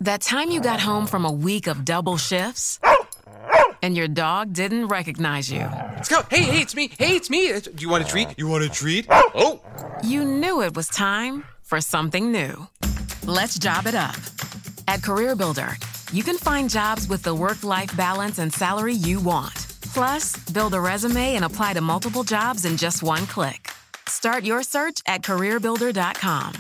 That time you got home from a week of double shifts and your dog didn't recognize you. Scout, hey, it's me. Do you want a treat? Oh! You knew it was time for something new. Let's job it up. At CareerBuilder, you can find jobs with the work-life balance and salary you want. Plus, build a resume and apply to multiple jobs in just one click. Start your search at CareerBuilder.com.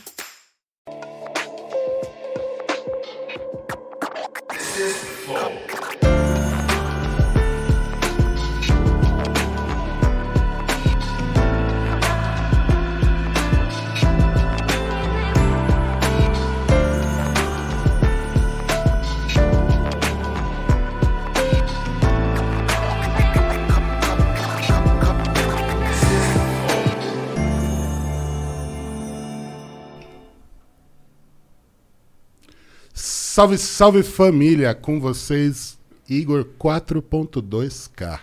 Salve, salve família, com vocês, Igor 4.2K.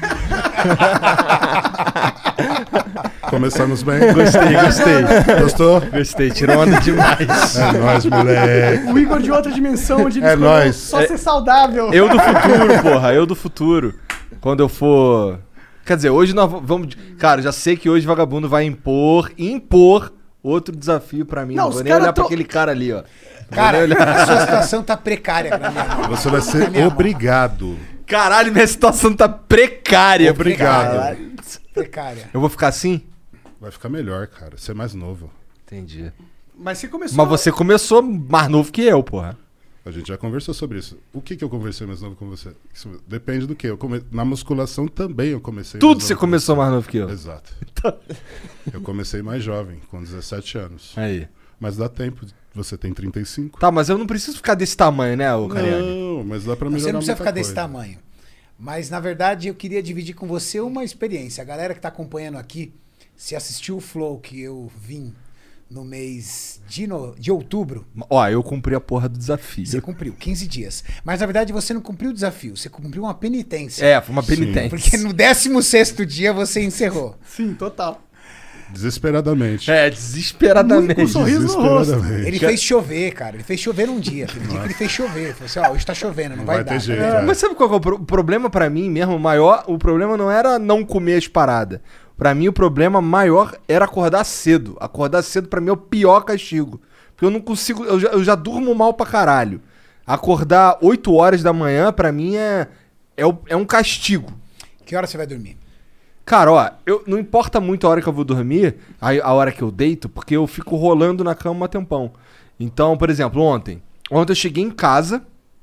Começamos bem? Gostei. Gostou? Gostei, tirou onda demais. É nóis, moleque. O Igor de outra dimensão, onde ele É escolheu nóis. só ser saudável. Eu do futuro, porra, eu do futuro. Quando eu for... Quer dizer, hoje nós vamos... Cara, já sei que hoje vagabundo vai impor outro desafio pra mim. Não, Não vou os nem cara olhar pra tão- aquele cara ali, ó. Cara, a sua situação tá precária pra mim. Você vai ser obrigado. Caralho, minha situação tá precária. Obrigado. Caralho. Precária. Eu vou ficar assim? Vai ficar melhor, cara. Você é mais novo. Entendi. Mas você começou... Mas você começou mais novo que eu, porra. A gente já conversou sobre isso. O que eu conversei mais novo com você? Isso depende do que. Na musculação também eu comecei Tudo mais você novo que começou você. mais novo que eu. Exato. Eu comecei mais jovem, com 17 anos. Aí. Mas dá tempo. Você tem 35. Tá, mas eu não preciso ficar desse tamanho, né, ô Cariani? Não, mas dá pra melhorar Você não precisa muita ficar desse coisa. tamanho. Mas, na verdade, eu queria dividir com você uma experiência. A galera que tá acompanhando aqui, se assistiu o Flow que eu vim no mês de outubro, Ó, eu cumpri a porra do desafio. você cumpriu 15 dias. Mas, na verdade, você não cumpriu o desafio, você cumpriu uma penitência. É, foi uma penitência. Porque no 16º dia você encerrou. Sim, total. Desesperadamente. É, desesperadamente. Com um sorriso no rosto. Desesperadamente. Ele fez chover, cara. Ele fez chover um dia. Teve um dia que ele fez chover. Ele falou assim, ó, hoje tá chovendo, não vai ter dar. jeito. Mas sabe qual que é o problema pra mim mesmo? O problema não era não comer as paradas. Pra mim o problema maior era acordar cedo. Acordar cedo pra mim é o pior castigo. Porque eu não consigo, eu já durmo mal pra caralho. Acordar 8 horas da manhã pra mim é um castigo. Que hora você vai dormir? Cara, ó, não importa muito a hora que eu vou dormir, a hora que eu deito, porque eu fico rolando na cama um tempão. Então, por exemplo, ontem eu cheguei em casa,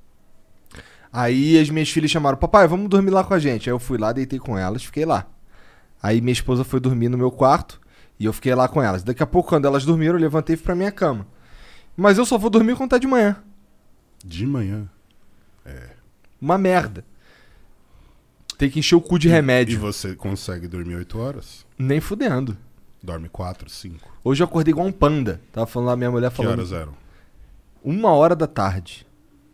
aí as minhas filhas chamaram, papai, vamos dormir lá com a gente. Aí eu fui lá, deitei com elas, fiquei lá. Aí minha esposa foi dormir no meu quarto e eu fiquei lá com elas. Daqui a pouco, quando elas dormiram, eu levantei e fui pra minha cama. Mas eu só vou dormir quando tá de manhã. De manhã. Uma merda. Tem que encher o cu de E remédio. você consegue dormir 8 horas? Nem fudendo. Dorme 4, 5. Hoje eu acordei igual um panda. Tava falando lá, minha mulher Que falando. horas eram? 1h da tarde.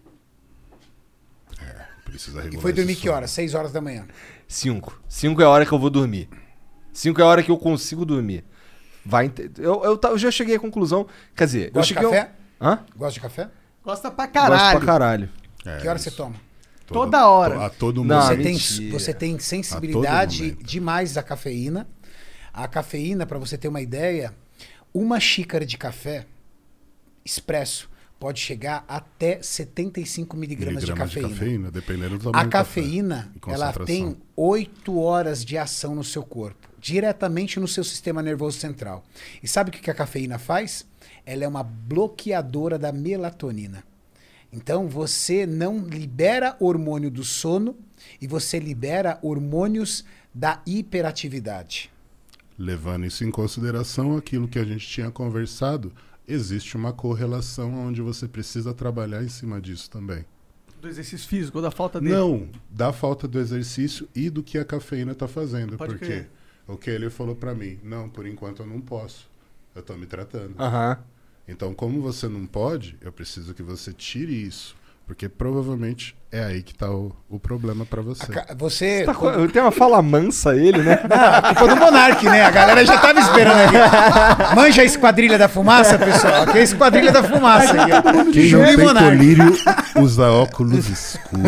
Precisa E regular foi dormir esse que sono. hora? 6 horas da manhã. 5. 5 é a hora que eu vou dormir. 5 é a hora que eu consigo dormir. Eu já cheguei à conclusão. Quer dizer, eu Gosta de cheguei. café? Hã? Gosta de café? Gosta pra Gosto caralho. pra caralho. É, Que hora isso. você toma? Toda hora. A todo Não, momento. mentira. Você tem A todo sensibilidade momento. demais à cafeína. A cafeína, pra você ter uma ideia, uma xícara de café expresso pode chegar até 75 miligramas de cafeína. dependendo do tamanho A do café cafeína, e ela concentração. tem 8 horas de ação no seu corpo, diretamente no seu sistema nervoso central. E sabe o que a cafeína faz? Ela é uma bloqueadora da melatonina. Então você não libera hormônio do sono e você libera hormônios da hiperatividade. Levando isso em consideração, aquilo que a gente tinha conversado, existe uma correlação onde você precisa trabalhar em cima disso também. Do exercício físico, ou da falta dele. Não, da falta do exercício e do que a cafeína está fazendo. Pode porque crer. o que ele falou para mim, não, por enquanto eu não posso. Eu tô me tratando. Aham. Então, como você não pode, eu preciso que você tire isso. Porque provavelmente é aí que tá o problema pra você. Você... Tem uma fala mansa ele, né? Não, culpa do Monark, né? A galera já tava esperando aqui. Manja a Esquadrilha da Fumaça, pessoal? Aqui é a Esquadrilha da Fumaça. Aqui, ó. Quem não Júlio e tem Monark. colírio usa óculos escuros.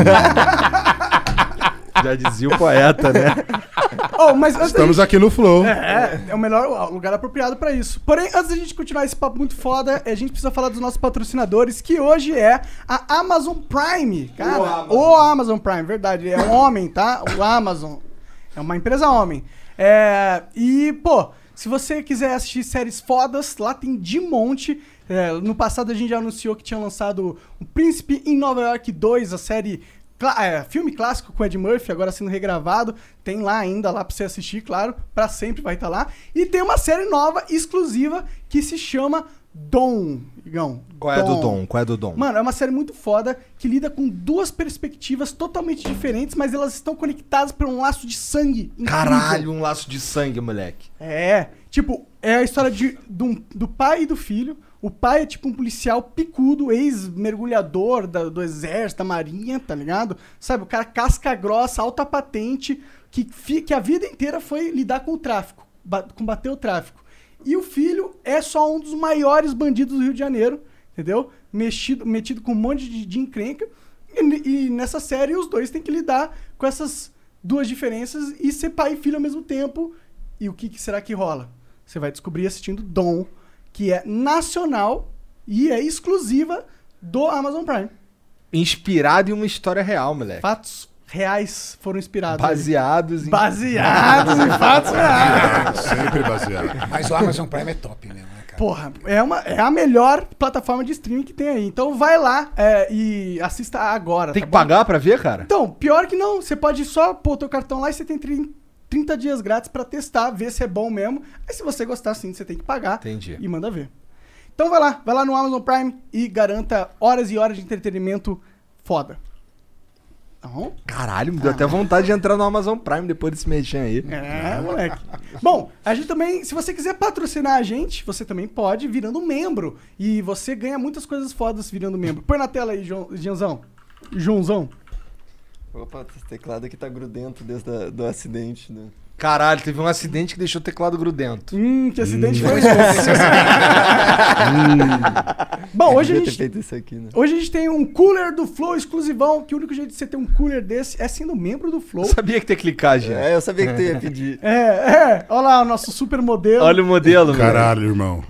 Já dizia o poeta, né? Oh, mas antes Estamos aqui no Flow. É o melhor lugar apropriado pra isso. Porém, antes da gente continuar esse papo muito foda, a gente precisa falar dos nossos patrocinadores, que hoje é a Amazon Prime. Cara, o Amazon Prime, verdade. É um homem, tá? O Amazon. É uma empresa homem. E, pô, se você quiser assistir séries fodas, lá tem de monte. No passado a gente já anunciou que tinha lançado O Príncipe em Nova York 2, a série... filme clássico com Ed Murphy, agora sendo regravado. Tem lá ainda, lá pra você assistir, claro. Pra sempre vai estar lá. E tem uma série nova, exclusiva, que se chama Dom. Igão. Qual é do Dom? Qual é do Dom? Mano, é uma série muito foda, que lida com duas perspectivas totalmente diferentes, mas elas estão conectadas por um laço de sangue. Incrível. Caralho, um laço de sangue, moleque. Tipo, é a história do pai e do filho. O pai é tipo um policial picudo, ex-mergulhador do exército, da marinha, tá ligado? Sabe, o cara casca grossa, alta patente, que a vida inteira foi lidar com o tráfico, combater o tráfico. E o filho é só um dos maiores bandidos do Rio de Janeiro, entendeu? Metido com um monte de encrenca. E nessa série os dois têm que lidar com essas duas diferenças e ser pai e filho ao mesmo tempo. E o que será que rola? Você vai descobrir assistindo Dom, que é nacional e é exclusiva do Amazon Prime. Inspirado em uma história real, moleque. Fatos reais foram inspirados. Baseados em fatos reais. Sempre baseado. Mas o Amazon Prime é top mesmo, né, cara? Porra, é a melhor plataforma de streaming que tem aí. Então vai lá e assista agora. Tem tá que bom? pagar pra ver, cara? Então, pior que não. Você pode só pôr o teu cartão lá e você tem 30 dias grátis pra testar, ver se é bom mesmo. Aí se você gostar, sim, você tem que pagar. Entendi. E manda ver. Então vai lá no Amazon Prime e garanta horas e horas de entretenimento foda. Tá bom? Caralho, me deu até vontade de entrar no Amazon Prime depois desse mexer aí. Moleque. Bom, a gente também, se você quiser patrocinar a gente, você também pode virando membro. E você ganha muitas coisas fodas virando membro. Põe na tela aí, Joãozão. Opa, esse teclado aqui tá grudento desde do acidente, né? Caralho, teve um acidente que deixou o teclado grudento. Que acidente foi esse? Bom, hoje a gente isso aqui, né? Hoje a gente tem um cooler do Flow exclusivão, que o único jeito de você ter um cooler desse é sendo membro do Flow. Eu sabia que tem que clicar, já. Eu sabia que tu ia pedir. Olha lá o nosso super modelo. Olha o modelo, velho. Caralho, irmão.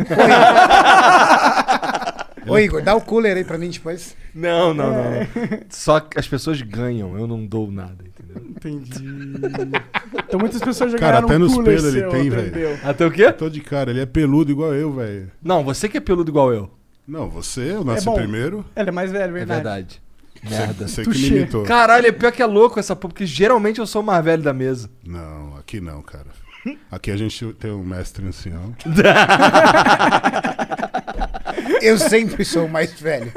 Ô, Igor, dá o cooler aí pra mim depois. Não. Só que as pessoas ganham, eu não dou nada, entendeu? Entendi. Então muitas pessoas já Cara, ganharam até um nos cooler pelos ele seu, tem, entendeu? velho. Até o quê? Tô de cara, ele é peludo igual eu, velho. Não, você que é peludo igual eu. Não, eu nasci bom. primeiro. Ele é mais velho, É verdade. verdade. Merda. Você que me Touché. imitou. Caralho, é pior que é louco essa porra, porque geralmente eu sou o mais velho da mesa. Não, aqui não, cara. Aqui a gente tem um mestre ancião. Eu sempre sou o mais velho.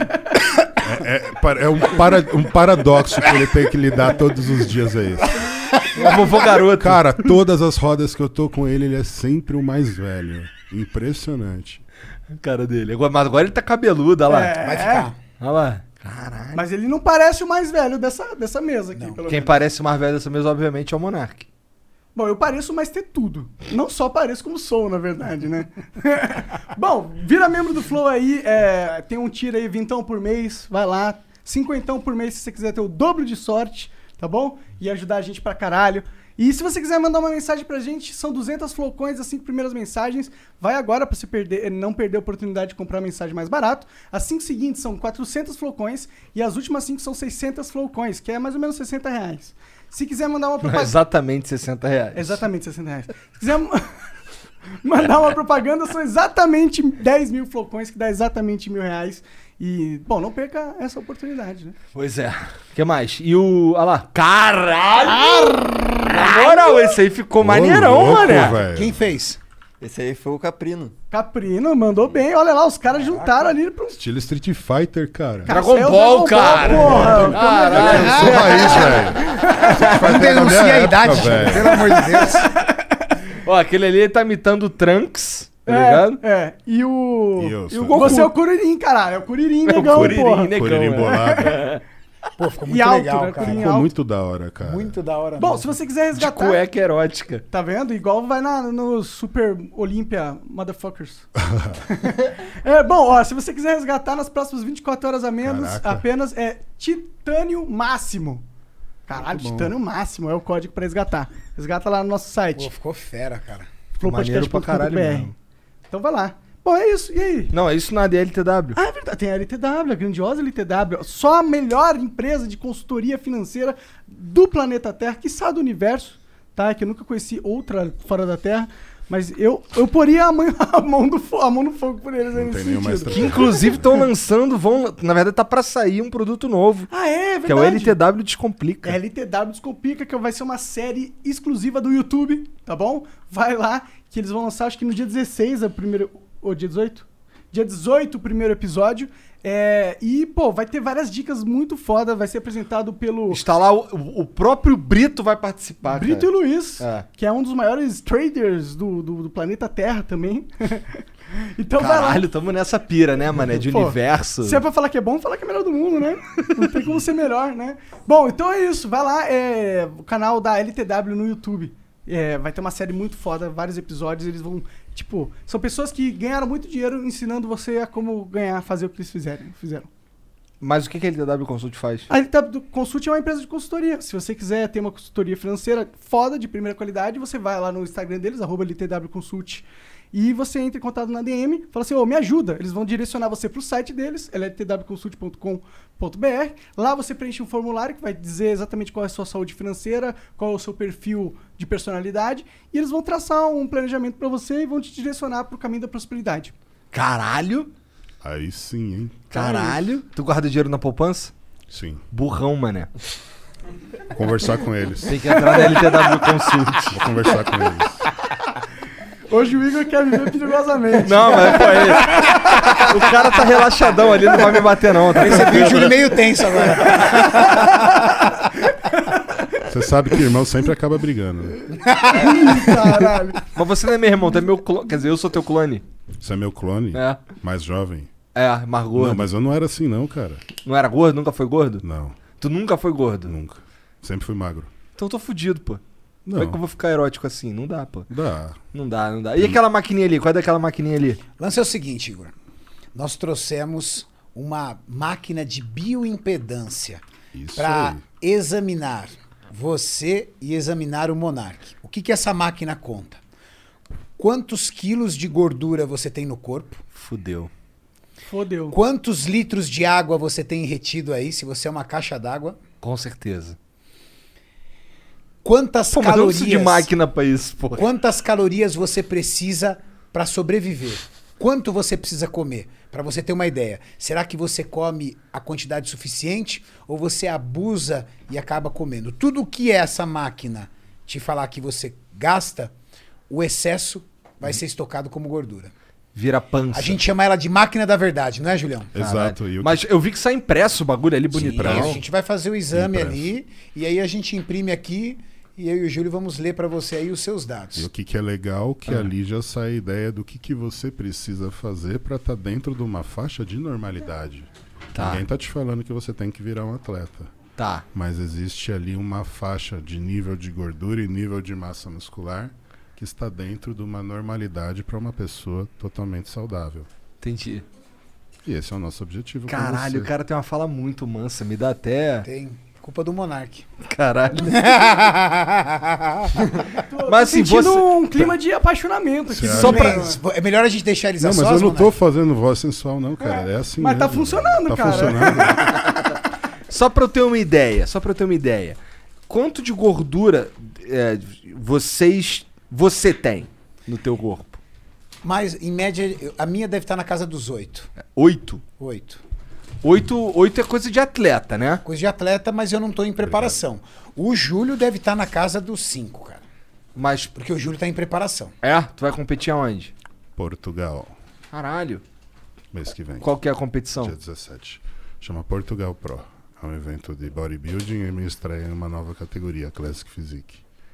É um paradoxo que ele tem que lidar todos os dias aí. É vovô garoto. Cara, todas as rodas que eu tô com ele é sempre o mais velho. Impressionante. A cara dele. Mas agora ele tá cabeludo, olha lá. Vai ficar. Olha lá. Caralho. Mas ele não parece o mais velho dessa mesa aqui, pelo Quem menos. parece o mais velho dessa mesa, obviamente, é o Monark. Bom, eu pareço mais ter tudo. Não só pareço como sou, na verdade, né? Bom, vira membro do Flow aí. Tem um tiro aí, 20 por mês. Vai lá. 50 por mês se você quiser ter o dobro de sorte, tá bom? E ajudar a gente pra caralho. E se você quiser mandar uma mensagem pra gente, são 200 flowcoins, as 5 primeiras mensagens. Vai agora pra você não perder a oportunidade de comprar mensagem mais barato. As 5 seguintes são 400 flowcoins e as últimas 5 são 600 flowcoins, que é mais ou menos R$60. Se quiser mandar uma propaganda... Exatamente R$60. Exatamente R$60. Se quiser mandar uma propaganda, são exatamente 10 mil flocões, que dá exatamente R$1.000. E, bom, não perca essa oportunidade, né? Pois é. O que mais? E o... Olha lá. Caralho! Na moral, esse aí ficou maneirão, louco, mano. velho. Quem fez? Esse aí foi o Caprino. Caprino, mandou bem. Olha lá, os caras juntaram ali pro... Estilo Street Fighter, cara. Dragon Esse é o Ball, Dragon cara. Porra. Caralho. Eu sou raiz, velho. Não denuncia a idade, velho. Pelo amor de Deus. Ó, aquele ali tá imitando o Trunks. Tá ligado? E o... E eu e o sou- Você é o Kuririn, caralho. É o Kuririn, negão, Kuririn, porra. negão. Curirim bolado. Pô, ficou E muito alto, legal, né? cara. Kuririn Ficou alto. muito da hora, cara. Muito da hora. Bom, mesmo. se você quiser De resgatar... cueca erótica. Tá vendo? Igual vai no Super Olympia Motherfuckers. Bom, ó, se você quiser resgatar nas próximas 24 horas a menos, Caraca. apenas é Titânio Máximo. Caralho, Muito bom. Titânio Máximo é o código pra resgatar. Resgata lá no nosso Pô, site, ficou fera, cara. Maneiro pra caralho mesmo. Então vai lá. Bom, é isso. E aí? Não, é isso nada, é LTW. Ah, é verdade. Tem a LTW, a grandiosa LTW. Só a melhor empresa de consultoria financeira do planeta Terra, quiçá do universo, tá? Que eu nunca conheci outra fora da Terra. Mas eu poria a mão no fogo por eles aí Não nesse tem nenhuma sentido. Que inclusive estão lançando, na verdade tá pra sair um produto novo. Ah, é verdade. Que é o LTW Descomplica. LTW Descomplica, que vai ser uma série exclusiva do YouTube, tá bom? Vai lá, que eles vão lançar, acho que no dia 16, ou dia 18? Dia 18, o primeiro episódio. E, pô, vai ter várias dicas muito foda. Vai ser apresentado pelo Está lá, o próprio Brito vai participar, Brito e cara. Luiz, É. que é um dos maiores traders do planeta Terra também. Então vai lá. Caralho, tamo nessa pira, né, mané? De Pô, universo. Se é pra falar que é bom, falar que é melhor do mundo, né? Não tem como ser melhor, né? Bom, então é isso. Vai lá, o canal da LTW no YouTube. Vai ter uma série muito foda, vários episódios. Eles vão, tipo... São pessoas que ganharam muito dinheiro ensinando você a como fazer o que eles fizeram. Mas o que a LTW Consult faz? A LTW Consult é uma empresa de consultoria. Se você quiser ter uma consultoria financeira foda, de primeira qualidade, você vai lá no Instagram deles, @LTW Consult, e você entra em contato na DM, fala assim, me ajuda. Eles vão direcionar você pro site deles, ltwconsult.com.br. Lá você preenche um formulário que vai dizer exatamente qual é a sua saúde financeira, qual é o seu perfil de personalidade, e eles vão traçar um planejamento pra você e vão te direcionar pro caminho da prosperidade. Caralho! Aí sim, hein? Caralho! Tu guarda dinheiro na poupança? Sim. Burrão, mané. Vou conversar com eles. Tem que entrar na LTW Consult. Vou conversar com eles. Hoje o Igor quer viver perigosamente. Não, mas pô, o cara tá relaxadão ali, não vai me bater não. Tá Percebi o Júlio meio tenso agora. Você sabe que irmão sempre acaba brigando, né? Caralho. Mas você não é meu irmão, tu é meu clone. Quer dizer, eu sou teu clone. Você é meu clone? É. Mais jovem? Mais gordo. Não, mas eu não era assim não, cara. Não era gordo? Nunca foi gordo? Não, Tu nunca foi gordo? nunca. Sempre fui magro. Então eu tô fudido, pô. Não. Como é que eu vou ficar erótico assim? Não dá, pô. Dá. Não dá. E aquela maquininha ali? Qual é daquela maquininha ali? O lance é o seguinte, Igor. Nós trouxemos uma máquina de bioimpedância Isso para aí. examinar você e examinar o Monark. O que essa máquina conta? Quantos quilos de gordura você tem no corpo? Fudeu. Fodeu. Quantos litros de água você tem retido aí, se você é uma caixa d'água? Com certeza. Quantas Pô, mas eu não calorias... preciso de máquina pra isso, pô. Quantas calorias você precisa para sobreviver? Quanto você precisa comer? Para você ter uma ideia. Será que você come a quantidade suficiente ou você abusa e acaba comendo? Tudo que essa máquina te falar que você gasta, o excesso vai ser estocado como gordura. Vira pança. A gente chama ela de máquina da verdade, não é, Julião? Exato. E o Mas eu vi que sai impresso o bagulho ali Sim, bonitão. a gente vai fazer o exame Impresso. ali e aí a gente imprime aqui e eu e o Júlio vamos ler para você aí os seus dados. E o que é legal, que ali já sai a ideia do que você precisa fazer para estar dentro de uma faixa de normalidade. Tá. Ninguém tá te falando que você tem que virar um atleta. Tá. Mas existe ali uma faixa de nível de gordura e nível de massa muscular que está dentro de uma normalidade para uma pessoa totalmente saudável. Entendi. E esse é o nosso objetivo. com Caralho, você. o cara tem uma fala muito mansa. Me dá até... Tem culpa do Monark. Caralho. Tô Mas assim, sentindo você- um clima de apaixonamento aqui. Você Só acha? pra- Mas é melhor a gente deixar eles a Não, mas sós, eu não tô Monark? fazendo voz sensual, não, cara. É assim Mas tá mesmo. funcionando, tá cara. funcionando. Só pra eu ter uma ideia. Quanto de gordura você tem no teu corpo? Mas, em média, a minha deve estar na casa dos 8. 8? 8. 8 é coisa de atleta, né? Coisa de atleta, mas eu não tô em preparação. O Júlio deve estar na casa dos 5, cara. Mas, Porque o Júlio tá em preparação. tu vai competir aonde? Portugal, Caralho. mês que vem. Qual que é a competição? Dia 17. Chama Portugal Pro. É um evento de bodybuilding e me estreia em uma nova categoria, Classic Physique.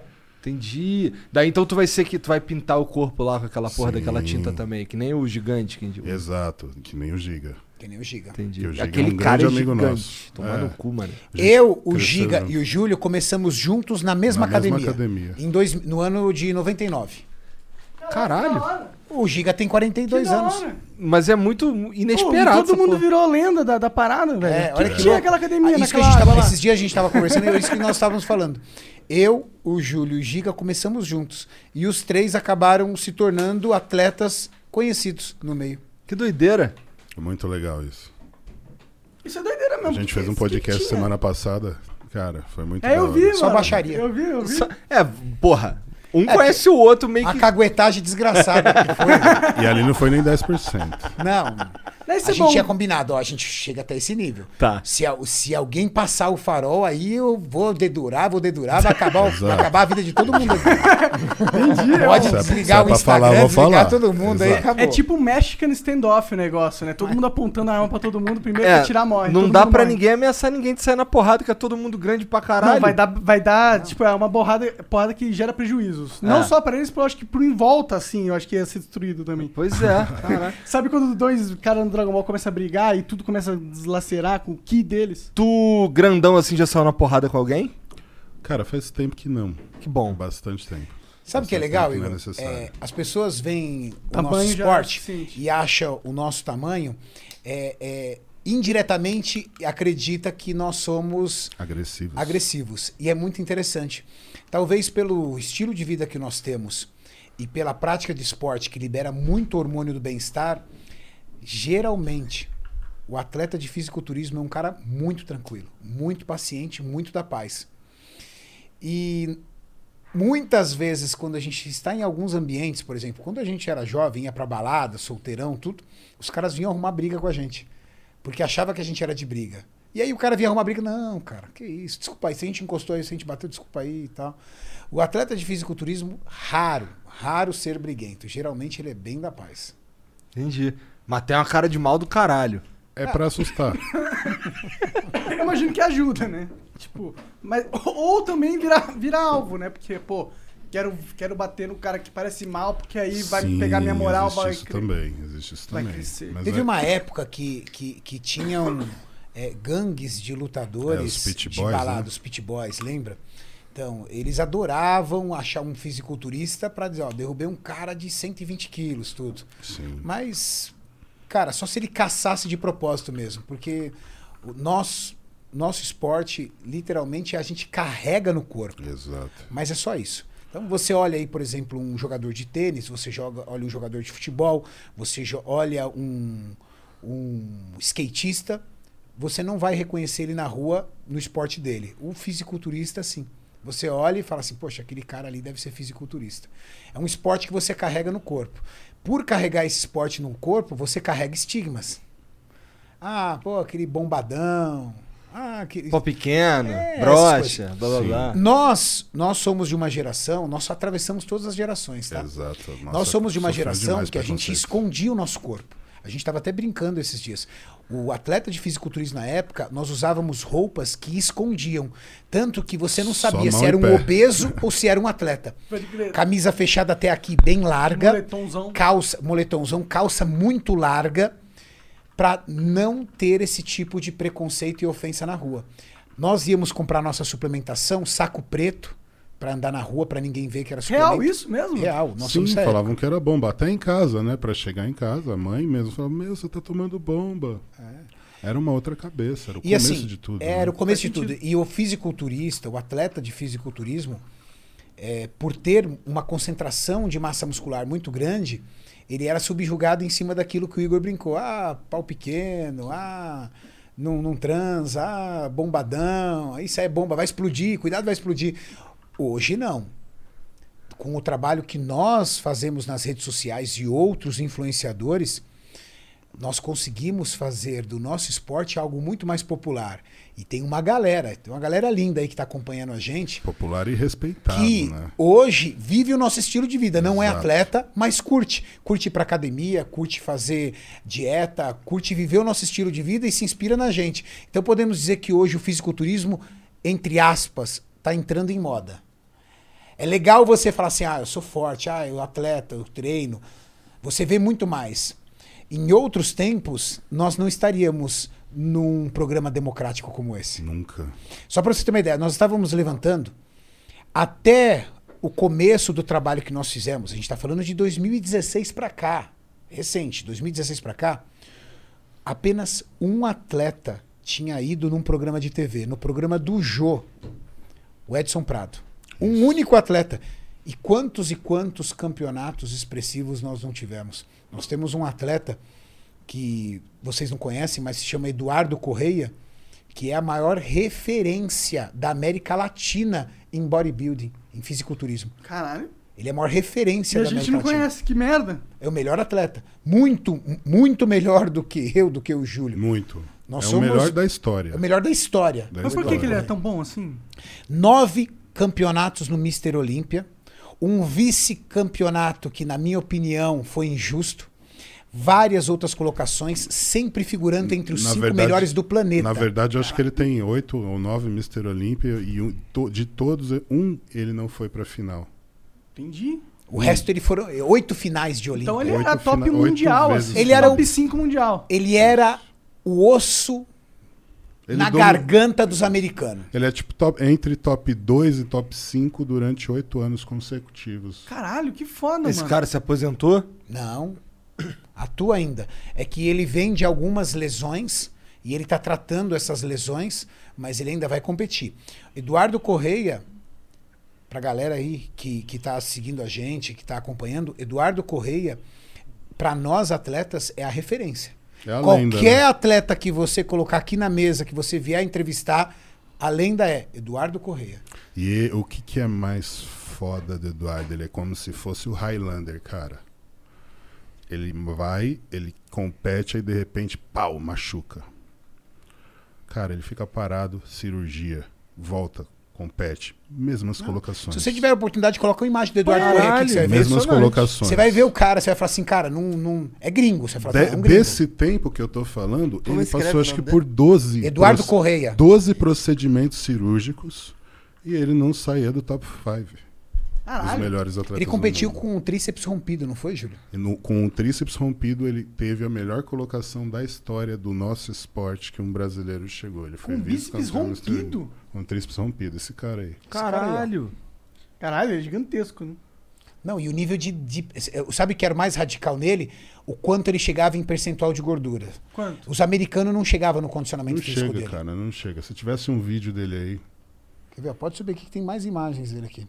Entendi. Daí então tu vai ser que tu vai pintar o corpo lá com aquela porra Sim. daquela tinta também, que nem o gigante que a gente... Exato, que nem o Giga. Que nem o Giga. Entendi. Que o Giga Aquele é um cara grande é amigo gigante. nosso. Tomar no cu, mano. Eu, o cresceu Giga junto. e o Júlio começamos juntos na mesma Na mesma academia. academia. No ano de 99. Caralho. O Giga tem 42 anos. Mas é muito inesperado. Todo essa mundo porra. virou lenda da parada, velho. É, olha que tinha louco. aquela academia Isso que naquela... esses dias a gente tava conversando e é isso que nós estávamos falando. Eu, o Júlio e o Giga começamos juntos. E os três acabaram se tornando atletas conhecidos no meio. Que doideira. É muito legal isso. Isso é doideira mesmo. A gente fez um podcast semana passada. Cara, foi muito É, eu da vi, hora. Só mano. baixaria. Eu vi. Porra. Um conhece o outro meio A que... caguetagem desgraçada que foi. E ali não foi nem 10%. Não. Deve A ser gente bom. tinha combinado, ó, a gente chega até esse nível. Tá. Se alguém passar o farol, aí eu vou dedurar, vai acabar, Exato. vai acabar a vida de todo mundo aqui. Entendi. Pode Se é desligar o pra falar, Instagram, vou desligar falar. todo mundo aí, Exato. acabou. É tipo um Mexican standoff o negócio, né? Todo mundo apontando a arma pra todo mundo, primeiro que tirar morre. Não todo dá mundo pra morre. ninguém ameaçar ninguém de sair na porrada, que é todo mundo grande pra caralho. Não, vai dar tipo, é uma porrada que gera prejuízos. Não só pra eles, mas eu acho que pro em volta, assim, eu acho que ia ser destruído também. Pois é, caralho. Sabe quando dois caras no Dragon Ball começam a brigar e tudo começa a deslacerar com o ki deles? Tu, grandão assim, já saiu na porrada com alguém? Cara, faz tempo que não. Que bom. Bastante tempo. Sabe o que é Bastante legal, tempo que não Igor? é necessário. As pessoas veem o Tamanho nosso já esporte sente. e acham o nosso tamanho, indiretamente acredita que nós somos Agressivos. agressivos. E é muito interessante. Talvez pelo estilo de vida que nós temos e pela prática de esporte que libera muito hormônio do bem-estar, geralmente o atleta de fisiculturismo é um cara muito tranquilo, muito paciente, muito da paz. E muitas vezes, quando a gente está em alguns ambientes, por exemplo, quando a gente era jovem, ia pra balada, solteirão, tudo, os caras vinham arrumar briga com a gente. Porque achava que a gente era de briga. E aí o cara vinha arrumar briga, não, cara, que isso, desculpa aí, se a gente encostou aí, se a gente bateu, desculpa aí e tal. O atleta de fisiculturismo, raro ser briguento. Geralmente ele é bem da paz. Entendi. Mas tem uma cara de mal do caralho. É pra assustar. Eu imagino que ajuda, né? Tipo, mas, ou também virar alvo, né? Porque, pô, quero bater no cara que parece mal, porque aí vai Sim, pegar minha moral, existe vai isso também. Existe isso vai também. crescer. Mas Teve é- uma época que tinham gangues de lutadores os pit de boys, balada, né? os pit boys, lembra? Então, eles adoravam achar um fisiculturista pra dizer, ó, derrubei um cara de 120 quilos, tudo. Sim. Mas, cara, só se ele caçasse de propósito mesmo, porque o nosso esporte, literalmente, a gente carrega no corpo. Exato. Mas é só isso. Então você olha aí, por exemplo, um jogador de tênis, olha um jogador de futebol, olha um skatista, você não vai reconhecer ele na rua no esporte dele. O fisiculturista, sim. Você olha e fala assim, poxa, aquele cara ali deve ser fisiculturista. É um esporte que você carrega no corpo. Por carregar esse esporte no corpo, você carrega estigmas. Ah, pô, aquele bombadão. Ah, aquele... Pó pequeno, essas broxa, coisas. blá blá Sim. blá. Nós somos de uma geração, nós atravessamos todas as gerações, tá? Exato. Nossa, Nós somos de uma sofreu geração demais que a gente preconceito. escondia o nosso corpo. A gente estava até brincando esses dias. O atleta de fisiculturismo na época, nós usávamos roupas que escondiam. Tanto que você não Só sabia mão se e era um pé. obeso ou se era um atleta. Pode crer. Camisa fechada até aqui, bem larga. Moletomzão. Moletomzão, calça muito larga, para não ter esse tipo de preconceito e ofensa na rua. Nós íamos comprar nossa suplementação, saco preto, para andar na rua, para ninguém ver que era suplemento. Real isso mesmo? Real. Nós Sim, somos sérios. falavam que era bomba. Até em casa, né? Pra chegar em casa, a mãe mesmo falava, meu, você tá tomando bomba. Era uma outra cabeça, era o E começo assim, de tudo. era né? o começo de Faz tudo. E o fisiculturista, o atleta de fisiculturismo, por ter uma concentração de massa muscular muito grande, ele era subjugado em cima daquilo que o Igor brincou. Ah, pau pequeno, não transa, bombadão, isso aí é bomba, vai explodir, cuidado, vai explodir. Hoje não. Com o trabalho que nós fazemos nas redes sociais e outros influenciadores, nós conseguimos fazer do nosso esporte algo muito mais popular. E tem uma galera linda aí que está acompanhando a gente, Popular e respeitado, que né? hoje vive o nosso estilo de vida. Não é Exato. atleta, mas curte. Curte ir pra academia, curte fazer dieta, curte viver o nosso estilo de vida e se inspira na gente. Então podemos dizer que hoje o fisiculturismo, entre aspas, está entrando em moda. É legal você falar assim, eu sou forte, eu atleta, eu treino. Você vê muito mais. Em outros tempos, nós não estaríamos num programa democrático como esse. Nunca. Só para você ter uma ideia, nós estávamos levantando até o começo do trabalho que nós fizemos. A gente está falando de 2016 para cá, recente, 2016 para cá. Apenas um atleta tinha ido num programa de TV, no programa do Jô, o Edson Prado. Um único atleta. E quantos campeonatos expressivos nós não tivemos? Nós temos um atleta que vocês não conhecem, mas se chama Eduardo Correia, que é a maior referência da América Latina em bodybuilding, em fisiculturismo. Caralho. Ele é a maior referência E a da gente América não Latina. conhece, que merda. É o melhor atleta. Muito, muito melhor do que eu, do que o Júlio. Muito. Nós é somos- o melhor da história. É o melhor da história. Da Mas por que, história. que ele é tão bom assim? 9 campeonatos no Mr. Olímpia. Um vice-campeonato que, na minha opinião, foi injusto. Várias outras colocações, sempre figurando entre os Na 5 verdade- melhores do planeta. Na verdade, eu acho que ele tem 8 ou 9 Mr. Olímpia e de todos, ele não foi pra final. Entendi. O resto ele foram 8 finais de Olímpia. Então ele Oito era top fina- oito mundial, vezes assim. Ele era top o- 5 mundial. Ele era o osso Ele na domina- garganta dos americanos. Ele é tipo entre top 2 e top 5 durante 8 anos consecutivos. Caralho, que foda, Esse mano. cara se aposentou? Não, atua ainda. É que ele vem de algumas lesões e ele tá tratando essas lesões, mas ele ainda vai competir. Eduardo Correia, pra galera aí que tá seguindo a gente, que tá acompanhando, Eduardo Correia, pra nós atletas, é a referência. É a Qualquer lenda, né? atleta que você colocar aqui na mesa, que você vier entrevistar, a lenda é Eduardo Correia. E o que é mais foda do Eduardo? Ele é como se fosse o Highlander, cara. Ele vai, ele compete, aí de repente, pau, machuca. Cara, ele fica parado, cirurgia, volta, compete. Mesmas colocações. Se você tiver a oportunidade, coloca uma imagem do Eduardo Caralho, Correia aqui que você vai ver. Mesmas impressionante. colocações. Você vai ver o cara, você vai falar assim, cara, não é gringo. Você vai falar, é um gringo. Desse tempo que eu tô falando, Como ele escreve passou o acho que nome por 12 Eduardo Correia. 12 procedimentos cirúrgicos e ele não saía do top 5 dos Caralho. melhores atletas Ele do competiu mundo. com o tríceps rompido, não foi, Júlio? E com o tríceps rompido, ele teve a melhor colocação da história do nosso esporte que um brasileiro chegou. Ele foi Com bíceps vice-campeão rompido? com o tríceps rompido, esse cara aí. Caralho. Caralho, ele é gigantesco, né? Não, e o nível sabe o que era o mais radical nele? O quanto ele chegava em percentual de gordura. Quanto? Os americanos não chegavam no condicionamento Não físico chega, dele. cara, não chega. Se tivesse um vídeo dele aí, Quer ver? Pode subir aqui que tem mais imagens dele aqui.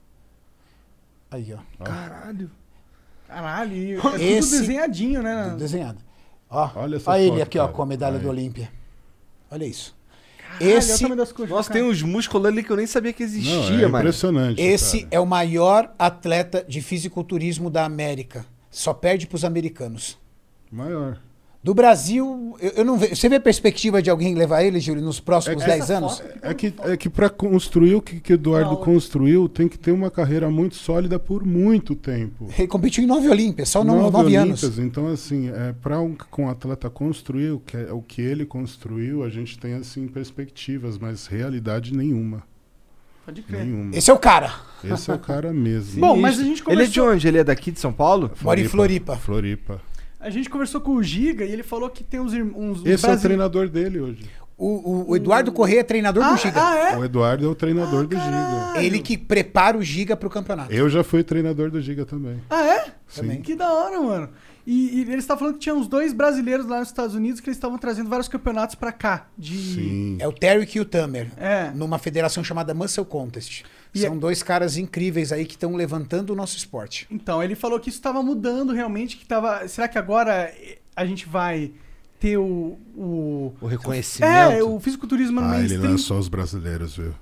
Aí, ó. Caralho. Caralho, e é tudo Esse- desenhadinho, né? Desenhado. Ó, Olha essa olha ele foto, aqui, ó, cara. com a medalha Aí. do Olímpia. Olha isso. Caralho, olha o Esse, tamanho das coxas do Nossa, cara. tem uns músculos ali que eu nem sabia que não, existia, é mano. impressionante. esse cara. é o maior atleta de fisiculturismo da América. Só perde pros americanos. Maior. Do Brasil, eu não vejo. Você vê perspectiva de alguém levar ele, Júlio, nos próximos 10 anos? É que para construir o que Eduardo Não. construiu, tem que ter uma carreira muito sólida por muito tempo. Ele competiu em 9 Olímpias, só 9 9 anos. Olímpias, então assim, para um atleta construir o que ele construiu, a gente tem assim perspectivas, mas realidade nenhuma. Pode crer. Nenhuma. Esse é o cara. Esse é o cara mesmo. Bom, mas a gente Ele é de conversou- onde? Ele é daqui de São Paulo? Mora em Floripa. Floripa. A gente conversou com o Giga e ele falou que tem uns Esse é o brasileiros. treinador dele hoje. O Eduardo Correia é treinador do Giga. Ah, é? O Eduardo é o treinador do Giga. Ele que prepara o Giga pro campeonato. Eu já fui treinador do Giga também. Ah, é? Sim. Que da hora, mano. E eles estavam falando que tinha uns 2 brasileiros lá nos Estados Unidos que eles estavam trazendo vários campeonatos pra cá. Sim. É o Terry e o Tamer. É. Numa federação chamada Muscle Contest. E São 2 caras incríveis aí que estão levantando o nosso esporte. Então, ele falou que isso estava mudando realmente, que tava... Será que agora a gente vai ter o O reconhecimento. o fisiculturismo no Ah, ele mainstream? lançou os brasileiros, viu?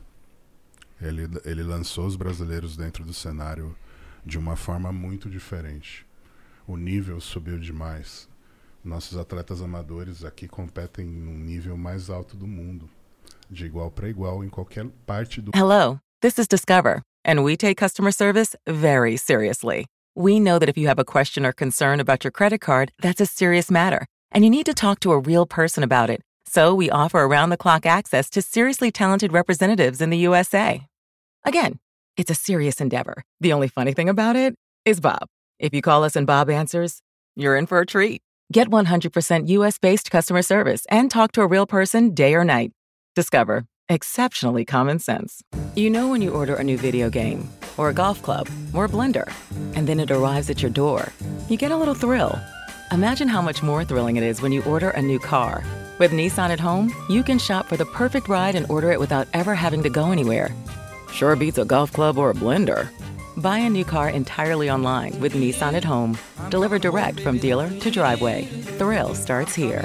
Ele lançou os brasileiros dentro do cenário de uma forma muito diferente. O nível subiu demais. Nossos atletas amadores aqui competem num nível mais alto do mundo, de igual para igual em qualquer parte do Hello, this is Discover, and we take customer service very seriously. We know that if you have a question or concern about your credit card, that's a serious matter, and you need to talk to a real person about it. So we offer around-the-clock access to seriously talented representatives in the USA. Again, It's a serious endeavor. The only funny thing about it is Bob. If you call us and Bob answers, you're in for a treat. Get 100% US-based customer service and talk to a real person day or night. Discover exceptionally common sense. You know when you order a new video game, or a golf club, or a blender, and then it arrives at your door, you get a little thrill. Imagine how much more thrilling it is when you order a new car. With Nissan at home, you can shop for the perfect ride and order it without ever having to go anywhere. Sure beats a golf club or a blender. Buy a new car entirely online with Nissan at home. Delivered direct from dealer to driveway. Thrill starts here.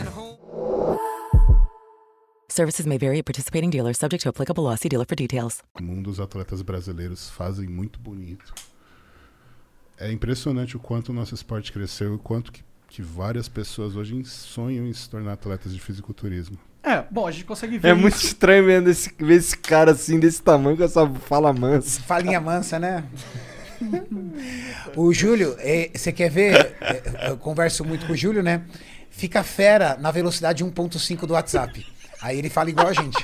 Services may vary at participating dealers, subject to applicable law. See dealer for details. O mundo dos atletas brasileiros fazem muito bonito. É impressionante o quanto o nosso esporte cresceu e o quanto que várias pessoas hoje sonham em se tornar atletas de fisiculturismo. Bom, a gente consegue ver É muito estranho mesmo ver esse cara assim, desse tamanho, com essa fala mansa. Falinha mansa, né? O Júlio, você quer ver? Eu converso muito com o Júlio, né? Fica fera na velocidade 1.5 do WhatsApp. Aí ele fala igual a gente.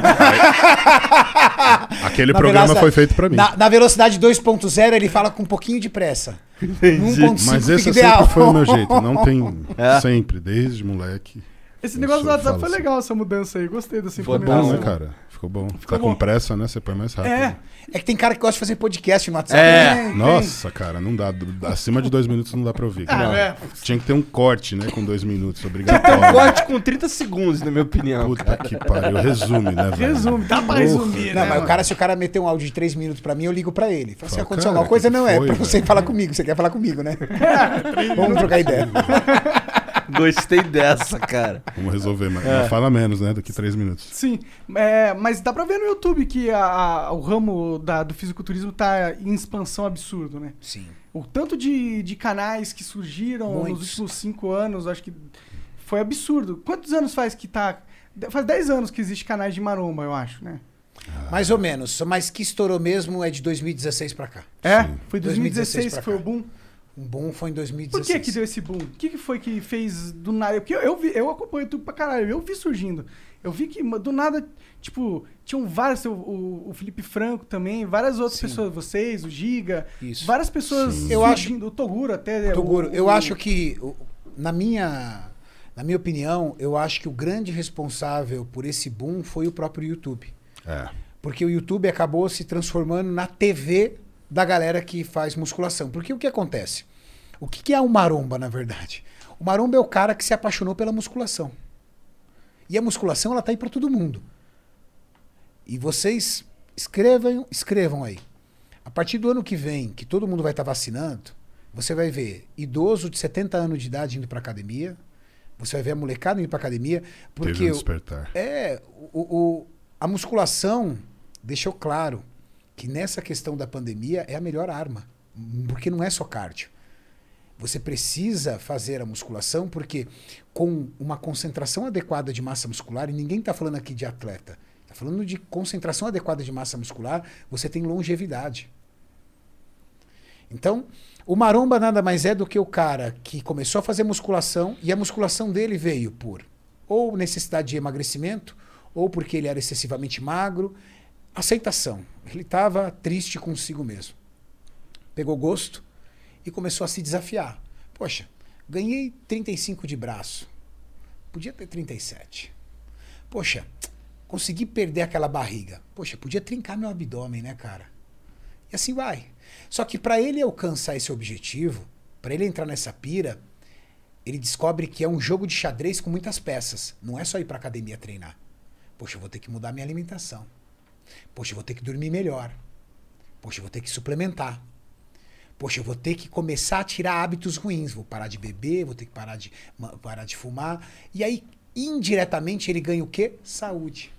Aquele programa foi feito pra mim. Na velocidade 2.0 ele fala com um pouquinho de pressa. 1.5 Mas esse fica ideal. sempre foi o meu jeito. Não tem sempre, desde moleque. Esse negócio do WhatsApp foi legal, essa mudança aí. Gostei dessa Foi implementação. bom, né, cara? Ficou bom. Tá com pressa, né? Você põe mais rápido. É que tem cara que gosta de fazer podcast no WhatsApp. Nossa, cara, não dá. Acima de 2 minutos não dá pra ouvir. Tinha que ter um corte, né? Com 2 minutos, obrigatório. Um corte com 30 segundos, na minha opinião. Puta que pariu. Resume, né, velho? Resume, dá pra resumir, Não, né? mas se o cara meter um áudio de 3 minutos pra mim, eu ligo pra ele. Fala assim, Fala, aconteceu cara, alguma coisa? que Não, foi, é pra você velho? falar comigo. Você quer falar comigo, né? Vamos trocar ideia. Gostei dessa, cara. Vamos resolver, mas fala menos, né? Daqui 3 minutos. Sim, mas dá pra ver no YouTube que o ramo do fisiculturismo tá em expansão absurdo, né? Sim. O tanto de canais que surgiram Muitos. nos últimos 5 anos, acho que foi absurdo. Quantos anos faz que tá... Faz 10 anos que existe canais de maromba, eu acho, né? Mais ou menos. Mas que estourou mesmo é de 2016 pra cá. Foi 2016 que foi o boom. Um boom foi em Por 2016. que deu esse boom? O que foi que fez do nada? Porque eu acompanho o YouTube pra caralho, eu vi surgindo. Eu vi que do nada, tipo, tinham vários, o Felipe Franco também, várias outras pessoas, vocês, o Giga, Isso. várias pessoas surgindo, o Toguro até. Toguro, eu acho que, na minha opinião, eu acho que o grande responsável por esse boom foi o próprio YouTube. Porque o YouTube acabou se transformando na TV da galera que faz musculação. Porque o que acontece? O que é um maromba, na verdade? O maromba é o cara que se apaixonou pela musculação. E a musculação, ela tá aí para todo mundo. E vocês escrevam aí. A partir do ano que vem, que todo mundo vai estar vacinando, você vai ver idoso de 70 anos de idade indo para academia, você vai ver a molecada indo para academia, porque Teve um despertar. a musculação deixou claro que nessa questão da pandemia é a melhor arma, porque não é só cardio. Você precisa fazer a musculação porque com uma concentração adequada de massa muscular, e ninguém está falando aqui de atleta, está falando de concentração adequada de massa muscular, você tem longevidade. Então, o maromba nada mais é do que o cara que começou a fazer musculação e a musculação dele veio por ou necessidade de emagrecimento, ou porque ele era excessivamente magro. Aceitação. Ele estava triste consigo mesmo. Pegou gosto e começou a se desafiar. Poxa, ganhei 35 de braço. Podia ter 37. Poxa, consegui perder aquela barriga. Poxa, podia trincar meu abdômen, né, cara? E assim vai. Só que para ele alcançar esse objetivo, para ele entrar nessa pira, ele descobre que é um jogo de xadrez com muitas peças. Não é só ir para academia treinar. Poxa, eu vou ter que mudar minha alimentação. Poxa, eu vou ter que dormir melhor. Poxa, eu vou ter que suplementar. Poxa, eu vou ter que começar a tirar hábitos ruins. Vou parar de beber, vou ter que parar de fumar. E aí, indiretamente, ele ganha o quê? Saúde.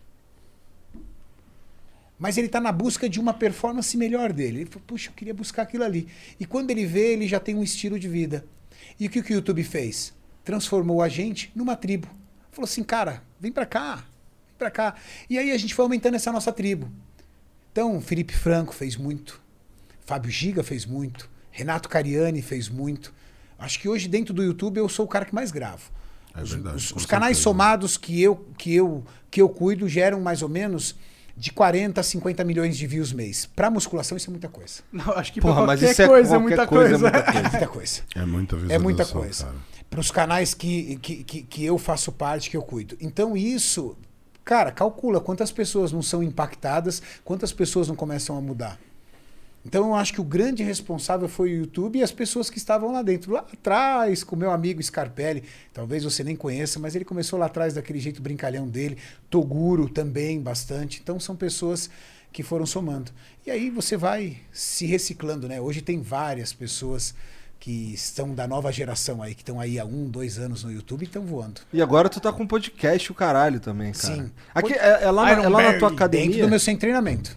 Mas ele está na busca de uma performance melhor dele. Ele falou, puxa, eu queria buscar aquilo ali. E quando ele vê, ele já tem um estilo de vida. E o que o YouTube fez? Transformou a gente numa tribo. Falou assim, cara, vem pra cá. Pra cá. E aí a gente foi aumentando essa nossa tribo. Então, Felipe Franco fez muito, Fábio Giga fez muito, Renato Cariani fez muito. Acho que hoje dentro do YouTube eu sou o cara que mais gravo. É verdade, Os canais somados que eu cuido geram mais ou menos de 40 a 50 milhões de views mês. Pra musculação, isso é muita coisa. Não, acho que Porra, pra mas qualquer isso é coisa é qualquer muita coisa, coisa. é muita É muita coisa. É muita visualização, É muita coisa. cara. Para os canais que eu faço parte, que eu cuido. Então isso, cara, calcula quantas pessoas não são impactadas, quantas pessoas não começam a mudar. Então eu acho que o grande responsável foi o YouTube e as pessoas que estavam lá dentro. Lá atrás, com o meu amigo Scarpelli, talvez você nem conheça, mas ele começou lá atrás daquele jeito brincalhão dele. Toguro também, bastante. Então são pessoas que foram somando. E aí você vai se reciclando, né? Hoje tem várias pessoas que estão da nova geração aí, que estão aí há 1, 2 anos no YouTube e estão voando. E agora tu tá com podcast o caralho também, cara. Sim. Aqui, é lá na tua Dentro academia? do meu sem treinamento.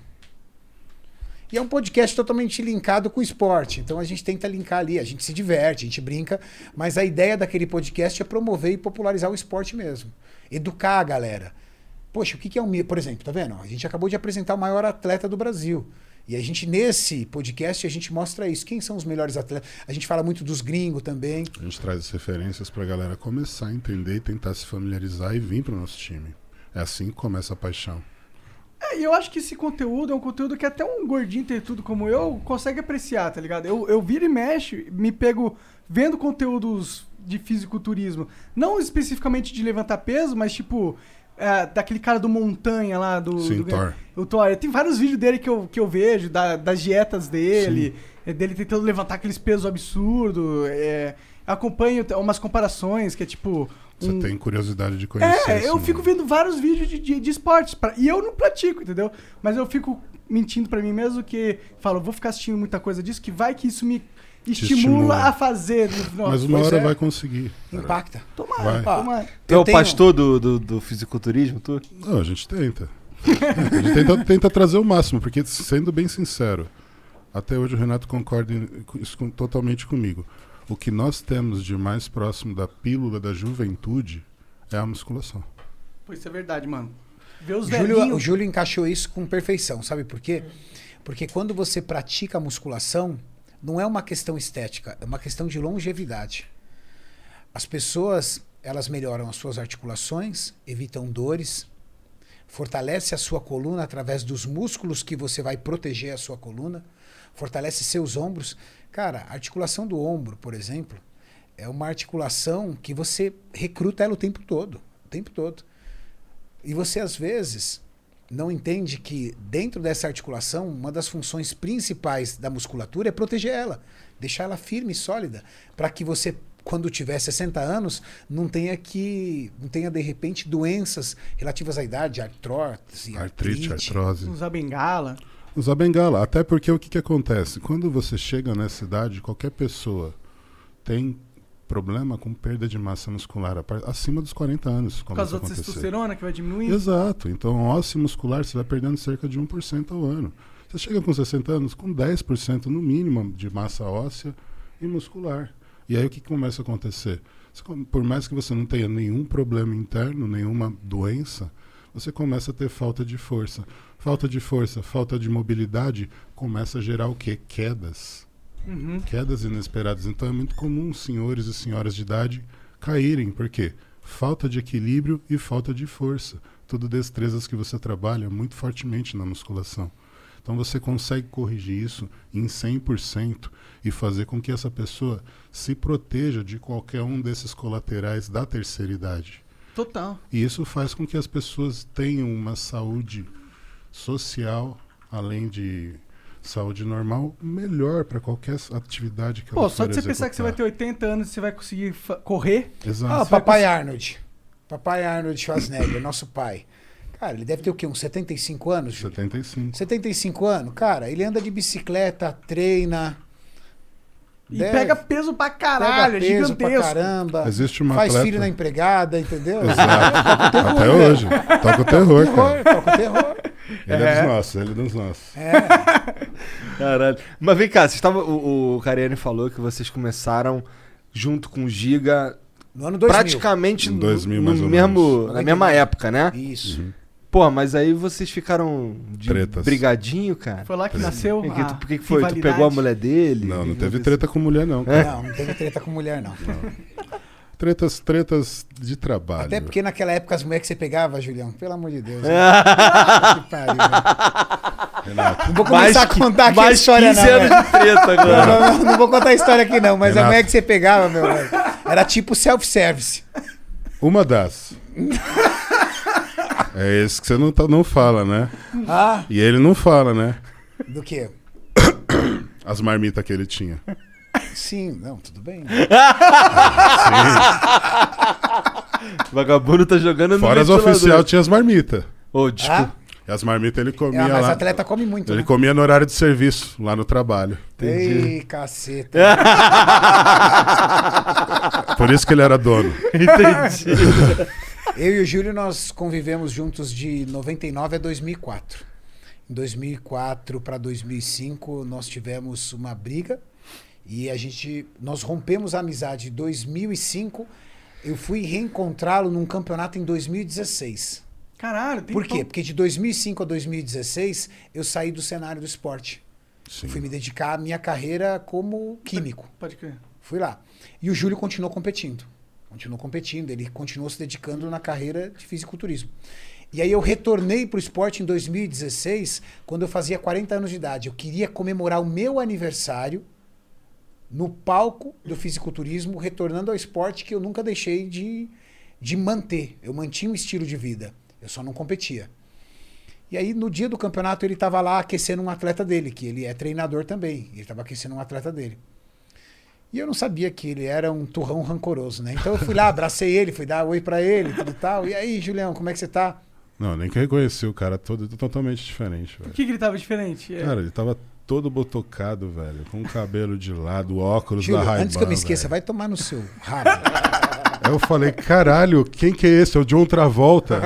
E é um podcast totalmente linkado com o esporte. Então a gente tenta linkar ali, a gente se diverte, a gente brinca, mas a ideia daquele podcast é promover e popularizar o esporte mesmo. Educar a galera. Poxa, o que é um... Por exemplo, tá vendo? A gente acabou de apresentar o maior atleta do Brasil. E a gente, nesse podcast, a gente mostra isso. Quem são os melhores atletas? A gente fala muito dos gringos também. A gente traz as referências pra galera começar a entender e tentar se familiarizar e vir pro nosso time. É assim que começa a paixão. E eu acho que esse conteúdo é um conteúdo que até um gordinho ter tudo como eu consegue apreciar, tá ligado? Eu viro e mexo, me pego vendo conteúdos de fisiculturismo. Não especificamente de levantar peso, mas tipo... daquele cara do Montanha lá, Thor. O Thor. Tem vários vídeos dele que eu vejo, das dietas dele, dele tentando levantar aqueles pesos absurdos. Acompanho umas comparações que é tipo... Você tem curiosidade de conhecer isso, eu né? fico vendo vários vídeos de esportes. E eu não pratico, entendeu? Mas eu fico mentindo pra mim mesmo que... Falo, vou ficar assistindo muita coisa disso, que vai que isso me estimula a fazer. Mas uma hora vai conseguir. Impacta. Tomara, Vai. tomara. Tu é o pastor do fisiculturismo, tu? Não, a gente tenta. A gente tenta trazer o máximo, porque, sendo bem sincero, até hoje o Renato concorda totalmente comigo. O que nós temos de mais próximo da pílula da juventude é a musculação. Pô, isso é verdade, mano. Ver os O velhinhos... Júlio encaixou isso com perfeição, sabe por quê? Porque quando você pratica a musculação, não é uma questão estética, é uma questão de longevidade. As pessoas, elas melhoram as suas articulações, evitam dores, fortalece a sua coluna através dos músculos que você vai proteger a sua coluna, fortalece seus ombros. Cara, a articulação do ombro, por exemplo, é uma articulação que você recruta ela o tempo todo. O tempo todo. E você, às vezes, não entende que dentro dessa articulação, uma das funções principais da musculatura é proteger ela. Deixar ela firme e sólida. Para que você, quando tiver 60 anos, não tenha, de repente, doenças relativas à idade, artrite, artrose. Usar bengala. Usar bengala, até porque o que acontece? Quando você chega nessa idade, qualquer pessoa tem problema com perda de massa muscular acima dos 40 anos. Por causa da testosterona que vai diminuindo? Exato. Então, ósseo muscular, você vai perdendo cerca de 1% ao ano. Você chega com 60 anos com 10% no mínimo de massa óssea e muscular. E aí o que começa a acontecer? Por mais que você não tenha nenhum problema interno, nenhuma doença, você começa a ter falta de força. Falta de força, falta de mobilidade, começa a gerar o quê? Quedas. Quedas inesperadas. Então é muito comum senhores e senhoras de idade caírem. Por quê? Falta de equilíbrio e falta de força. Tudo destrezas que você trabalha muito fortemente na musculação. Então você consegue corrigir isso em 100% e fazer com que essa pessoa se proteja de qualquer um desses colaterais da terceira idade. Total. E isso faz com que as pessoas tenham uma saúde social, além de saúde normal, melhor para qualquer atividade que ela for só de você pensar que você vai ter 80 anos e você vai conseguir correr. Exato. Papai Arnold. Papai Arnold Schwarzenegger, nosso pai. Cara, ele deve ter o quê? Uns 75 anos? 75. 75 anos? Cara, ele anda de bicicleta, treina... E pega peso pra caralho, pega peso gigantesco. Pra caramba. Existe uma faz atleta... filho na empregada, entendeu? Exato. Até hoje. Toca o terror, cara. Toca o terror. Ele é dos nossos, ele é dos nossos. Caralho. Mas vem cá, o Cariani falou que vocês começaram junto com o Giga no ano 2000. Praticamente em 2000, no mais ou mesmo, menos. na mesma época, né? Isso. Pô, mas aí vocês ficaram de Tretas. brigadinho, cara? Foi lá que nasceu Por que foi? Tu pegou a mulher dele? Não teve treta com mulher, não, cara. Não teve treta com mulher, não. tretas de trabalho. Até porque naquela época as mulheres que você pegava, Julião, pelo amor de Deus. Que pariu, velho. Renato, Não vou começar a contar aqui a mais história, 15 não. anos velho. de treta agora. Não vou contar a história aqui, não. Mas Renato. a mulher que você pegava, meu velho, era tipo self-service. uma das. É esse que você não fala, né? Ah, E ele não fala, né? do quê? As marmitas que ele tinha. Sim, não, tudo bem. Vagabundo tá jogando no Fora as ventilador. oficial tinha as marmitas. Ô, desculpa. Ah, E as marmitas ele comia mas lá. atleta come muito, Ele né? comia no horário de serviço, lá no trabalho. Ei, caceta. Por isso que ele era dono. Entendi. Eu e o Júlio, nós convivemos juntos de 99 a 2004. Em 2004 para 2005, nós tivemos uma briga e nós rompemos a amizade. Em 2005, eu fui reencontrá-lo num campeonato em 2016. Caralho, tem Por quê? Porque de 2005 a 2016, eu saí do cenário do esporte. Sim. Eu fui me dedicar à minha carreira como químico. Pode crer. Fui lá. E o Júlio continuou competindo. Ele continuou se dedicando na carreira de fisiculturismo. E aí eu retornei para o esporte em 2016, quando eu fazia 40 anos de idade. Eu queria comemorar o meu aniversário no palco do fisiculturismo, retornando ao esporte que eu nunca deixei de manter. Eu mantinha um estilo de vida. Eu só não competia. E aí, no dia do campeonato, ele estava lá aquecendo um atleta dele, que ele é treinador também. Ele estava aquecendo um atleta dele. E eu não sabia que ele era um turrão rancoroso, né? Então eu fui lá, abracei ele, fui dar oi pra ele, tudo e tal. E aí, Julião, como é que você tá? Não, nem que reconheci o cara todo totalmente diferente, Por velho. que ele tava diferente? Cara, ele tava todo botocado, velho. Com o cabelo de lado, óculos Júlio, da Ray-Ban, antes que eu me esqueça, velho. vai tomar no seu rabo. Aí eu falei, caralho, quem que é esse? É o John Travolta.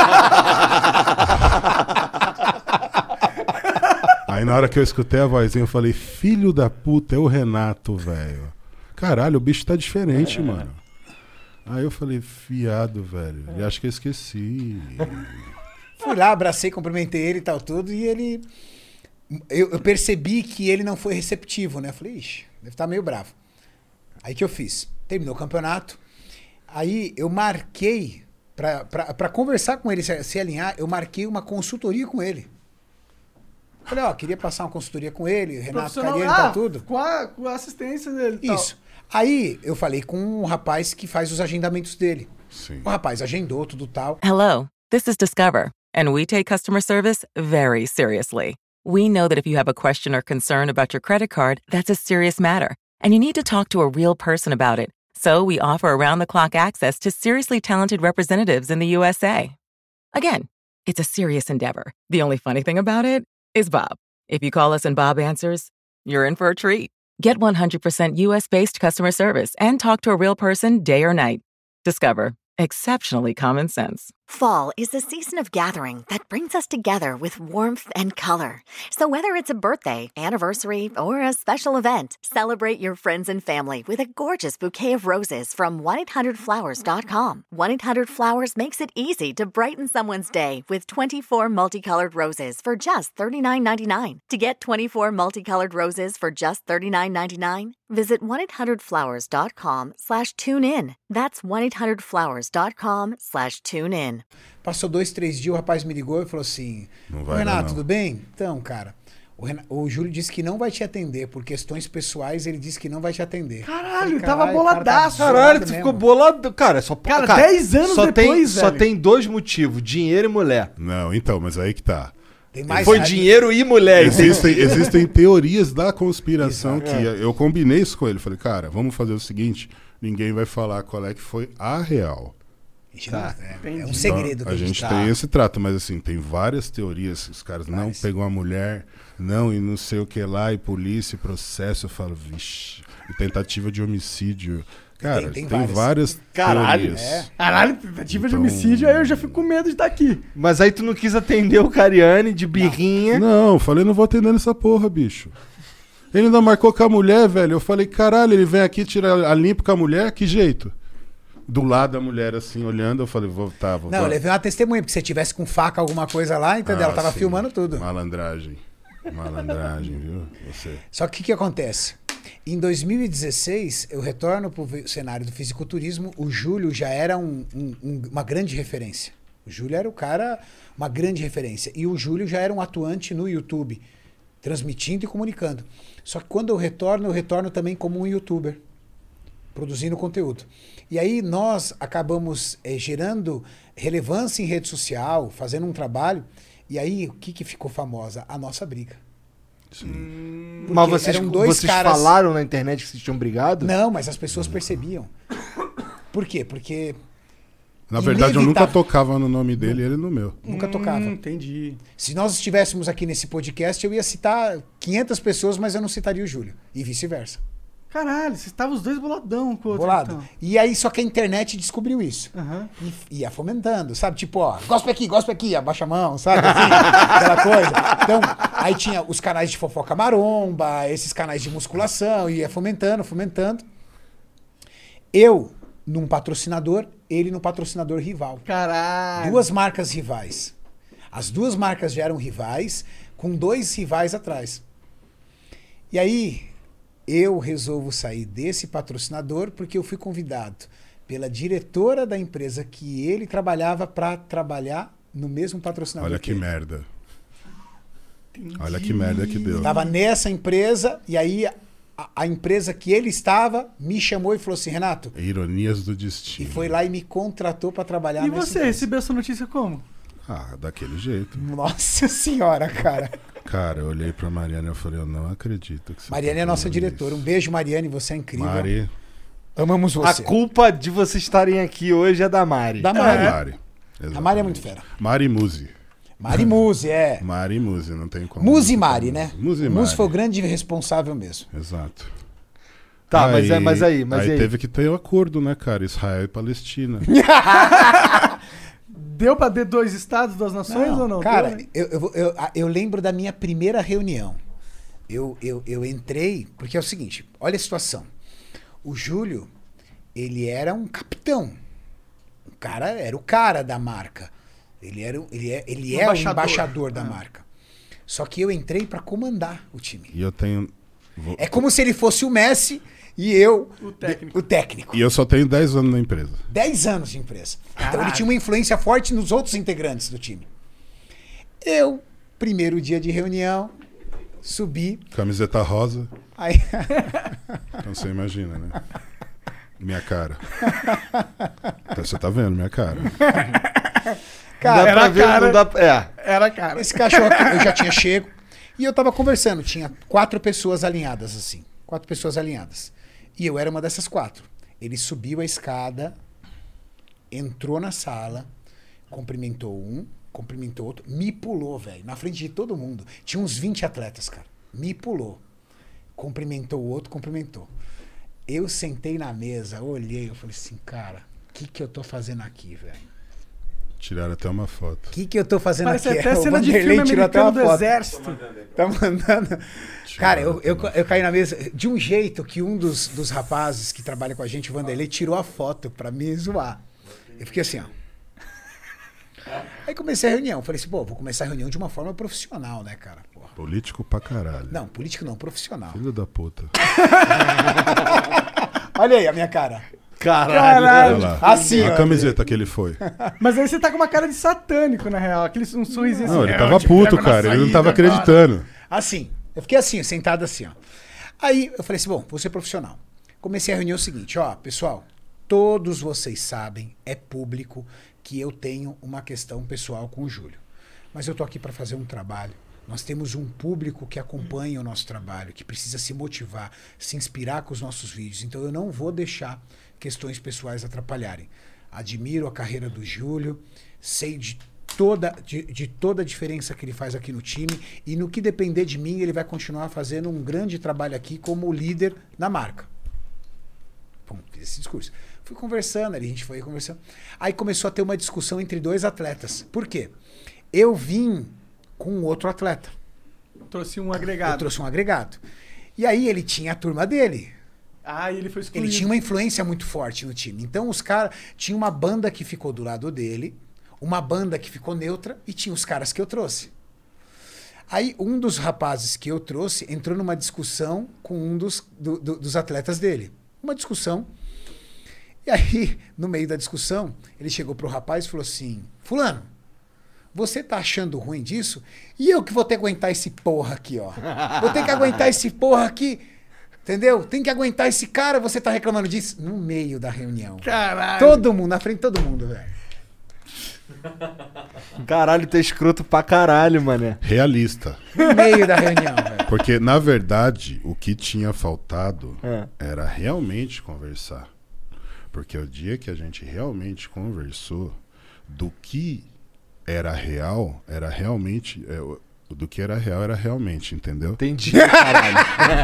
Aí na hora que eu escutei a vozinha, eu falei, filho da puta, é o Renato, velho. Caralho, o bicho tá diferente, mano. Aí eu falei, fiado, velho. E acho que eu esqueci. Fui lá, abracei, cumprimentei ele e tal, tudo. E ele... Eu percebi que ele não foi receptivo, né? Eu falei, ixi, deve estar meio bravo. Aí que eu fiz? Terminou o campeonato. Aí eu marquei, pra conversar com ele, se alinhar, eu marquei uma consultoria com ele. Falei, ó, queria passar uma consultoria com ele, Renato Cariani e tal, tudo. Com a assistência dele. e tal. Isso. Aí eu falei com um rapaz que faz os agendamentos dele. Sim. O rapaz agendou tudo tal. Hello, this is Discover, and we take customer service very seriously. We know that if you have a question or concern about your credit card, that's a serious matter, and you need to talk to a real person about it. So we offer around-the-clock access to seriously talented representatives in the USA. Again, it's a serious endeavor. The only funny thing about it is Bob. If you call us and Bob answers, you're in for a treat. Get 100% US-based customer service and talk to a real person day or night. Discover. Exceptionally common sense. Fall is the season of gathering that brings us together with warmth and color. So whether it's a birthday, anniversary, or a special event, celebrate your friends and family with a gorgeous bouquet of roses from 1-800-Flowers.com. 1-800-Flowers makes it easy to brighten someone's day with 24 multicolored roses for just $39.99. To get 24 multicolored roses for just $39.99, visit 1-800-Flowers.com/tune-in. That's 1-800-Flowers.com/tune-in. Passou 2, 3 dias, o rapaz me ligou e falou assim, Não "Ô, vai Renato, dar, não." tudo bem? Então, cara, o Júlio disse que não vai te atender. Por questões pessoais, ele disse que não vai te atender. Caralho, Falei, tava o cara boladaço. bolado Caralho, tu mesmo. ficou bolado. Cara, só Cara, 10 anos só depois, Só velho. tem dois motivos: dinheiro e mulher. Não, então, mas aí que tá. Tem mais Foi raiva. dinheiro e mulher. Existem teorias da conspiração que eu combinei isso com ele. Falei, cara, vamos fazer o seguinte: ninguém vai falar qual é que foi a real. A gente não- Tá, é um segredo Então, que a gente tá. tem esse trato, mas assim, tem várias teorias. Os caras não pegam a mulher, não, e não sei o que lá, e polícia, e processo. Eu falo, vixe, e tentativa de homicídio. Cara, Tem tem várias. várias Caralho, teorias. Caralho, tentativa de Então- homicídio, aí eu já fico com medo de estar aqui. Mas aí tu não quis atender o Cariani de birrinha. Não, falei, não vou atender essa porra, bicho. Ele ainda marcou com a mulher, velho. Eu falei, caralho, ele vem aqui tirar a limpo com a mulher? Que jeito? Do lado da mulher, assim, olhando, eu falei, vou. Não, eu levei uma testemunha, porque se você tivesse com faca alguma coisa lá, entendeu? Ela tava sim. filmando tudo. Malandragem. Malandragem, viu? Você. Só que o que acontece? Em 2016, eu retorno para o cenário do fisiculturismo. O Júlio já era uma grande referência. O Júlio era o cara, uma grande referência. E o Júlio já era um atuante no YouTube, transmitindo e comunicando. Só que quando eu retorno também como um YouTuber, produzindo conteúdo. E aí nós acabamos gerando relevância em rede social, fazendo um trabalho. E aí, o que ficou famosa? A nossa briga. Sim. Mas vocês, eram dois vocês caras... falaram na internet que vocês tinham brigado? Não, mas as pessoas percebiam. Por quê? Porque... Na verdade, eu nunca inevitável. tocava no nome dele e ele no meu. Nunca tocava. Entendi. Se nós estivéssemos aqui nesse podcast, eu ia citar 500 pessoas, mas eu não citaria o Júlio. E vice-versa. Caralho, vocês estavam os dois boladão com o outro. Bolado. Então. E aí, só que a internet descobriu isso. Aham. E ia fomentando, sabe? Tipo, ó, gospe aqui, abaixa a mão, sabe? Assim, aquela coisa. Então, aí tinha os canais de fofoca maromba, esses canais de musculação, ia fomentando. Eu num patrocinador, ele num patrocinador rival. Caralho. Duas marcas rivais. As duas marcas já eram rivais, com dois rivais atrás. E aí, eu resolvo sair desse patrocinador porque eu fui convidado pela diretora da empresa que ele trabalhava para trabalhar no mesmo patrocinador. Olha que ele. merda. Olha que merda que deu. Tava nessa empresa e aí a empresa que ele estava me chamou e falou assim, Renato, Ironias do e destino. foi lá e me contratou para trabalhar E nessa você empresa. recebeu essa notícia como? Ah, daquele jeito. Nossa senhora, cara. Cara, eu olhei pra Mariana e eu falei, eu não acredito que você Mariane tá é nossa falando diretora. Um isso. beijo, Mariane, você é incrível. Mari. Amamos você. A culpa de vocês estarem aqui hoje é da Mari. Da Mari. Mari. A Mari é muito Exatamente. fera. Mari Muzi. Mari Muzi, é. Mari Muzi, não tem como. Muzi e Mari, né? Muzi e Muzi Mari. foi o grande responsável mesmo. Exato. Tá, mas aí. Teve que ter o acordo, né, cara? Israel e Palestina. Deu pra ter dois estados, duas nações ou não? Cara, Deu, né? eu lembro da minha primeira reunião. Eu entrei, porque é o seguinte, olha a situação. O Júlio, ele era um capitão. O cara era o cara da marca. Ele é o embaixador da marca. Só que eu entrei pra comandar o time. E eu tenho. É como se ele fosse o Messi e eu o técnico. E eu só tenho 10 anos na empresa. 10 anos de empresa. Então ele tinha uma influência forte nos outros integrantes do time. Eu, primeiro dia de reunião, subi. Camiseta rosa. Aí, Então você imagina, né? Minha cara. Então você tá vendo minha cara. cara, Dá pra era ver, cara. não dá, Era, cara. esse cachorro aqui, eu já tinha chego. E eu tava conversando. Tinha 4 pessoas alinhadas assim. 4 pessoas alinhadas. E eu era uma dessas 4. Ele subiu a escada, entrou na sala, cumprimentou um, cumprimentou outro, me pulou, velho, na frente de todo mundo. Tinha uns 20 atletas, cara. Me pulou. Cumprimentou o outro, cumprimentou. Eu sentei na mesa, olhei, eu falei assim, cara, o que eu tô fazendo aqui, velho? Tiraram até uma foto. O que eu tô fazendo Parece aqui? até O cena de Vanderlei filme tirou até americano uma do foto. exército. Tá mandando. Cara, eu caí na mesa de um jeito que um dos rapazes que trabalha com a gente, o Vanderlei, tirou a foto pra me zoar. Eu fiquei assim, ó. Aí comecei a reunião. Falei assim, pô, vou começar a reunião de uma forma profissional, né, cara? Porra. Político pra caralho. Não, político não, profissional. Filho da puta. Olha aí a minha cara. Caralho. Olha lá. Assim, a ó. camiseta que ele foi. Mas aí você tá com uma cara de satânico, na real. Aquele um sorrisinho Não, assim. ele tava puto, cara. Ele não tava acreditando. Assim. Eu fiquei assim, sentado assim, ó. Aí eu falei assim, bom, vou ser profissional. Comecei a reunião o seguinte, ó, pessoal, todos vocês sabem, é público, que eu tenho uma questão pessoal com o Júlio. Mas eu tô aqui para fazer um trabalho. Nós temos um público que acompanha o nosso trabalho, que precisa se motivar, se inspirar com os nossos vídeos. Então eu não vou deixar questões pessoais atrapalharem. Admiro a carreira do Júlio, sei de toda a diferença que ele faz aqui no time e no que depender de mim, ele vai continuar fazendo um grande trabalho aqui como líder da marca. Bom, fiz esse discurso. Fui conversando, a gente foi conversando. Aí começou a ter uma discussão entre 2 atletas. Por quê? Eu vim com outro atleta. Trouxe um Eu agregado. trouxe um agregado. E aí ele tinha a turma dele. Ah, e ele foi excluído. Ele tinha uma influência muito forte no time. Então os caras... Tinha uma banda que ficou do lado dele, uma banda que ficou neutra e tinha os caras que eu trouxe. Aí um dos rapazes que eu trouxe entrou numa discussão com um dos atletas dele. Uma discussão. E aí, no meio da discussão, ele chegou pro rapaz e falou assim: fulano, você tá achando ruim disso? E eu que vou ter que aguentar esse porra aqui, ó. Vou ter que aguentar esse porra aqui. Entendeu? Tem que aguentar esse cara, você tá reclamando disso? No meio da reunião. Caralho. Todo mundo, na frente de todo mundo, velho. Caralho, tá escroto pra caralho, mané. Realista. No meio da reunião, velho. Porque, na verdade, o que tinha faltado era realmente conversar. Porque o dia que a gente realmente conversou do que era real, era realmente... do que era real, era realmente, entendeu? Entendi, caralho.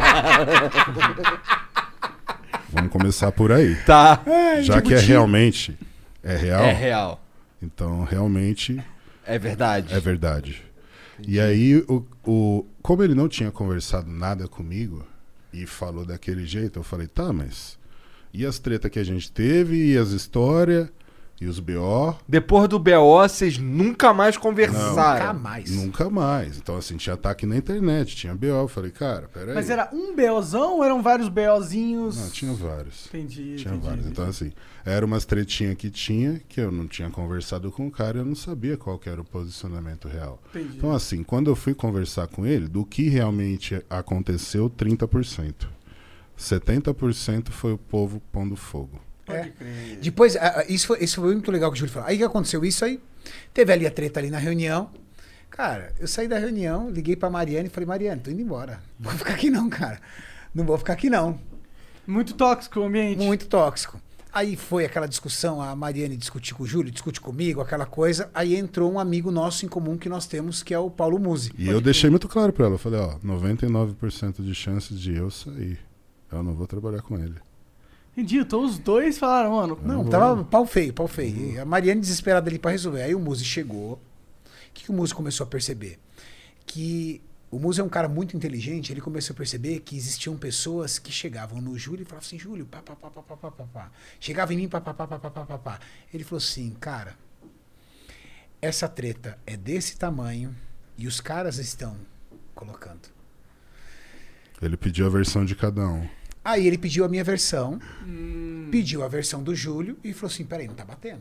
Vamos começar por aí. Tá. Já que é realmente, é real, É real. então realmente É verdade. é verdade. E aí, como ele não tinha conversado nada comigo e falou daquele jeito, eu falei, tá, mas e as tretas que a gente teve, e as histórias, e os BO? Depois do BO, vocês nunca mais conversaram. Nunca mais. Nunca mais. Então, assim, tinha ataque na internet, tinha BO. Eu falei, cara, peraí. Mas era um BOzão ou eram vários BOzinhos? Não, tinha vários. Entendi. Tinha vários. Então, assim, era umas tretinhas que eu não tinha conversado com o cara, eu não sabia qual que era o posicionamento real. Entendi. Então, assim, quando eu fui conversar com ele, do que realmente aconteceu, 30%. 70% foi o povo pondo fogo. É. Depois, isso foi muito legal que o Júlio falou. Aí que aconteceu isso aí? Teve ali a treta ali na reunião. Cara, eu saí da reunião, liguei pra Mariane e falei, Mariane, tô indo embora. Não vou ficar aqui não, cara. Não vou ficar aqui não. Muito tóxico o ambiente. Muito tóxico. Aí foi aquela discussão, a Mariane discutiu com o Júlio, discute comigo, aquela coisa. Aí entrou um amigo nosso em comum que nós temos, que é o Paulo Musi. E eu deixei muito claro pra ela. Eu falei, ó, 99% de chances de eu sair. Eu não vou trabalhar com ele. Entendi, então os dois falaram, mano. Não, tava pau feio, pau feio. E a Mariane desesperada ali pra resolver. Aí o Musi chegou. O que o Musi começou a perceber? Que o Musi é um cara muito inteligente, ele começou a perceber que existiam pessoas que chegavam no Júlio e falavam assim, Júlio, pá, pá, pá, pá, pá, pá, pá, pá. Chegava em mim, pá, pá, pá, pá, pá, pá, pá, pá. Ele falou assim, cara, essa treta é desse tamanho e os caras estão colocando. Ele pediu a versão de cada um. Aí ele pediu a minha versão, pediu a versão do Júlio e falou assim, peraí, não tá batendo.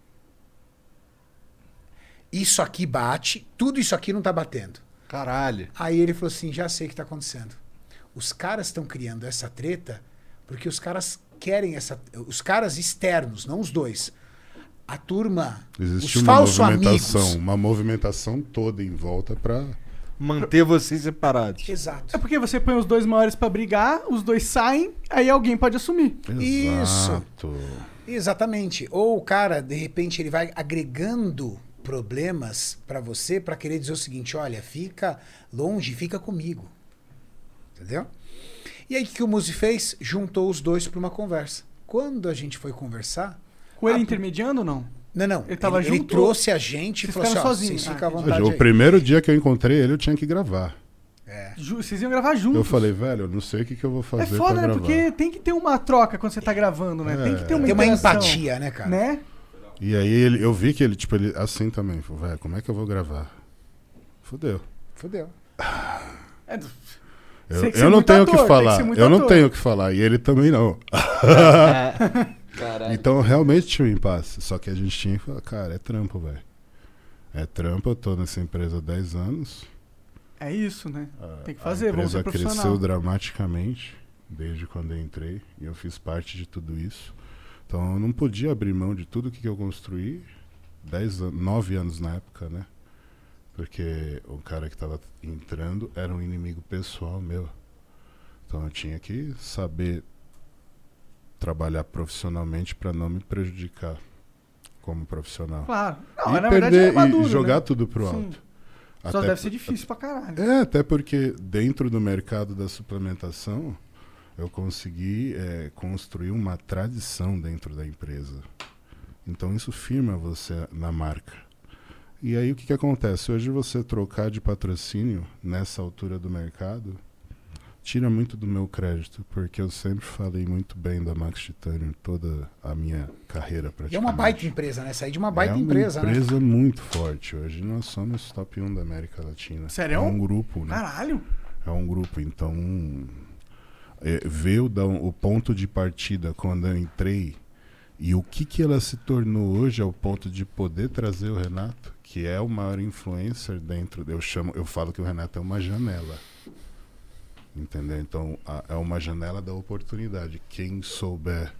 Isso aqui bate, tudo isso aqui não tá batendo. Caralho. Aí ele falou assim, já sei o que tá acontecendo. Os caras estão criando essa treta porque os caras querem essa... Os caras externos, não os dois. A turma, Existe os uma falsos movimentação, amigos. uma movimentação toda em volta pra... Manter vocês separados. Exato. É porque você põe os dois maiores pra brigar, os dois saem, aí alguém pode assumir. Exato. Exatamente. Ou o cara, de repente, ele vai agregando problemas pra você pra querer dizer o seguinte, olha, fica longe, fica comigo. Entendeu? E aí o que o Musi fez? Juntou os dois pra uma conversa. Quando a gente foi conversar... Com ele intermediando ou não? Não. Ele tava ele junto trouxe a gente e vocês falou assim, ficaram ó, sozinhos? vocês ficam à entendi. vontade O aí. primeiro dia que eu encontrei ele, eu tinha que gravar. Vocês iam gravar juntos. Eu falei, velho, eu não sei o que eu vou fazer É foda, pra né? gravar. Porque tem que ter uma troca quando você tá gravando, né? Tem que ter uma Tem uma interação, empatia, né, cara? Né? E aí eu vi que ele, tipo, ele assim também. Falei, velho, como é que eu vou gravar? Fudeu. Fudeu. É, Eu não tenho o que falar. Eu não tenho o que falar. E ele também não. Caralho. Então realmente tinha um impasse. Só que a gente tinha que falar, cara, é trampo, velho. É trampo, eu tô nessa empresa há 10 anos. É isso, né? Tem que fazer, A vamos ser empresa profissional. cresceu dramaticamente desde quando eu entrei. E eu fiz parte de tudo isso. Então eu não podia abrir mão de tudo que eu construí. 9 anos na época, né? Porque o cara que tava entrando era um inimigo pessoal meu. Então eu tinha que saber trabalhar profissionalmente para não me prejudicar como profissional. Claro. Não, E na verdade é perder maduro, e jogar né? tudo pro Sim. alto. Só deve ser difícil pra caralho. Até porque dentro do mercado da suplementação eu consegui construir uma tradição dentro da empresa. Então isso firma você na marca. E aí o que acontece? Hoje você trocar de patrocínio nessa altura do mercado, tira muito do meu crédito, porque eu sempre falei muito bem da Max Titanium toda a minha carreira praticamente. E é uma baita empresa, né? Sair de uma baita empresa, né? É uma empresa muito forte. Hoje nós somos top 1 da América Latina. Sério? É um grupo, né? Caralho. É um grupo, então... ver o ponto de partida quando eu entrei e o que ela se tornou hoje ao ponto de poder trazer o Renato, que é o maior influencer dentro... Eu falo que o Renato é uma janela. Entendeu? Então, é uma janela da oportunidade. Quem souber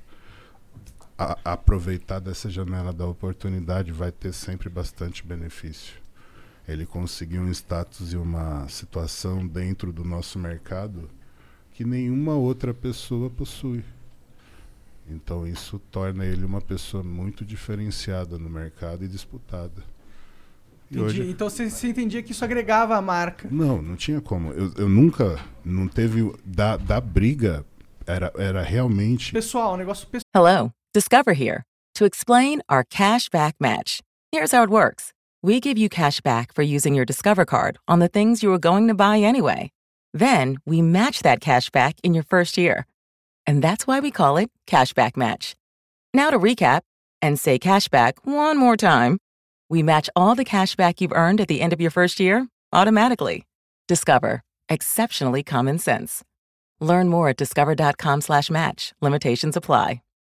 aproveitar dessa janela da oportunidade vai ter sempre bastante benefício. Ele conseguiu um status e uma situação dentro do nosso mercado que nenhuma outra pessoa possui. Então, isso torna ele uma pessoa muito diferenciada no mercado e disputada. Hoje... Então você entendia que isso agregava a marca? Não tinha como. Eu nunca, não teve da briga, era realmente... Pessoal, um negócio pessoal. Hello, Discover here to explain our cash back match. Here's how it works. We give you cash back for using your Discover card on the things you were going to buy anyway. Then we match that cash back in your first year. And that's why we call it Cashback Match. Now to recap and say cashback one more time. We match all the cash back you've earned at the end of your first year automatically. Discover. Exceptionally common sense. Learn more at discover.com/match. Limitations apply.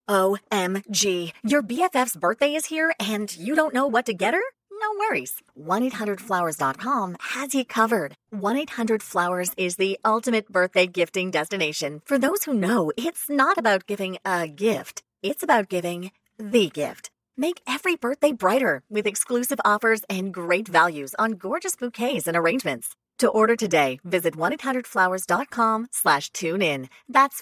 OMG. Your BFF's birthday is here and you don't know what to get her? No worries. 1-800-Flowers.com has you covered. 1-800-Flowers is the ultimate birthday gifting destination. For those who know, it's not about giving a gift. It's about giving the gift. Make every birthday brighter with exclusive offers and great values on gorgeous bouquets and arrangements. To order today, visit 1-800-Flowers.com/tune-in. That's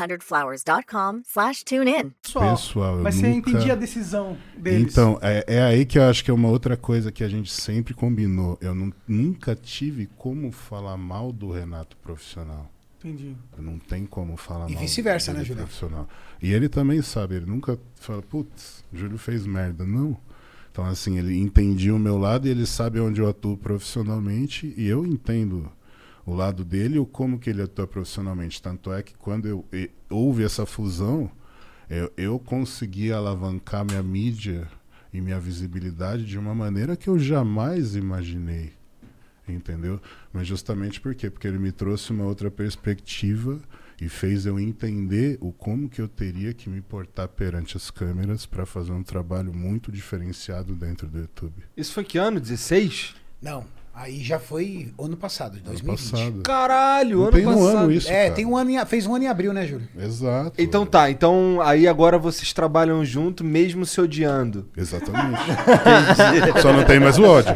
1-800-Flowers.com/tune-in. Pessoal, mas você entendia a decisão deles. Então, é aí que eu acho que é uma outra coisa que a gente sempre combinou. Eu nunca tive como falar mal do Renato profissional. Entendi. Não tem como falar e mal vice-versa, dele né, Júlio? profissional. E ele também sabe, ele nunca fala, putz, Júlio fez merda. Não. Então, assim, ele entendia o meu lado e ele sabe onde eu atuo profissionalmente e eu entendo o lado dele e como que ele atua profissionalmente. Tanto é que quando houve essa fusão, eu consegui alavancar minha mídia e minha visibilidade de uma maneira que eu jamais imaginei. Entendeu? Mas justamente por quê? Porque ele me trouxe uma outra perspectiva e fez eu entender como que eu teria que me portar perante as câmeras para fazer um trabalho muito diferenciado dentro do YouTube. Isso foi que ano? 16? Não, aí já foi ano passado, 2020. Passado. Caralho, Não ano tem passado. um ano isso, cara. Tem um ano, fez um ano em abril, né, Júlio? Exato. Então tá, então aí agora vocês trabalham junto mesmo se odiando. Exatamente. Só não tem mais o ódio.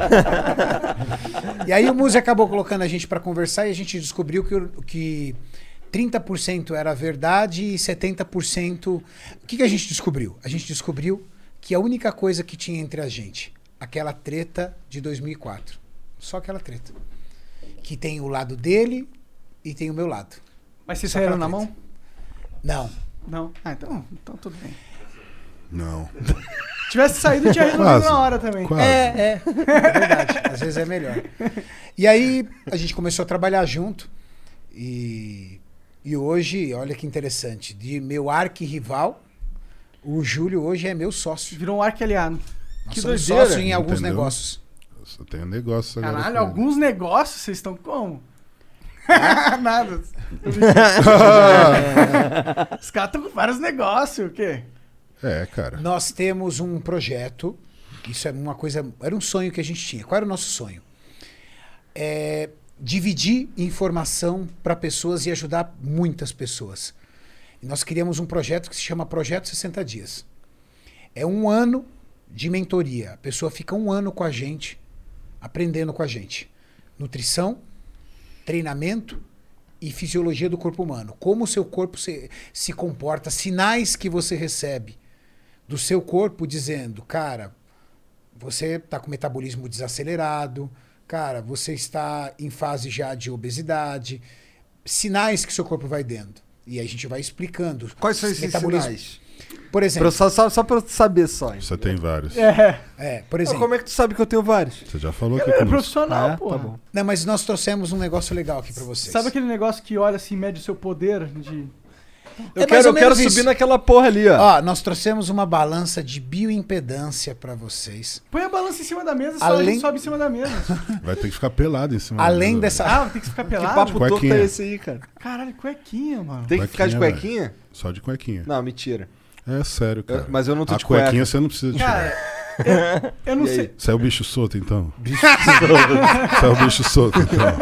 E aí o Muzi acabou colocando a gente pra conversar e a gente descobriu que 30% era verdade e 70%... O que a gente descobriu? A gente descobriu que a única coisa que tinha entre a gente, aquela treta de 2004. Só aquela treta. Que tem o lado dele e tem o meu lado. Mas vocês Só saíram aquela na treta. mão? Não. Não? Ah, então tudo bem. Não. Se tivesse saído, tinha resolvido na hora também. Quase. É verdade. Às vezes é melhor. E aí a gente começou a trabalhar junto e hoje, olha que interessante, de meu arqui-rival, o Júlio hoje é meu sócio. Virou um arque-aliado. Nós Que somos doideira. sócios em alguns Entendeu? negócios. Eu só tenho negócio agora. Caralho, com ele. alguns negócios vocês estão como? Nada. Os caras estão com vários negócios, o quê? É, cara. Nós temos um projeto, isso é uma coisa, era um sonho que a gente tinha. Qual era o nosso sonho? Dividir informação para pessoas e ajudar muitas pessoas. E nós criamos um projeto que se chama Projeto 60 Dias. É um ano de mentoria. A pessoa fica um ano com a gente, aprendendo com a gente. Nutrição, treinamento e fisiologia do corpo humano. Como o seu corpo se comporta, sinais que você recebe do seu corpo dizendo, cara, você está com metabolismo desacelerado, cara, você está em fase já de obesidade, sinais que seu corpo vai dando. E a gente vai explicando. Quais são esses sinais? Por exemplo. Só pra eu saber só. Você tem vários. Por exemplo. Como é que tu sabe que eu tenho vários? Você já falou aqui É conosco. profissional, pô. Tá bom. Não, mas nós trouxemos um negócio legal aqui pra vocês. Sabe aquele negócio que olha assim, mede o seu poder de... É Eu mais ou quero menos subir isso. naquela porra ali, ó. Ó, nós trouxemos uma balança de bioimpedância pra vocês. Põe a balança em cima da mesa, só a Além- gente sobe em cima da mesa. Vai ter que ficar pelado em cima. Além da dessa. Ah, tem que ficar Que pelado? papo torto Cuequinha. é esse aí, cara? Caralho, cuequinha, mano. Tem que ficar de Cuequinha, cuequinha? Só de cuequinha. Não, mentira. É sério, cara. Mas eu não tô A de cueca. cuequinha você não precisa tirar. Cara, eu não E aí? sei. Você é o bicho solto, então? Você é o bicho solto, então.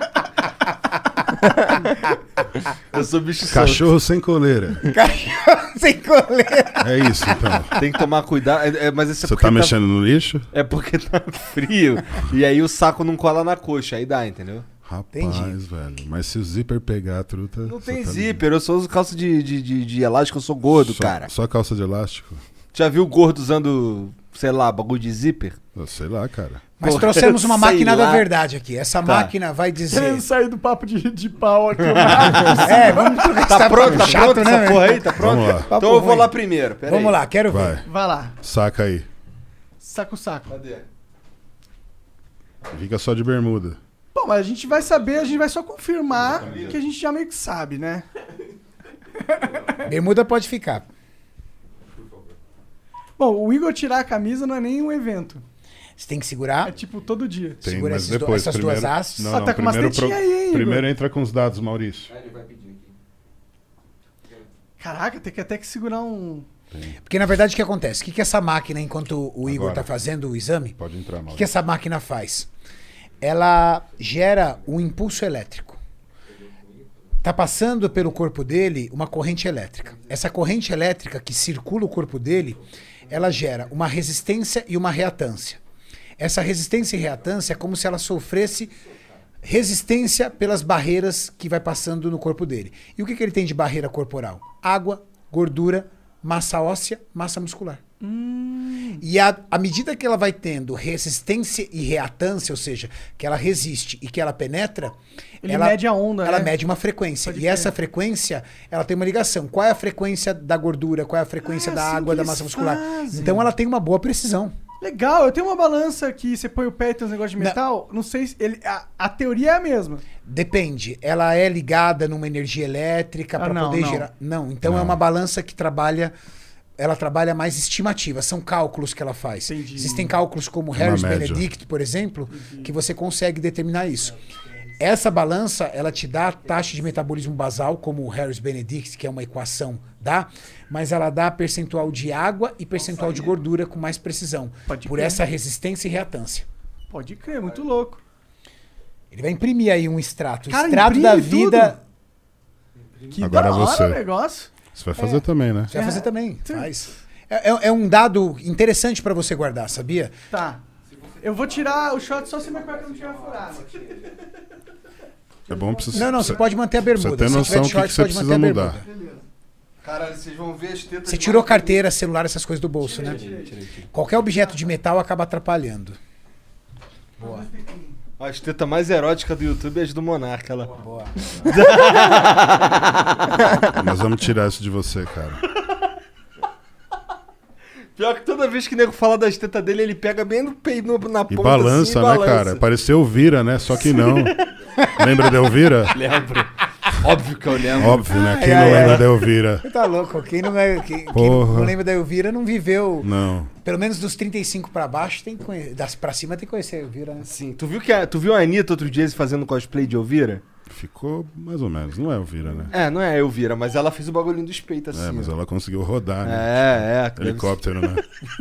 Eu sou bicho solto. Cachorro sem coleira. Sem coleira. É isso, então. Tem que tomar cuidado. Mas esse é Você porque tá mexendo no lixo? É porque tá frio. E aí o saco não cola na coxa. Aí dá, entendeu? Rapaz, velho. Mas se o zíper pegar a truta... Não você tem tá zíper. Eu só uso calça de elástico. Eu sou gordo, só, cara. Só calça de elástico? Já viu gordo usando, sei lá, bagulho de zíper? Eu sei lá, cara. Mas Pô, trouxemos uma sei máquina da lá. verdade aqui. Essa máquina vai dizer. Querendo sair do papo de pau aqui. Vamos trocar esse Tá papo pronto, tá chato, pronto né, essa velho? porra aí? Tá pronto? Vamos lá. Papo Então eu vou ruim. lá primeiro. Pera Vamos aí. lá, quero ver. Vai. Vai lá. Saca aí. Saca o saco. Cadê? Fica só de bermuda. Bom, mas a gente vai saber, a gente vai só confirmar que a gente já meio que sabe, né? Bermuda pode ficar. Bom, o Igor tirar a camisa não é nem um evento. Você tem que segurar. É tipo todo dia. Tem, Segura mas esses depois, essas primeiro... duas hastes. Não, Ah, não, tá com umas primeiro, tetinhas aí, hein, Igor? primeiro entra com os dados, Maurício. Caraca, tem que até que segurar um... Porque na verdade o que acontece? O que essa máquina, enquanto o Igor Agora. tá fazendo o exame, Pode entrar, o que Maurício. essa máquina faz? Ela gera um impulso elétrico. Tá passando pelo corpo dele uma corrente elétrica. Essa corrente elétrica que circula o corpo dele, ela gera uma resistência e uma reatância. Essa resistência e reatância é como se ela sofresse resistência pelas barreiras que vai passando no corpo dele. E o que ele tem de barreira corporal? Água, gordura, massa óssea, massa muscular. E à medida que ela vai tendo resistência e reatância, ou seja, que ela resiste e que ela penetra, Ele ela mede a onda, ela né? mede uma frequência. Pode E crer. essa frequência, ela tem uma ligação. Qual é a frequência da gordura? Qual é a frequência da assim água, que da eles massa muscular? fazem. Então ela tem uma boa precisão. Legal, eu tenho uma balança que você põe o pé e tem uns negócios de metal. Não sei se... a teoria é a mesma. Depende. Ela é ligada numa energia elétrica para não, poder não. gerar. Não, então é Não. uma balança que trabalha. Ela trabalha mais estimativa, são cálculos que ela faz. Entendi. Existem cálculos como Uma Harris média. Benedict, por exemplo, que você consegue determinar isso. Essa balança, ela te dá a taxa de metabolismo basal, como o Harris Benedict, que é uma equação, dá, mas ela dá percentual de água e percentual de gordura com mais precisão, Pode por crer. essa resistência e reatância. Pode crer, muito louco. Ele vai imprimir aí um extrato. Cara, Extrato imprime da vida. Que Agora da hora você. o negócio. Você vai fazer também, né? Você vai fazer também, Sim. faz. É um dado interessante para você guardar, sabia? Tá. Eu vou tirar o shot só se minha cueca não tiver furada. É bom pra você... Não, você pode manter a bermuda. Você tem Se noção tiver o que short, que você pode manter precisa a mudar. bermuda. Caralho, vocês vão ver as tetas. Você tirou carteira, celular, essas coisas do bolso, né? Qualquer objeto de metal acaba atrapalhando. As tetas mais eróticas do YouTube é as do Monarca lá. Boa. Nós vamos tirar isso de você, cara. Pior que toda vez que o nego fala das tetas dele, ele pega bem no peito, na E ponta balança, assim, e né, cara? Pareceu Elvira, né? Só que não. Lembra da Elvira? Lembro. Óbvio que eu lembro. Óbvio, né? Quem não lembra da Elvira? Tá louco. Quem não Porra. não lembra da Elvira não viveu. Não. Pelo menos dos 35 pra baixo, tem que conhecer. Das pra cima tem que conhecer a Elvira, né? Sim, tu viu a Anitta outro dia fazendo cosplay de Elvira? Ficou mais ou menos. Não é Elvira, né? É, não é a Elvira, mas ela fez o bagulhinho dos peitos assim. É, mas ó. ela conseguiu rodar, né? É. Helicóptero, né?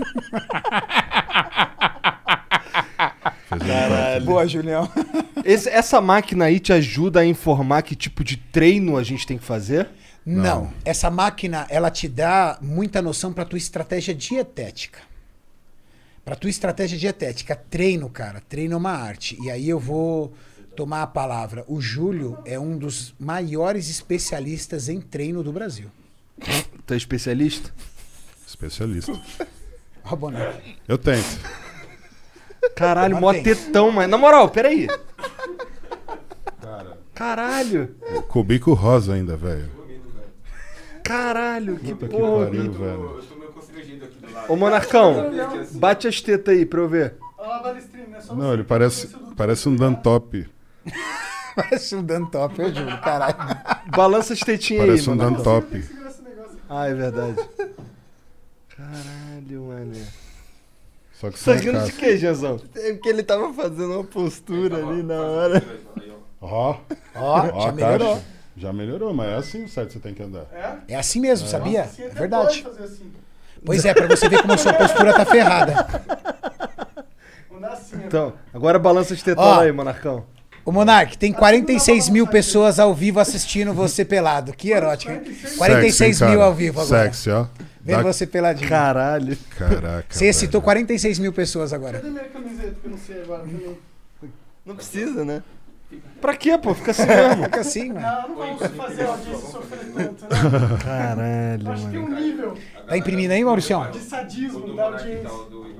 Fez um helicóptero. Boa, Julião. Essa máquina aí te ajuda a informar que tipo de treino a gente tem que fazer? Não. Essa máquina, ela te dá muita noção pra tua estratégia dietética. Pra tua estratégia dietética. Treino, cara. Treino é uma arte. E aí eu vou tomar a palavra. O Júlio é um dos maiores especialistas em treino do Brasil. Tu é especialista? Especialista. Ó, boné. Eu tento. Caralho, mó Mantém. tetão, mas na moral, peraí. Cara, Caralho. com o bico rosa ainda, velho. Caralho, que Puta que porra. pariu, velho. Eu tô meio constrangido aqui do lado. Ô, Monarcão, bate as tetas aí pra eu ver. Olha lá, Balestrinho, né? Só Não, você ele que parece um Dantop. Parece um Dantop, eu juro, caralho. Balança as tetinhas aí, Parece um mano. Dantop. segura esse negócio. Ah, é verdade. Caralho, mané. Só que Tá sem rindo de casca. que, Jezão? É porque ele tava fazendo uma postura ali na hora. Ó, Ó, já a melhorou. caixa. Já melhorou, mas é assim o site que você tem que andar. É assim mesmo, sabia? Assim, É até verdade. pode fazer assim. Pois é, pra você ver como a sua postura tá ferrada. Vamos dar assim, ó. Então, agora balança as tetas Ó. aí, Monarcão. Ô, Monark, tem 46 mil pessoas ao vivo assistindo você pelado. Que erótico, hein? 46 Sexy, mil cara. ao vivo agora. Sexy, ó. Vendo Dá- você peladinho. Caralho. Caraca. Você excitou velho. 46 mil pessoas agora. Cadê minha camiseta que eu não sei agora também? Não precisa, né? Pra quê, pô? Fica assim mesmo. Fica assim, mano. Não, não vamos fazer a audiência sofrer tanto, né? Caralho, Acho que tem mano. um nível Tá imprimindo aí, Mauricião? de sadismo da audiência.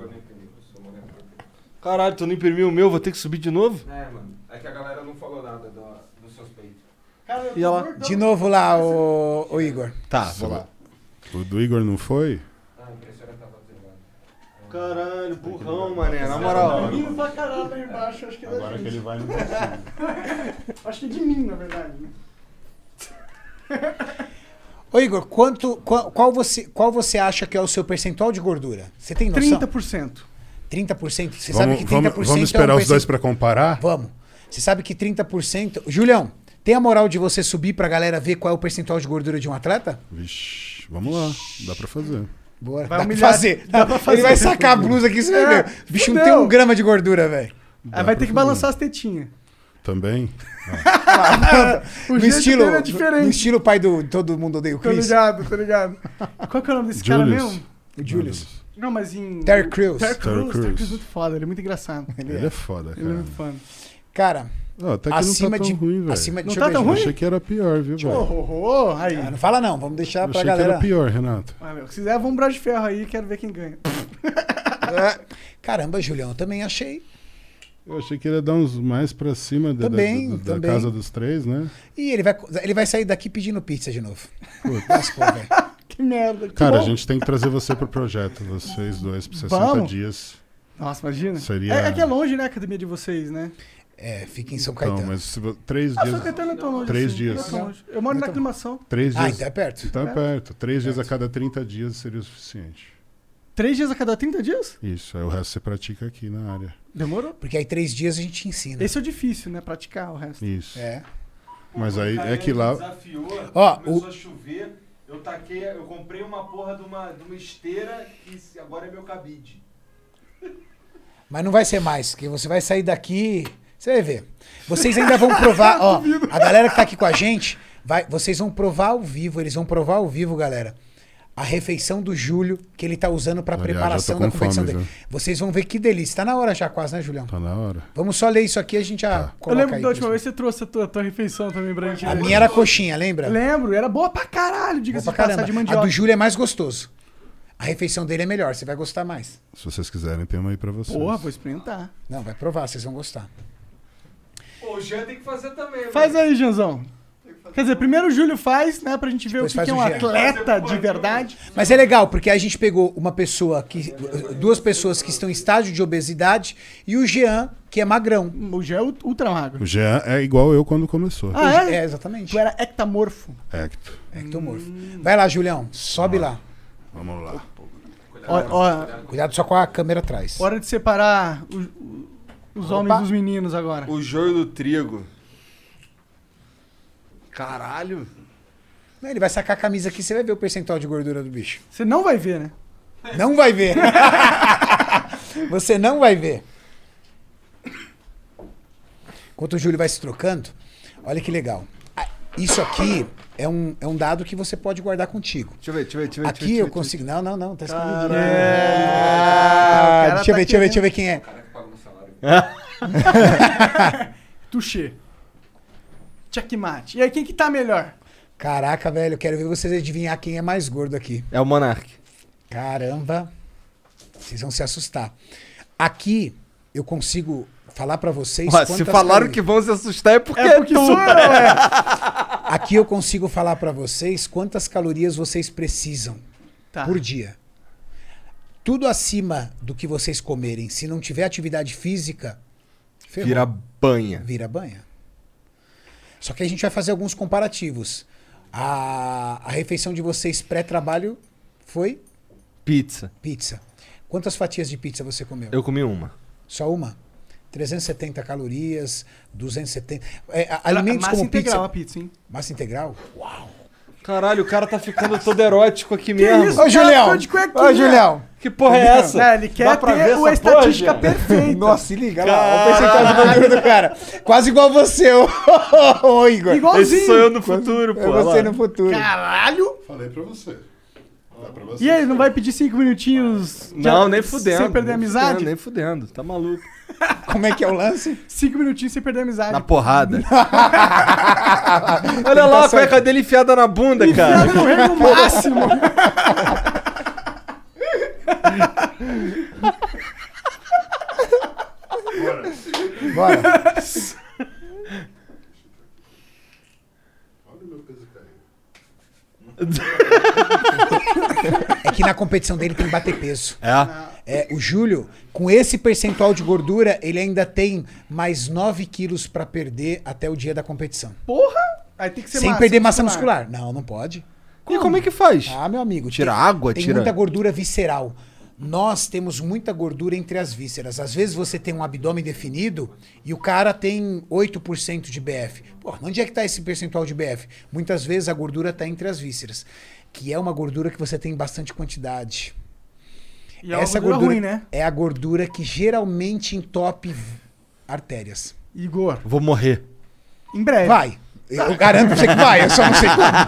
Caralho, tu não imprimiu o meu, vou ter que subir de novo? É, mano. É que a galera não falou nada dos seus peitos. Cara, eu tô E ela- gordão. De novo lá, ô Igor. Tá, vamos lá. O do Igor não foi? Ah, a impressora tava zerada. Caralho, burrão, mané, na moral. Rindo pra caralho aí embaixo, acho que é da Agora que gente. ele vai no Acho que é de mim, na verdade. Né? Ô Igor, qual você acha que é o seu percentual de gordura? Você tem noção? 30%. 30%? Você sabe que 30% vamos esperar é um os dois pra comparar? Vamos. Você sabe que 30%... Julião, tem a moral de você subir pra galera ver qual é o percentual de gordura de um atleta? Vixe, vamos lá. Dá pra fazer. Boa. Vai Dá humilhar- pra fazer. dá pra fazer. Ele vai sacar a blusa aqui, você vai ver. O bicho não tem fudeu. 1 grama de gordura, velho. Aí vai ter que balançar as tetinhas. Também? O No jeito estilo, dele é no diferente. estilo pai do Todo Mundo Odeia o Tô Chris. ligado, tô ligado. Qual que é o nome desse cara Julius. mesmo? O Julius. Não, mas em... Terry Crews. Terry Crews. Terry Crews. É muito foda, ele é muito engraçado. Ele é foda, Ele é cara. muito foda. Cara, Ó, até que acima não tá de... tão ruim, velho. acima de... Não deixa tá eu ver, tão Julius. ruim? Achei que era pior, viu, velho? Aí. Ah, não fala não, vamos deixar Eu pra achei que galera. era pior, Renato. Ah, meu, se quiser, vamos um braço de ferro aí, quero ver quem ganha. Caramba, Julião, eu também achei. Eu achei que ele ia dar uns mais pra cima Também, da também. casa dos três, né? E ele vai sair daqui pedindo pizza de novo. Putz. Lascou, velho. Que merda. Que Cara, bom. a gente tem que trazer você pro projeto. Vocês dois, por 60 Vamos. dias. Nossa, imagina. Seria- É que é longe, né, a academia de vocês, né? É, fica em São Então, Caetano. mas se 3 Ah, dias. São Caetano não é tão longe 3 assim, dias. não é tão longe. Eu moro na aclimação. 3 Ah, dias. então é perto. Então é perto. 3 dias a cada 30 dias seria o suficiente. 3 dias a cada 30 dias? Isso, aí o resto você pratica aqui na área. Demorou? Porque aí 3 dias a gente ensina. Esse é o difícil, né? Praticar o resto. Isso. É. Mas aí é que lá. Desafiou, Ó, começou a chover, eu comprei uma porra de uma esteira que agora é meu cabide. Mas não vai ser mais, porque você vai sair daqui, você vai ver. Vocês ainda vão provar, ó, a galera que tá aqui com a gente, vocês vão provar ao vivo, eles vão provar ao vivo, galera, a refeição do Júlio que ele tá usando pra Aliás, preparação já tô da com competição fome, dele. viu? Vocês vão ver que delícia. Tá na hora já quase, né, Julião? Tá na hora. Vamos só ler isso aqui, a gente já Eu coloca lembro aí. da última pessoal. vez que você trouxe a tua refeição também pra gente. A minha era coxinha, lembra? Lembro, era boa pra caralho, Boa diga-se pra de passar caramba. de A mandioca. do Júlio é mais gostoso. A refeição dele é melhor, você vai gostar mais. Se vocês quiserem, tem uma aí pra vocês. Porra, vou experimentar. Não, vai provar, vocês vão gostar. Pô, o Jean tem que fazer também, Faz aí, Janzão. Quer dizer, primeiro o Júlio faz, né, pra gente ver Depois o que é um faz o Jean. atleta de verdade. Mas é legal, porque a gente pegou uma pessoa que. 2 pessoas que estão em estágio de obesidade e o Jean, que é magrão. O Jean é ultra magro. O Jean é igual eu quando começou. Ah, é? É, exatamente. Tu era ectamorfo. Ecto. Ectomorfo. Vai lá, Julião, sobe lá. Vamos lá. Ó, Cuidado só com a câmera atrás. hora de separar os homens Opa. dos meninos agora. O joio do trigo. Caralho. Ele vai sacar a camisa aqui, você vai ver o percentual de gordura do bicho. Você não vai ver, né? Não vai ver. Você não vai ver. Enquanto o Júlio vai se trocando, olha que legal. Isso aqui é um dado que você pode guardar contigo. Deixa eu ver. Aqui eu consigo. Não, tá escondidinho. cara Deixa eu tá ver, deixa eu ver quem é. Touché. Checkmate. E aí, quem que tá melhor? Caraca, velho, eu quero ver vocês adivinhar quem é mais gordo aqui. É o Monark. Caramba, vocês vão se assustar. Aqui eu consigo falar pra vocês Ó, se falaram que vão se assustar é porque É porque sou eu, é. Aqui eu consigo falar pra vocês quantas calorias vocês precisam por dia. Tudo acima do que vocês comerem, se não tiver atividade física, ferrou. Vira banha. Vira banha. Só que a gente vai fazer alguns comparativos. A refeição de vocês pré-trabalho foi Pizza. pizza. Quantas fatias de pizza você comeu? Eu comi uma. Só uma? 370 calorias, 270... alimentos massa como integral a pizza... pizza, hein? Massa integral? Uau! Caralho, o cara tá ficando todo erótico aqui mesmo. isso? Ô, Julião! ficou de cuequinha. Ô, Julião! Que porra é essa? É, ele quer Dá pra ver ter essa a estatística porra, perfeita. Nossa, se liga lá, o percentual de gordura do cara. Quase igual você, ô Igor. Igualzinho. Esse sou eu no futuro, pô. É olha você lá. no futuro. Caralho! Falei pra você. Dá pra você. E aí, não vai pedir 5 minutinhos? Não, nem fudendo. Sem perder a nem amizade? Fudendo, nem fudendo, tá maluco. Como é que é o lance? 5 minutinhos sem perder a amizade. Na porrada. Olha lá a cueca dele enfiada na bunda, cara. No rego máximo. Bora. Olha o meu peso cair. É que na competição dele tem que bater peso. É. O Júlio, com esse percentual de gordura, ele ainda tem mais 9 quilos pra perder até o dia da competição. Porra! Aí tem que ser Sem perder massa muscular. Não, não pode. E como é que faz? Ah, meu amigo. Tira tem, água? Tem tira... muita gordura visceral. Nós temos muita gordura entre as vísceras. Às vezes você tem um abdômen definido e o cara tem 8% de BF. Pô, onde é que tá esse percentual de BF? Muitas vezes a gordura tá entre as vísceras, que é uma gordura que você tem bastante quantidade. E é essa gordura ruim, né? É a gordura que geralmente entope artérias. Igor. Vou morrer. Em breve. Vai. Eu garanto pra você que vai, eu só não sei como.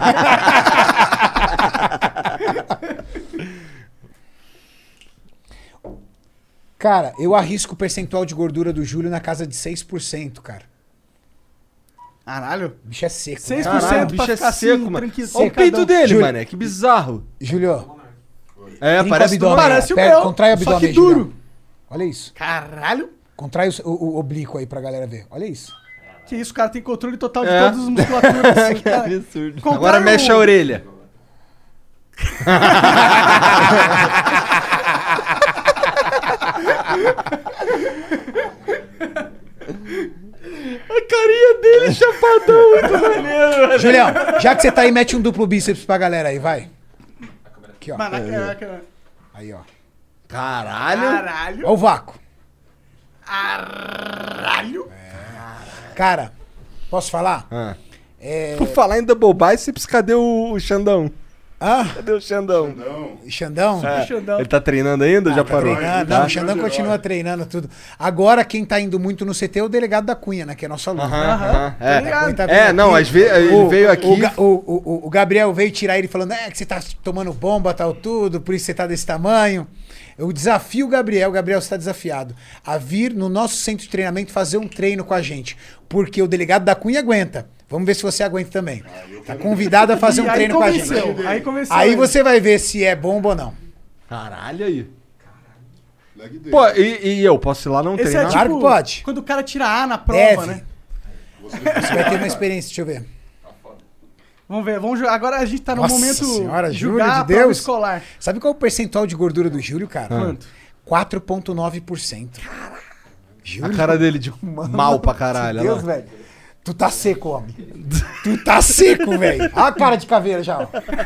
Cara, eu arrisco o percentual de gordura do Júlio na casa de 6%, cara. Caralho. O bicho é seco. 6% Caralho, o pra bicho é ficar seco, assim, mano. tranquilo. Olha o peito secadão. dele, Júlio. mano. Que bizarro. Júlio, É, trinca parece o abdômen. Parece o Pera, meu, contrai o só abdômen que aí, Julião. duro. Olha isso. Caralho. Contrai o oblíquo aí pra galera ver. Olha isso. Que isso, o cara tem controle total de É. todas as musculaturas. Que absurdo. Contrai Agora mexe a orelha. A carinha dele, chapadão, muito maneiro, velho. Julião, já que você tá aí, mete um duplo bíceps pra galera aí, vai. Aqui, ó. Caraca. Aí, ó. Caralho. Caralho. Ó o vácuo. Caralho. Cara, posso falar? Ah. É... Por falar em double biceps, cadê o Xandão? Ah, Cadê o Xandão? Xandão? É, Xandão. ele tá treinando ainda? Já Tá parou? treinando. Tá? Não, o Xandão continua treinando tudo. Agora, quem tá indo muito no CT é o delegado da Cunha, né? Que é nosso aluno. Aham, Tá é. ligado. Ele tá É, vindo não, aqui. às vezes ele veio aqui. O Gabriel veio tirar ele falando que você tá tomando bomba, tal, tudo, por isso você tá desse tamanho. Eu desafio o Gabriel, você está desafiado, a vir no nosso centro de treinamento fazer um treino com a gente. Porque o delegado da Cunha aguenta. Vamos ver se você aguenta também. Tá convidado a fazer E um aí treino com a gente. convenceu, aí convenceu Aí ele. você vai ver se é bomba ou não. Caralho aí. Leg day. Pô, e eu posso ir lá não Esse treinar? é tipo Claro que pode. quando o cara tira A na prova, Deve. né? Você vai ter uma experiência, deixa eu ver. Vamos ver, agora a gente tá no Nossa momento senhora, Júlio julgar de a prova Deus. escolar. Sabe qual é o percentual de gordura do Júlio, cara? Quanto? 4,9%. A cara dele de mal pra caralho. Deus, olha lá. velho. Tu tá seco, homem. Tu tá seco, velho. Olha a cara de caveira já, ó.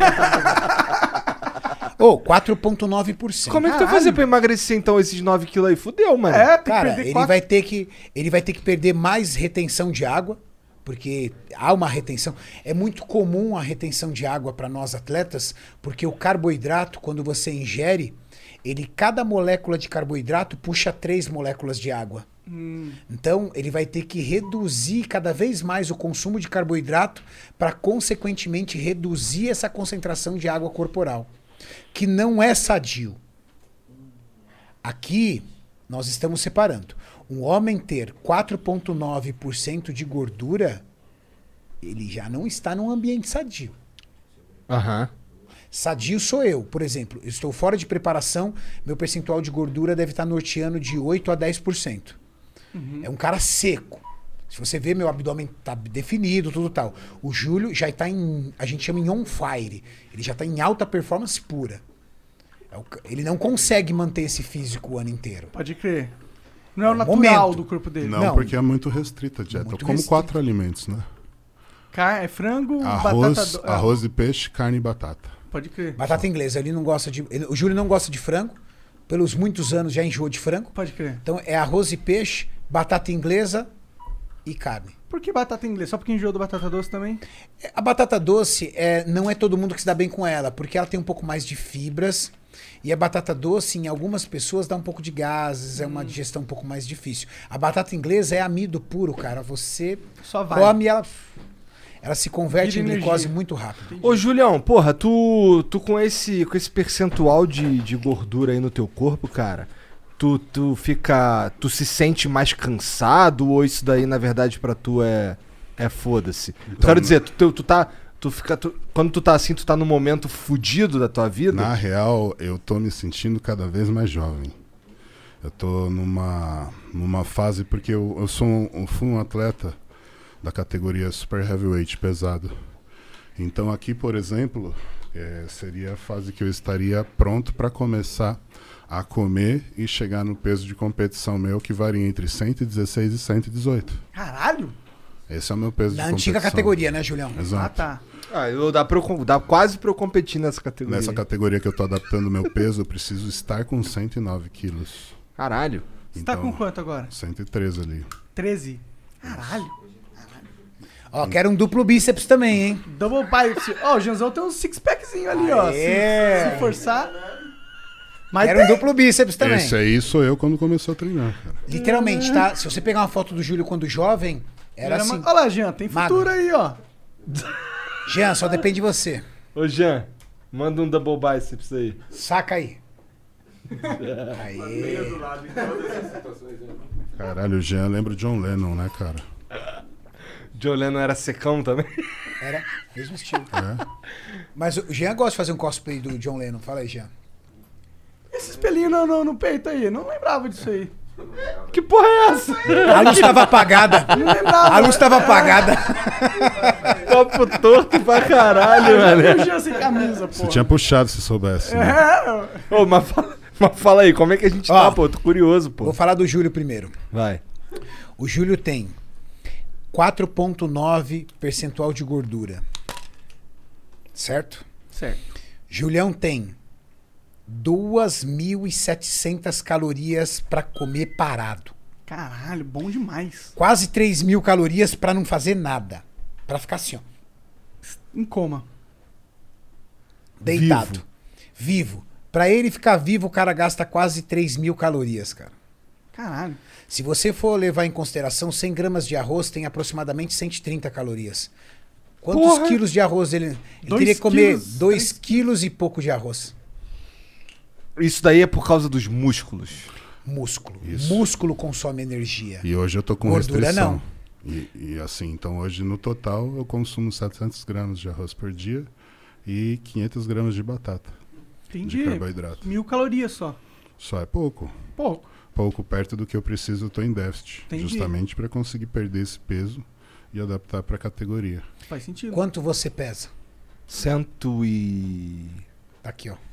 Ô, 4,9%. Como é que tu vai fazer pra emagrecer então esses 9 quilos aí? Fudeu, mano. É, tem Cara, que perder ele 4. vai ter que perder mais retenção de água, porque há uma retenção. É muito comum a retenção de água para nós atletas, porque o carboidrato, quando você ingere, cada molécula de carboidrato puxa 3 moléculas de água. Então, ele vai ter que reduzir cada vez mais o consumo de carboidrato para, consequentemente, reduzir essa concentração de água corporal, que não é sadio. Aqui, nós estamos separando. Um homem ter 4,9% de gordura, ele já não está num ambiente sadio. Aham. Sadio sou eu, por exemplo. Eu estou fora de preparação, meu percentual de gordura deve estar norteando de 8 a 10%. É um cara seco. Se você vê, meu abdômen tá definido, tudo tal. O Júlio já tá a gente chama em on fire. Ele já tá em alta performance pura. Ele não consegue manter esse físico o ano inteiro. Pode crer. Não é o É o natural momento. do corpo dele. Não, porque é muito restrita a dieta. Eu Muito como restrito. 4 alimentos, né? É frango, Arroz, batata... arroz e peixe, carne e batata. Pode crer. Batata inglesa, ele não gosta de... o Júlio não gosta de frango. Pelos muitos anos já enjoou de frango. Pode crer. Então é arroz e peixe, batata inglesa e carne. Por que batata inglesa? Só porque enjoou do batata doce também? A batata doce não é todo mundo que se dá bem com ela, porque ela tem um pouco mais de fibras. E a batata doce, em algumas pessoas, dá um pouco de gases, é uma digestão um pouco mais difícil. A batata inglesa é amido puro, cara. Você Só vai. come, ela se converte Vira em glicose energia. muito rápido. Ô, Julião, porra, tu com esse percentual de gordura aí no teu corpo, cara, tu se sente mais cansado ou isso daí, na verdade, pra tu é foda-se? Eu Então, quero dizer, quando tu tá assim, tu tá num momento fudido da tua vida? Na real, eu tô me sentindo cada vez mais jovem. Eu tô numa fase, porque eu fui um atleta da categoria Super Heavyweight pesado. Então aqui, por exemplo, seria a fase que eu estaria pronto para começar a comer e chegar no peso de competição meu, que varia entre 116 e 118. Caralho! Esse é o meu peso de Na competição. antiga categoria, né, Julião? Exato. Ah, tá. Dá quase pra eu competir nessa categoria. Nessa categoria que eu tô adaptando o meu peso, eu preciso estar com 109 quilos. Caralho. Você tá com quanto agora? 113 ali. 13. Caralho. Ó, quero um duplo bíceps também, hein? Double bicep. Ó, o Janzão tem um six-packzinho ali, ó. Se forçar. Mas Quero um duplo bíceps também. Esse aí sou eu quando começou a treinar, cara. Literalmente, tá? Se você pegar uma foto do Júlio quando jovem, era assim. Olha lá, Jean, tem futuro magro. aí, ó. Jean, só depende de você. Ô, Jean, manda um double biceps aí. Saca aí. Aí. Caralho, o Jean lembra o John Lennon, né, cara? John Lennon era secão também? Era mesmo estilo. É. Mas o Jean gosta de fazer um cosplay do John Lennon. Fala aí, Jean. Esse espelhinho no peito aí, não lembrava disso aí. Que porra é essa? A luz tava apagada. Não lembrava. A luz tava apagada. Copo torto pra caralho, mano. O Jean sem camisa, pô. Você tinha puxado se soubesse. Né? Ô, mas fala aí, como é que a gente tá, pô? Tô curioso, pô. Vou falar do Júlio primeiro. Vai. O Júlio tem 4,9 percentual de gordura. Certo? Certo. Julião tem 2.700 calorias pra comer parado. Caralho, bom demais. Quase 3.000 calorias pra não fazer nada. Pra ficar assim, ó. Em coma. Deitado. Vivo. Pra ele ficar vivo, o cara gasta quase 3.000 calorias, cara. Caralho. Se você for levar em consideração, 100 gramas de arroz tem aproximadamente 130 calorias. Quantos quilos de arroz ele teria que comer? 2 quilos e pouco de arroz. Isso daí é por causa dos músculos. Músculo. Isso. Músculo consome energia. E hoje eu tô com Gordura, restrição. E assim, então hoje no total eu consumo 700 gramas de arroz por dia e 500 gramas de batata. Entendi. De carboidrato. 1.000 calorias só. Só é pouco. Pouco. Pouco perto do que eu preciso, eu tô em déficit. Entendi. Justamente para conseguir perder esse peso e adaptar para a categoria. Faz sentido. Quanto você pesa? Tá aqui, ó.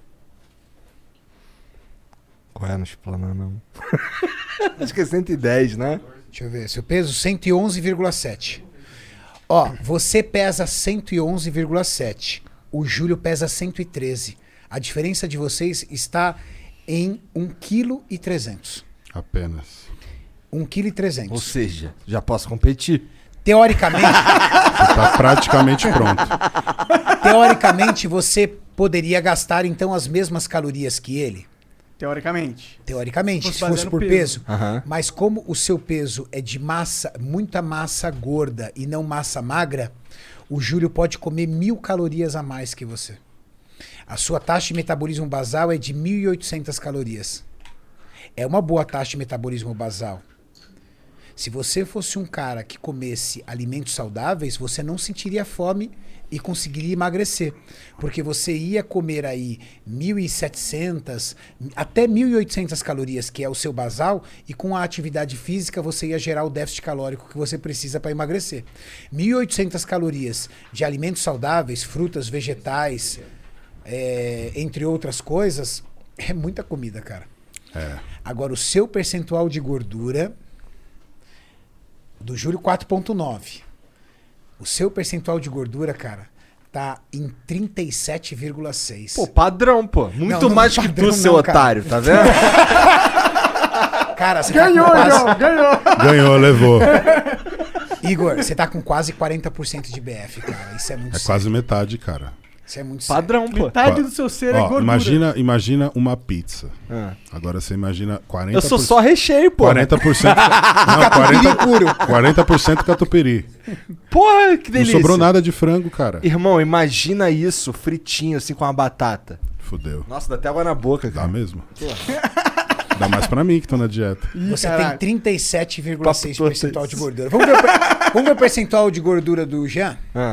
Qual é? Não explana, não. Acho que é 110, né? Deixa eu ver. Seu peso, 111,7. Ó, você pesa 111,7. O Júlio pesa 113. A diferença de vocês está em 1,3 kg. Apenas. 1,3 kg. Ou seja, já posso competir. Teoricamente, Você tá praticamente pronto. teoricamente, você poderia gastar então as mesmas calorias que ele. Teoricamente. Teoricamente, Se se fosse fosse baseado por no peso. Aham. Mas como o seu peso é de massa, muita massa gorda e não massa magra, o Júlio pode comer 1.000 calorias a mais que você. A sua taxa de metabolismo basal é de 1.800 calorias. É uma boa taxa de metabolismo basal. Se você fosse um cara que comesse alimentos saudáveis, você não sentiria fome e conseguiria emagrecer. Porque você ia comer aí 1.700 até 1.800 calorias, que é o seu basal, e com a atividade física você ia gerar o déficit calórico que você precisa para emagrecer. 1.800 calorias de alimentos saudáveis, frutas, vegetais, entre outras coisas, é muita comida, cara. Agora, o seu percentual de gordura, do Júlio 4,9. O seu percentual de gordura, cara, tá em 37,6. Pô, padrão, pô. Muito Não, mais que padrão tu, seu não, cara. otário, tá vendo? Cara, você Ganhou, tá com quase... João, ganhou. Ganhou, levou. Igor, você tá com quase 40% de BF, cara. Isso é muito É sério. quase metade, cara. Isso é muito sério. Padrão, pô. Metade do seu ser é Ó, gordura. imagina uma pizza. Ah. Agora você imagina 40%. Eu sou só recheio, pô. 40%. Não, 40% catupiry. Porra, que Não delícia. sobrou nada de frango, cara. Irmão, imagina isso fritinho, assim, com a batata. Fudeu. Nossa, dá até água na boca, Dá cara. mesmo? Dá mais pra mim que tô na dieta. Você Caralho. tem Papo 37,6% todo percentual de isso. gordura. Vamos ver o percentual de gordura do Jean? Ah.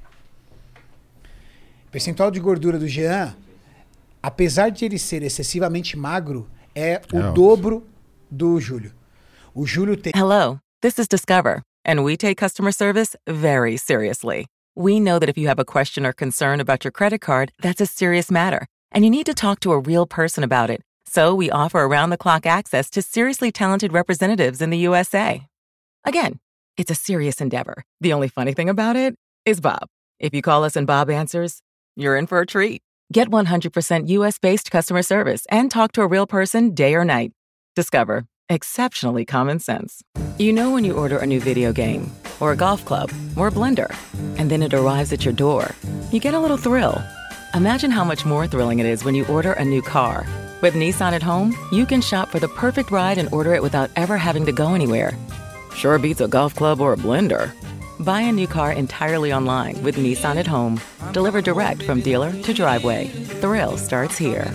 Percentual de gordura do Jean, apesar de ele ser excessivamente magro, é o alto. dobro do Júlio. O Júlio tem... Hello, this is Discover, and we take customer service very seriously. We know that if you have a question or concern about your credit card, that's a serious matter, and you need to talk to a real person about it. So we offer around-the-clock access to seriously talented representatives in the USA. Again, it's a serious endeavor. The only funny thing about it is Bob. If you call us and Bob answers, you're in for a treat. Get 100% US-based customer service and talk to a real person day or night. Discover. Exceptionally common sense. You know when you order a new video game, or a golf club, or a blender, and then it arrives at your door, you get a little thrill. Imagine how much more thrilling it is when you order a new car. With Nissan at home, you can shop for the perfect ride and order it without ever having to go anywhere. Sure beats a golf club or a blender. Buy a new car entirely online with Nissan at home. Delivered direct from dealer to driveway. Thrill starts here.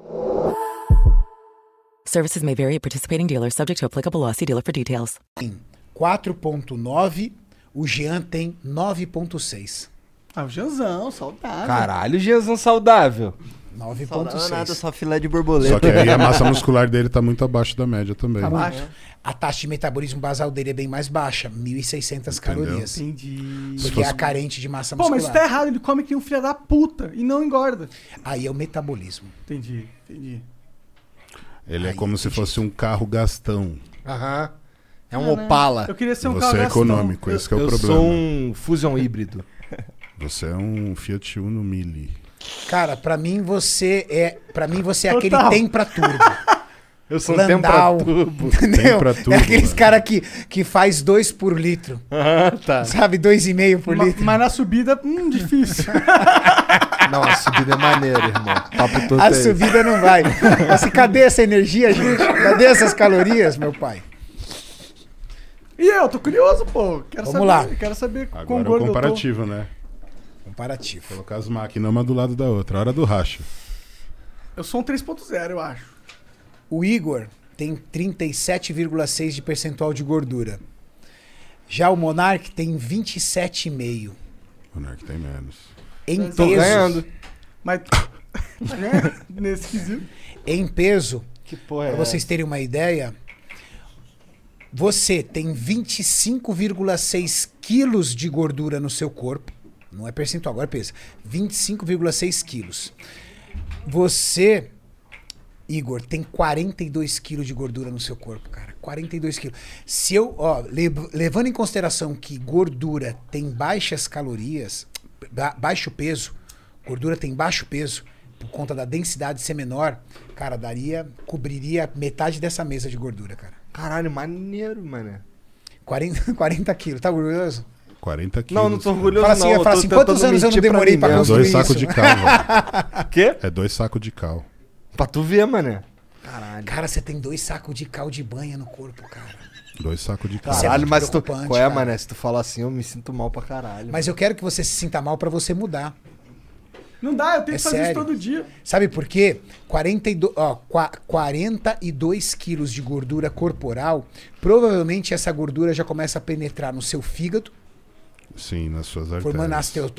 Services may vary at participating dealers, subject to applicable law. See dealer for details. 4,9, o Jean tem 9,6. Ah, o Janzão, saudável. Caralho, Jesus saudável. Não nada, 9,6. só filé de borboleta. Só que aí a massa muscular dele tá muito abaixo da média também. Abaixo. A taxa de metabolismo basal dele é bem mais baixa, 1.600 calorias. Entendi. Porque é carente de massa Pô, muscular. mas isso tá errado. Ele come que nem um filho da puta e não engorda. Aí é o metabolismo. Entendi. Ele é Aí, como se entendi. fosse um carro Gastão. Aham. É um É, né? Opala. Eu queria ser um Você carro é Gastão. econômico, esse que é o Eu problema. sou um Fusion híbrido. Você é um Fiat Uno Mille. Cara, pra mim você é Total. aquele Tempra Turbo. Eu sou um Landau. Tempra-turbo. Entendeu? Tempra Turbo, É aqueles velho. cara que faz 2 por litro. Aham, tá. Sabe? 2,5 por litro. Mas na subida, difícil. Não, a subida é maneira, irmão. Papo todo A é esse. subida não vai. Assim, cadê essa energia, gente? Cadê essas calorias, meu pai? E eu, tô curioso, pô. Quero Vamos saber, lá. Quero saber quão Agora é o gordo eu tô. comparativo, né? Comparativo. Colocar as máquinas uma do lado da outra. Hora do racha. Eu sou um 3.0, eu acho. O Igor tem 37,6 de percentual de gordura. Já o Monark tem 27,5. O Monark tem menos. Em Tô peso, ganhando. Mas... Tá ganhando nesse quesito. em peso, Que porra é para vocês terem uma ideia, você tem 25,6 quilos de gordura no seu corpo. Não é percentual, agora pesa. 25,6 quilos. Você, Igor, tem 42 quilos de gordura no seu corpo, cara. 42 quilos. Se eu, levando em consideração que gordura tem baixas calorias, baixo peso, gordura tem baixo peso, por conta da densidade ser menor, cara, cobriria metade dessa mesa de gordura, cara. Caralho, maneiro, mano. 40 quilos, tá orgulhoso? 40 quilos. Não, não tô cara. orgulhoso Fala assim, não. Eu fala tô assim, quantos tentando anos eu não mentir demorei mim pra É mesmo. construir 2 sacos isso? de cal, velho. Quê? É 2 sacos de cal. Pra tu ver, mané. Caralho. Cara, você tem 2 sacos de cal de banha no corpo, cara. 2 sacos de cal. Isso é Caralho, muito mas tu... preocupante, Qual é, cara. mané? Se tu falar assim, eu me sinto mal pra caralho. Mas eu quero que você se sinta mal pra você mudar. Não dá, eu tenho É que fazer sério. isso todo dia. Sabe por quê? 42 quilos de gordura corporal, provavelmente essa gordura já começa a penetrar no seu fígado, Sim, nas suas artérias. formando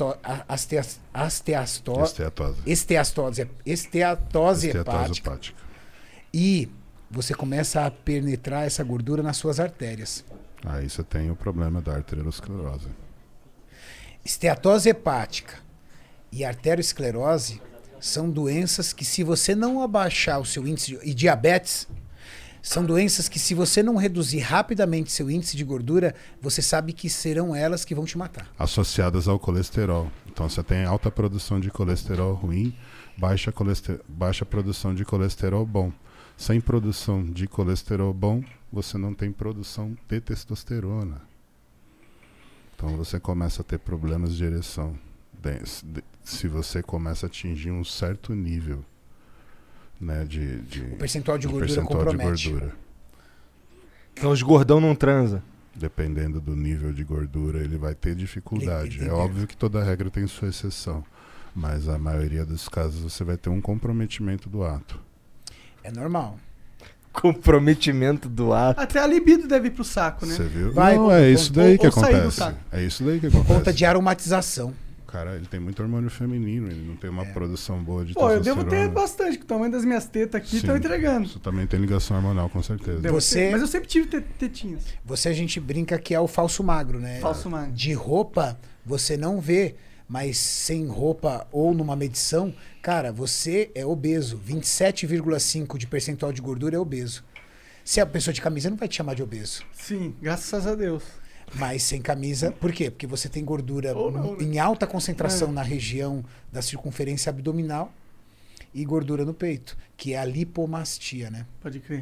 esteatose hepática. E você começa a penetrar essa gordura nas suas artérias. Aí você tem o problema da arteriosclerose. Esteatose hepática e arteriosclerose são doenças que, se você não abaixar o seu índice e diabetes, são doenças que, se você não reduzir rapidamente seu índice de gordura, você sabe que serão elas que vão te matar. Associadas ao colesterol. Então você tem alta produção de colesterol ruim, baixa produção de colesterol bom. Sem produção de colesterol bom, você não tem produção de testosterona. Então você começa a ter problemas de ereção. Se você começa a atingir um certo nível, né, O percentual de gordura percentual compromete. de gordura. Então os gordão não transa. Dependendo do nível de gordura, ele vai ter dificuldade. Ele É óbvio que toda regra tem sua exceção, mas a maioria dos casos você vai ter um comprometimento do ato. É normal. Comprometimento do ato. Até a libido deve ir pro saco, né? Você viu? Vai, Não, é isso daí que ou sair do acontece. saco. É isso daí que Por acontece. conta de aromatização. Cara, ele tem muito hormônio feminino, ele não tem uma produção boa de Pô, eu testosterona. devo ter bastante, que o tamanho das minhas tetas aqui estão Sim. entregando. Isso também tem ligação hormonal, com certeza. Devo Você- ter, mas eu sempre tive tetinhas. Você, a gente brinca que é o falso magro, né? Falso magro. De roupa, você não vê, mas sem roupa ou numa medição, cara, você é obeso. 27,5 de percentual de gordura é obeso. Se a pessoa de camisa não vai te chamar de obeso. Sim, graças a Deus. Mas sem camisa, por quê? Porque você tem gordura Ou não, né? em alta concentração na região da circunferência abdominal e gordura no peito, que é a lipomastia, né? Pode crer.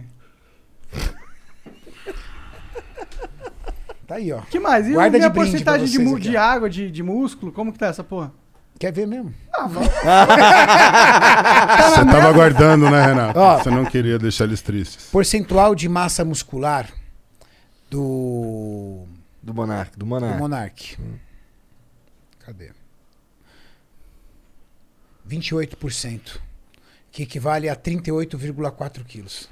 Tá aí, ó. Que mais? E Guarda minha de brinde pra porcentagem vocês aqui, de ó. água, de músculo? Como que tá essa porra? Quer ver mesmo? Você tava aguardando, né, Renato? Ó. Você não queria deixar eles tristes. Percentual de massa muscular do Do Monark, do do Monark. Monark. Cadê? 28%. Que equivale a 38,4 quilos.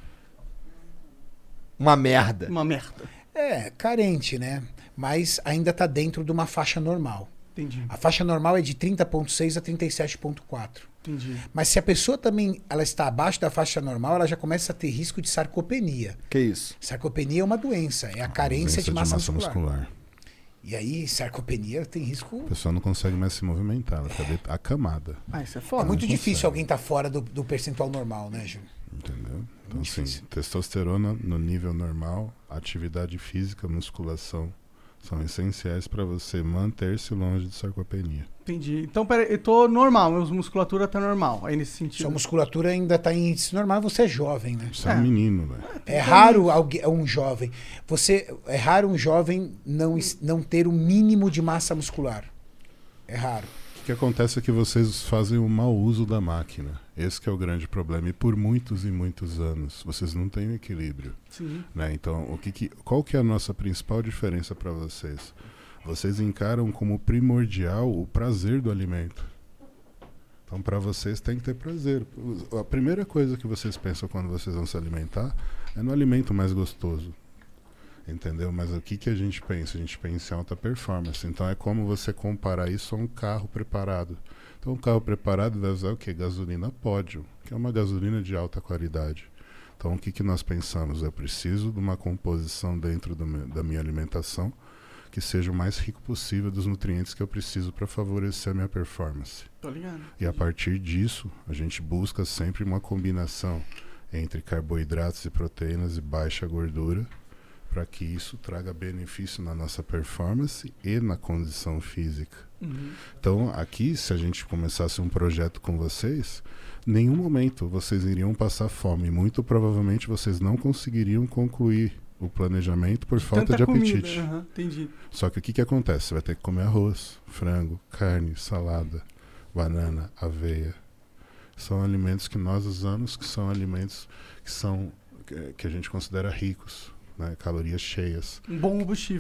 Uma merda. Uma merda. É, carente, né? Mas ainda tá dentro de uma faixa normal. Entendi, A faixa normal é de 30,6 a 37,4. entendi. Mas se a pessoa também ela está abaixo da faixa normal, ela já começa a ter risco de sarcopenia. Que isso? Sarcopenia é uma doença, é a carência de massa muscular. E aí, sarcopenia tem risco. A pessoa não consegue mais se movimentar, ela fica acamada. Ah, isso é É foda. muito não difícil consegue. alguém estar fora do percentual normal, né, Júlio? Entendeu? Então, assim, difícil. testosterona no nível normal, atividade física, musculação, são essenciais para você manter-se longe de sarcopenia. Entendi. Então, peraí, eu tô normal, minha musculatura tá normal, aí nesse sentido. Sua musculatura ainda está em índice normal, você é jovem, né? Você é um menino, velho. É raro um jovem. É raro um jovem não ter o mínimo de massa muscular. É raro. O que acontece é que vocês fazem um mau uso da máquina. Esse que é o grande problema. E por muitos e muitos anos, vocês não têm equilíbrio. Sim. Né? Então, qual que é a nossa principal diferença para vocês? Vocês encaram como primordial o prazer do alimento. Então, para vocês tem que ter prazer. A primeira coisa que vocês pensam quando vocês vão se alimentar é no alimento mais gostoso. Entendeu? Mas o que a gente pensa? A gente pensa em alta performance. Então é como você comparar isso a um carro preparado. Então um carro preparado vai usar o quê? Gasolina Pódio, que é uma gasolina de alta qualidade. Então o que nós pensamos? Eu preciso de uma composição dentro da minha alimentação que seja o mais rico possível dos nutrientes que eu preciso para favorecer a minha performance. Tô ligado. E a partir disso, a gente busca sempre uma combinação entre carboidratos e proteínas e baixa gordura, para que isso traga benefício na nossa performance e na condição física. Então, aqui, se a gente começasse um projeto com vocês, nenhum momento vocês iriam passar fome. Muito provavelmente vocês não conseguiriam concluir o planejamento por falta de apetite. Comida. Entendi. Só que o que acontece? Você vai ter que comer arroz, frango, carne, salada, banana, aveia. São alimentos que nós usamos, que são alimentos que a gente considera ricos. Né, calorias cheias. Um bom combustível.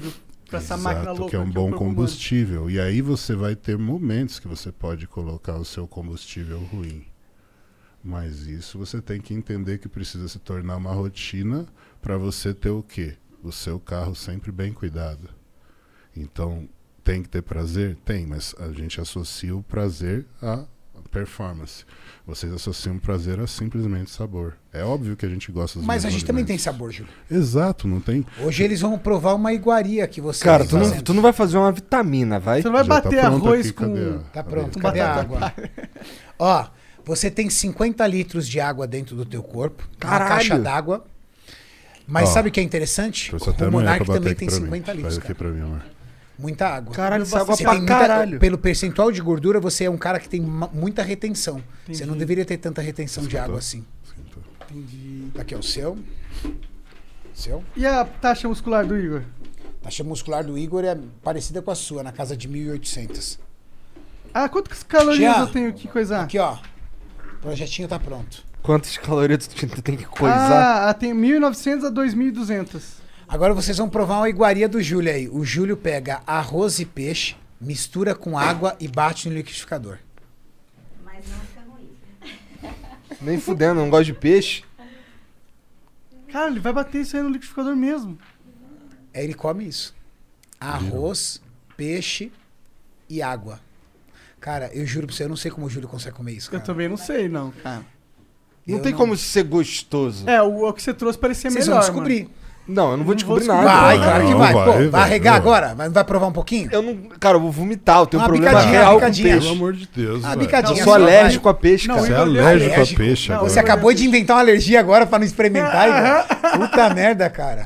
Pra essa máquina louca que é um que bom o corpo humano. combustível. E aí você vai ter momentos que você pode colocar o seu combustível ruim. Mas isso você tem que entender que precisa se tornar uma rotina para você ter o quê? O seu carro sempre bem cuidado. Então, tem que ter prazer? Tem, mas a gente associa o prazer à performance. Vocês associam prazer a simplesmente sabor. É óbvio que a gente gosta dos Mas a mesmos gente também tem alimentos. sabor, Júlio. Exato, não tem... Hoje eles vão provar uma iguaria que você Cara, vem fazendo. tu não vai fazer uma vitamina, vai? Você não vai Já tá bater pronto arroz aqui, com... cadê Tá pronto, Com cadê a batata água? Ó, você tem 50 litros de água dentro do teu corpo. Caralho! Uma caixa d'água. Mas Ó, sabe o que é interessante? Trouxe até O amanhã Monark pra bater também aqui tem pra 50 mim. litros, Faz aqui cara. pra mim, amor. Muita água. Caralho, isso é água Você pra tem caralho. pelo percentual de gordura, você é um cara que tem muita retenção. Você não deveria ter tanta retenção de água assim. Entendi. Aqui é o seu. Seu. E a taxa muscular do Igor? A taxa muscular do Igor é parecida com a sua, na casa de 1.800. Ah, quantas calorias Tia, eu tenho que coisar? Aqui, ó. O projetinho tá pronto. Quantas calorias tu tem que coisar? Ah, tem 1.900 a 2.200. Agora vocês vão provar uma iguaria do Júlio aí. O Júlio pega arroz e peixe, mistura com água e bate no liquidificador. Mas não fica ruim. Nem fudendo, não gosto de peixe. Cara, ele vai bater isso aí no liquidificador mesmo. Aí ele come isso. Arroz, peixe e água. Cara, eu juro pra você, eu não sei como o Júlio consegue comer isso, Eu cara. também não sei, não, cara. Não Eu tem não- como ser gostoso. É, o que você trouxe parecia Vocês melhor, vão descobrir. Não, eu não vou Não descobrir vou nada. Vai, Não, claro que não, vai. vai, Pô, vai, vai arregar vai. agora? Vai provar um pouquinho? Eu não. Cara, eu vou vomitar. Eu tenho um Uma problema bicadinha, real com bicadinha. peixe. Pelo amor de Deus, Ah, velho. bicadinha. Eu sou Vai. alérgico a peixe, Não, cara. Você é Igor deu alérgico a alérgico. peixe Não, agora. Você acabou de inventar uma alergia agora pra não experimentar, Igor? Puta merda, cara.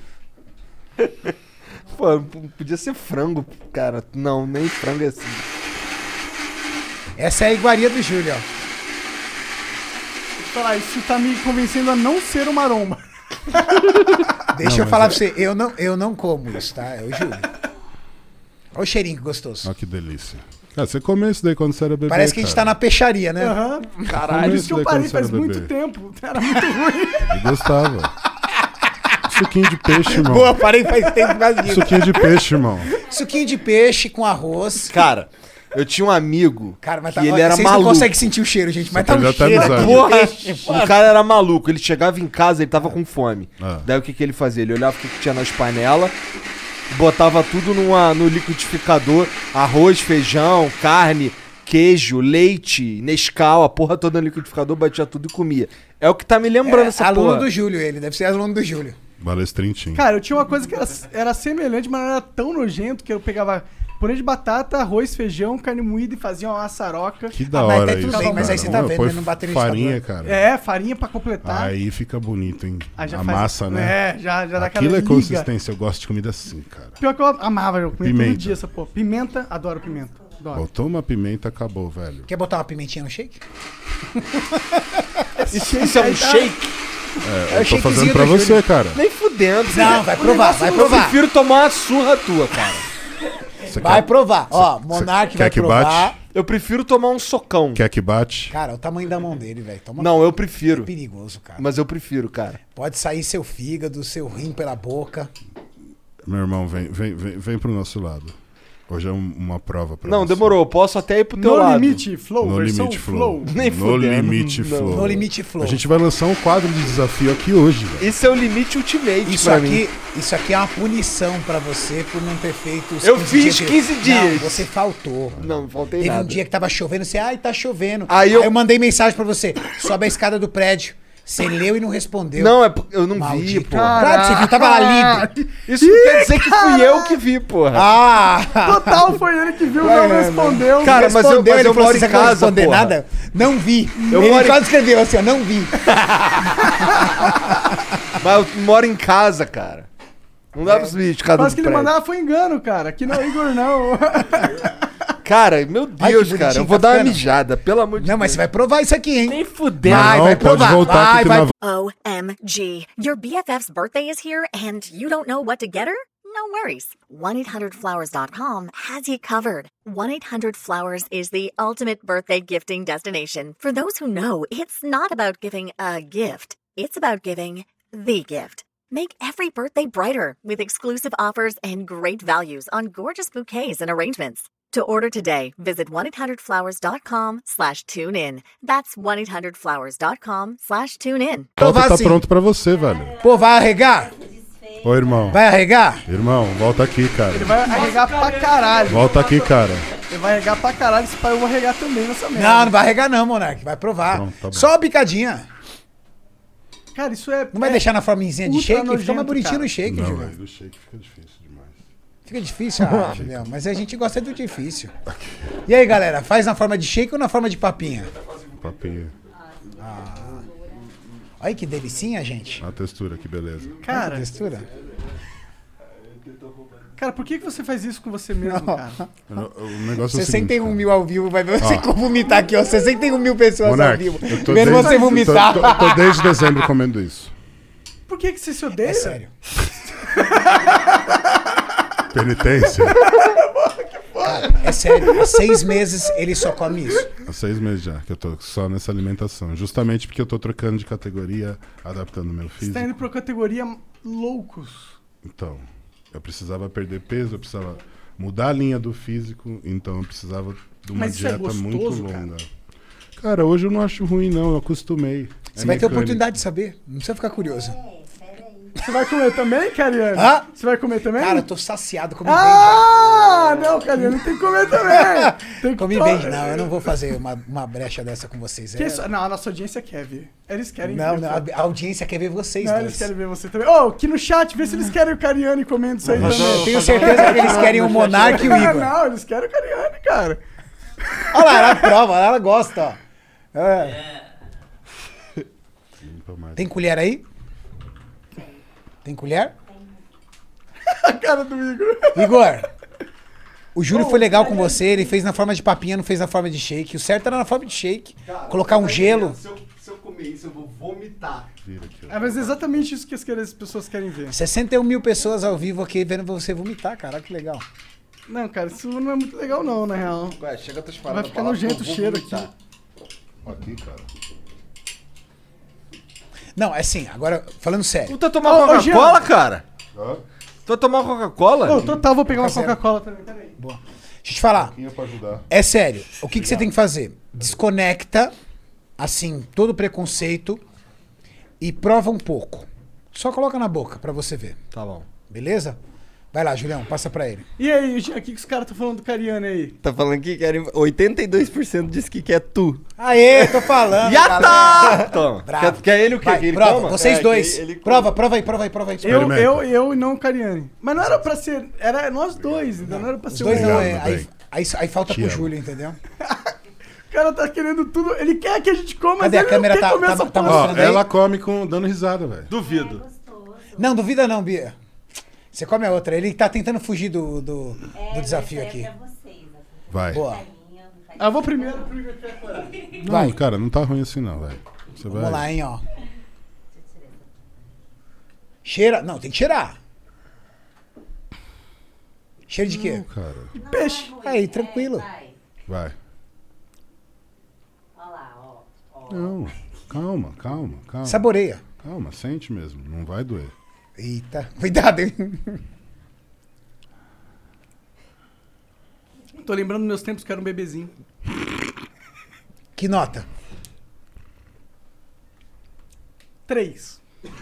Pô, podia ser frango, cara. Não, nem frango é assim. Essa é a iguaria do Júlio, ó. Vou falar, isso tá me convencendo a não ser uma aroma. Deixa Não, eu falar mas pra você, eu não como isso, tá? É o Júlio. Olha o cheirinho que gostoso. Olha que delícia. Cara, você comeu isso daí quando você era bebê, Parece que a gente tá cara. na peixaria, né? Aham. Caralho, Por isso que eu parei faz muito bebê. tempo. Era muito ruim. Eu gostava. Suquinho de peixe, irmão. Boa, parei faz tempo por causa disso. Suquinho de peixe, irmão. Suquinho de peixe com arroz. Cara, eu tinha um amigo Cara, mas que tá, ele era vocês maluco. não conseguem sentir o cheiro, gente, mas tá um perdeu até cheiro amizade. aqui de Porra, peixe. o cara era maluco. Ele chegava em casa, ele tava com fome. Ah. Daí o que ele fazia? Ele olhava o que tinha nas panelas, botava tudo no liquidificador, arroz, feijão, carne, queijo, leite, Nescau, a porra toda no liquidificador, batia tudo e comia. É o que tá me lembrando essa aluno porra. do Júlio, ele deve ser aluno do Júlio. Balestrintinho. Cara, eu tinha uma coisa que era semelhante, mas não era tão nojento que eu pegava purê de batata, arroz, feijão, carne moída e fazia uma maçaroca. Que da mas hora tá tudo isso, bem, mas aí cara. você tá Meu, vendo, põe né? Não bater no farinha, liquidificador. cara. É, farinha pra completar. Aí fica bonito, hein? Aí já A faz- massa, né? É, já dá aquela Aquilo é liga. consistência. Eu gosto de comida assim, cara. Pior que eu amava, eu comia todo Pimenta. dia essa porra. Pimenta, adoro pimenta. Adoro. Botou uma pimenta, acabou, velho. Quer botar uma pimentinha no shake? Isso é um shake? É, eu tô fazendo pra você, cara. Nem fudendo. Não, vai provar, vai Eu provar. prefiro tomar uma surra tua, cara. Você Vai quer, provar. Ó, Monark quer vai que provar. bate? Eu prefiro tomar um socão. quer que bate? Cara, o tamanho da mão dele, velho. Toma Não, eu É prefiro. perigoso, cara. Mas eu prefiro, cara. Pode sair seu fígado, seu rim pela boca. Meu irmão, vem pro nosso lado. Hoje é uma prova pra Não, você. demorou. Eu posso até ir pro teu No lado. limite, flow, No versão limite flow. Nem No fudendo. limite Não. flow. No limite flow. A gente vai lançar um quadro de desafio aqui hoje, velho. Esse é o limite ultimate Isso pra mim. aqui é uma punição pra você por não ter feito os Eu 15 fiz dias. 15 dias. Não, você faltou. Não, não faltei Teve nada. um dia que tava chovendo, você, ai, tá chovendo. Aí eu- mandei mensagem pra você, sobe a escada do prédio. Você leu e não respondeu. Não, eu não vi, Maldito. pô. Claro, você viu, tava lá lido. Isso não quer dizer que fui eu que vi, porra. Ah! Total, foi ele que viu, não respondeu. Cara, mas eu ele falou moro assim, em você não vai casa, responder porra. nada? Não vi. Eu ele moro em- quase escreveu assim, ó, não vi. Mas eu moro em casa, cara. Não dá pra subir de cada Mas que ele prédio. mandava foi engano, cara. Aqui não é Igor, não. Cara, meu Ai, que Deus, bonitinho, cara. Eu tá vou dar uma ficando? mijada, pelo amor de Não, mas você vai provar isso aqui, hein? Nem fudendo. Vai, Não, vai pode provar. voltar Vai, que vai. tem OMG. Your BFF's birthday is here and you don't know what to get her? No worries. 1-800-Flowers.com has you covered. 1-800-Flowers is the ultimate birthday gifting destination. For those who know, it's not about giving a gift. It's about giving the gift. Make every birthday brighter with exclusive offers and great values on gorgeous bouquets and arrangements. To order today, visit 1-800-Flowers.com/tune-in. That's 1-800-Flowers.com/tune-in. Volta tá pronto pra você, velho. Pô, vai arregar? Ô, irmão. Vai arregar? Irmão, volta aqui, cara. Ele vai arregar pra caralho. Volta aqui, cara. Ele vai arregar pra caralho. Esse pai eu vou arregar também nessa merda. Não, não vai arregar não, Monark. Vai provar. Pronto, tá bom. Só a bicadinha. Cara, isso é... Não vai deixar na forminha de ultra shake? Fica nojento, mais bonitinho cara. no shake, Não, Julião. velho, do shake fica difícil demais. Fica difícil, Julião. Mas a gente gosta do difícil. E aí, galera? Faz na forma de shake ou na forma de papinha? Papinho. Olha que delicinha, gente. Olha a textura, que beleza. Olha que Cara, textura. cara, por que você faz isso com você mesmo, cara? O negócio é o seguinte, 61 cara. mil ao vivo, vai ver você vomitar aqui, ó. 61 mil pessoas Monark, ao vivo. eu tô Vendo desde- você vomitar. Tô desde dezembro comendo isso. Por que você se odeia? É sério. Penitência. É sério. Há 6 meses ele só come isso. Há 6 meses já que eu tô só nessa alimentação. Justamente porque eu tô trocando de categoria, adaptando meu Você físico. tá indo pra categoria loucos. Então, eu precisava perder peso, eu precisava mudar a linha do físico, então eu precisava de uma Mas isso é dieta muito gostoso, longa. Cara, hoje eu não acho ruim, não, eu acostumei. Você vai ter oportunidade de saber. Não precisa ficar curioso. Você vai comer também, Cariane? Hã? Você vai comer também? Cara, eu tô saciado, comi bem. Ah, não, Cariane, tem que comer também. Tem que Comi bem. Não, eu não vou fazer uma brecha dessa com vocês. Que isso? Não, a nossa audiência quer ver. Eles querem ver. Não, a audiência quer ver vocês Não, dois. eles querem ver você também. Ô, aqui no chat, vê se eles querem o Cariane comendo isso aí também. Eu tenho certeza que eles querem o Monark e o Igor. Não, eles querem o Cariane, cara. Olha lá, ela prova, ela gosta, ó. É. Tem colher aí? Tem colher? A cara do Igor. Igor, o Júlio foi legal com você, ele fez na forma de papinha, não fez na forma de shake. O certo era na forma de shake. Colocar um gelo. Se eu comer isso, eu vou vomitar. É, mas é exatamente isso que as pessoas querem ver. 61 mil pessoas ao vivo aqui vendo você vomitar, cara, que legal. Não, cara, isso não é muito legal não, na real. Ué, chega outras Vai paradas. ficar nojento o cheiro aqui. Aqui, cara. Não, é assim, agora, falando sério. Tu tá tomando Coca-Cola, cara? Hã? Tu vai tomar Coca-Cola? Ô, total, vou pegar uma Zero. Coca-Cola também, peraí. Boa. Deixa eu te falar. Pouquinho pra ajudar. É sério, o que você tem que fazer? Desconecta, assim, todo o preconceito e prova um pouco. Só coloca na boca pra você ver, Tá bom. beleza? Vai lá, Julião, passa pra ele. E aí, Jean, o que os caras estão falando do Cariane aí? Tá falando que querem. 82% diz que quer tu. Aê, tô falando. Tá! Toma. Bravo. Quer ele o quê? Vai, Que ele prova, toma? vocês É, dois. que ele prova aí. Experimenta. Eu e não o Cariane. Mas não era pra ser. Era nós dois, então não era pra Os ser dois um. não, Obrigado, é, bem. aí falta Te pro amo. Júlio, entendeu? O cara tá querendo tudo. Ele quer que a gente coma, mas Cadê? A ele câmera não quer tá- comer tá- essa tá porra. Ó, mostrando aí? ela come dando risada, velho. Duvido. Não, duvida não, Bia. Você come a outra. Ele tá tentando fugir do desafio aqui. Vai. Boa. Ah, eu vou primeiro pro Igor ter coragem. Não, Vai. cara, não tá ruim assim não, velho. Você Vamos vai. lá, hein, ó. Cheira. Não, tem que cheirar. Cheiro de quê? Não, cara. Peixe. Aí, tranquilo. Vai. Olha lá, ó. Não. Calma. Saboreia. Calma, sente mesmo. Não vai doer. Eita, cuidado, hein? Tô lembrando meus tempos que era um bebezinho. Que nota? 3.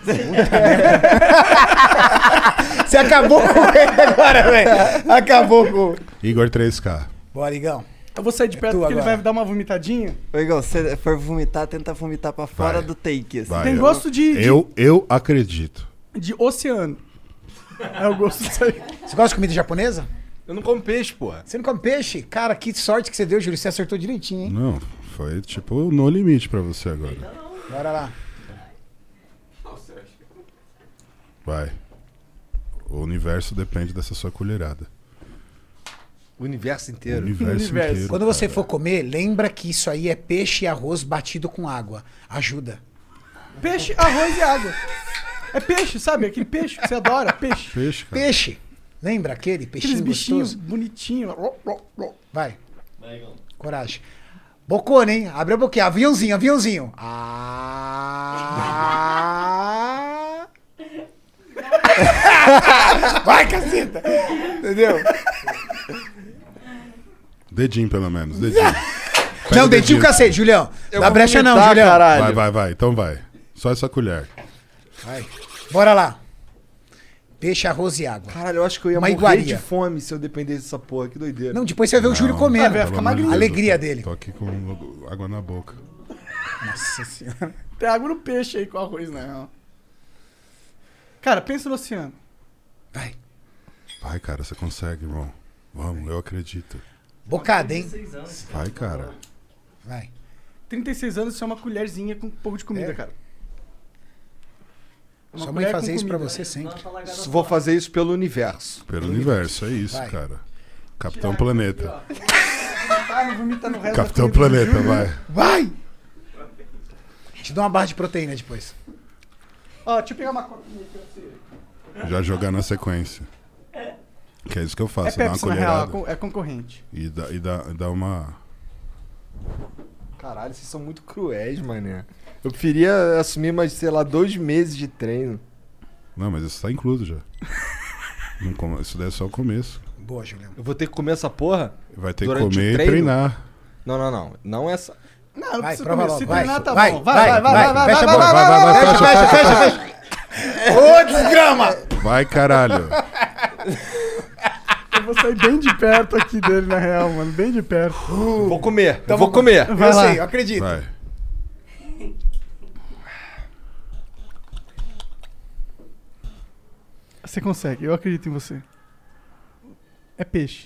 Você acabou com ele agora, velho. Acabou com... Igor 3K. Bora, Igão. Eu vou sair de perto tu porque ele agora. vai dar uma vomitadinha. Ô, Igor, se for vomitar, tenta vomitar pra fora Vai. do take. Assim. Vai. Tem eu- gosto de Eu acredito. oceano. É o gosto disso aí. Você gosta de comida japonesa? Eu não como peixe, porra. Você não come peixe? Cara, que sorte que você deu, Júlio. Você acertou direitinho, hein? Não, foi tipo no limite pra você agora. Bora lá. Vai. O universo depende dessa sua colherada. O universo O inteiro. universo Universo. inteiro. Quando você cara. for comer, lembra que isso aí é peixe e arroz batido com água. Ajuda. Peixe, arroz e água. É peixe, sabe? Aquele peixe que você adora. Peixe. Peixe, cara. Peixe. Lembra aquele peixinho Aqueles bichinhos gostoso? bonitinhos. Vai. Coragem. Bocona, hein? Abre a boquinha. Aviãozinho. Ah. Vai, caceta! Entendeu? Dedinho, pelo menos. Dedinho. Pega Não, o dedinho cacete, Julião. Eu Dá vou brecha não, vomitar, Julião. caralho. Vai. Então vai. Só essa colher. Vai. Bora lá. Peixe, arroz e água. Caralho, eu acho que eu ia Uma morrer iguaria. de fome se eu dependesse dessa porra. Que doideira. Não, depois você vai ver o Júlio Não, comendo. vai ficar pelo amor de magrinho. Deus, Alegria eu tô- dele. Tô aqui com água na boca. Nossa senhora. Tem água no peixe aí com arroz, né? Cara, pensa no oceano. Vai. Vai, cara, você consegue, irmão. Vamos, eu acredito. Bocada, hein? Vai, cara. Vai. 36 anos, isso é uma colherzinha com um pouco de comida, É. cara. Uma Sua mãe colher fazer com isso pra comida. você sempre. Vou fazer isso pelo universo. Pelo universo, é isso, Vai. cara. Capitão Planeta. Não vomita no resto Capitão da comida do Planeta, Júlio. vai. Vai! Te dou uma barra de proteína depois. Ó, deixa eu pegar uma coquinha aqui pra você. Já jogar na sequência. Que é isso que eu É faço, dá uma Pepsi, na real, colherada. é concorrente. E dá uma... Caralho, vocês são muito cruéis, mané. Eu preferia assumir mais, sei lá, 2 meses de treino. Não, mas isso tá incluso já. Isso daí é só o começo. Boa, Julião. Eu vou ter que comer essa porra? Vai ter que Durante o comer e treino? treinar. Não. Não essa. Não, não Vai, precisa prova comer. logo. Se Vai, treinar, tá vai, bom. vai, vai. Fecha a boca. Fecha. Ô, desgrama! Vai, caralho. Eu vou sair bem de perto aqui dele, na real, mano. Bem de perto. Vou comer. Eu vou comer. Vai Eu lá. sei, eu acredito. Vai. Você consegue, eu acredito em você. É peixe.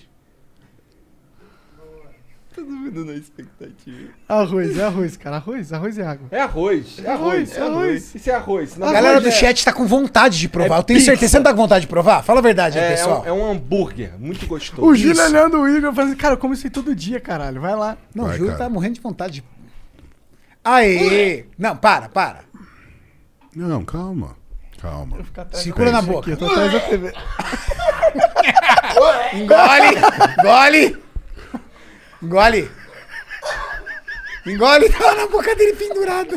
Todo mundo na expectativa. Arroz, é arroz, cara. Arroz e água. É arroz. É arroz. É arroz. Isso é arroz. A galera do chat tá com vontade de provar. Eu tenho certeza. Você não tá com vontade de provar? Fala a verdade aí, pessoal. É um hambúrguer muito gostoso. O Júlio olhando o Igor falando assim, cara, eu como isso aí todo dia, caralho. Vai lá. Não, Vai, o Júlio cara. tá morrendo de vontade de... Aê! Não, para. Não, calma. Calma. Fica atrás Segura da na TV boca. aqui, eu tô atrás da TV. Engole, tá na boca dele pendurado.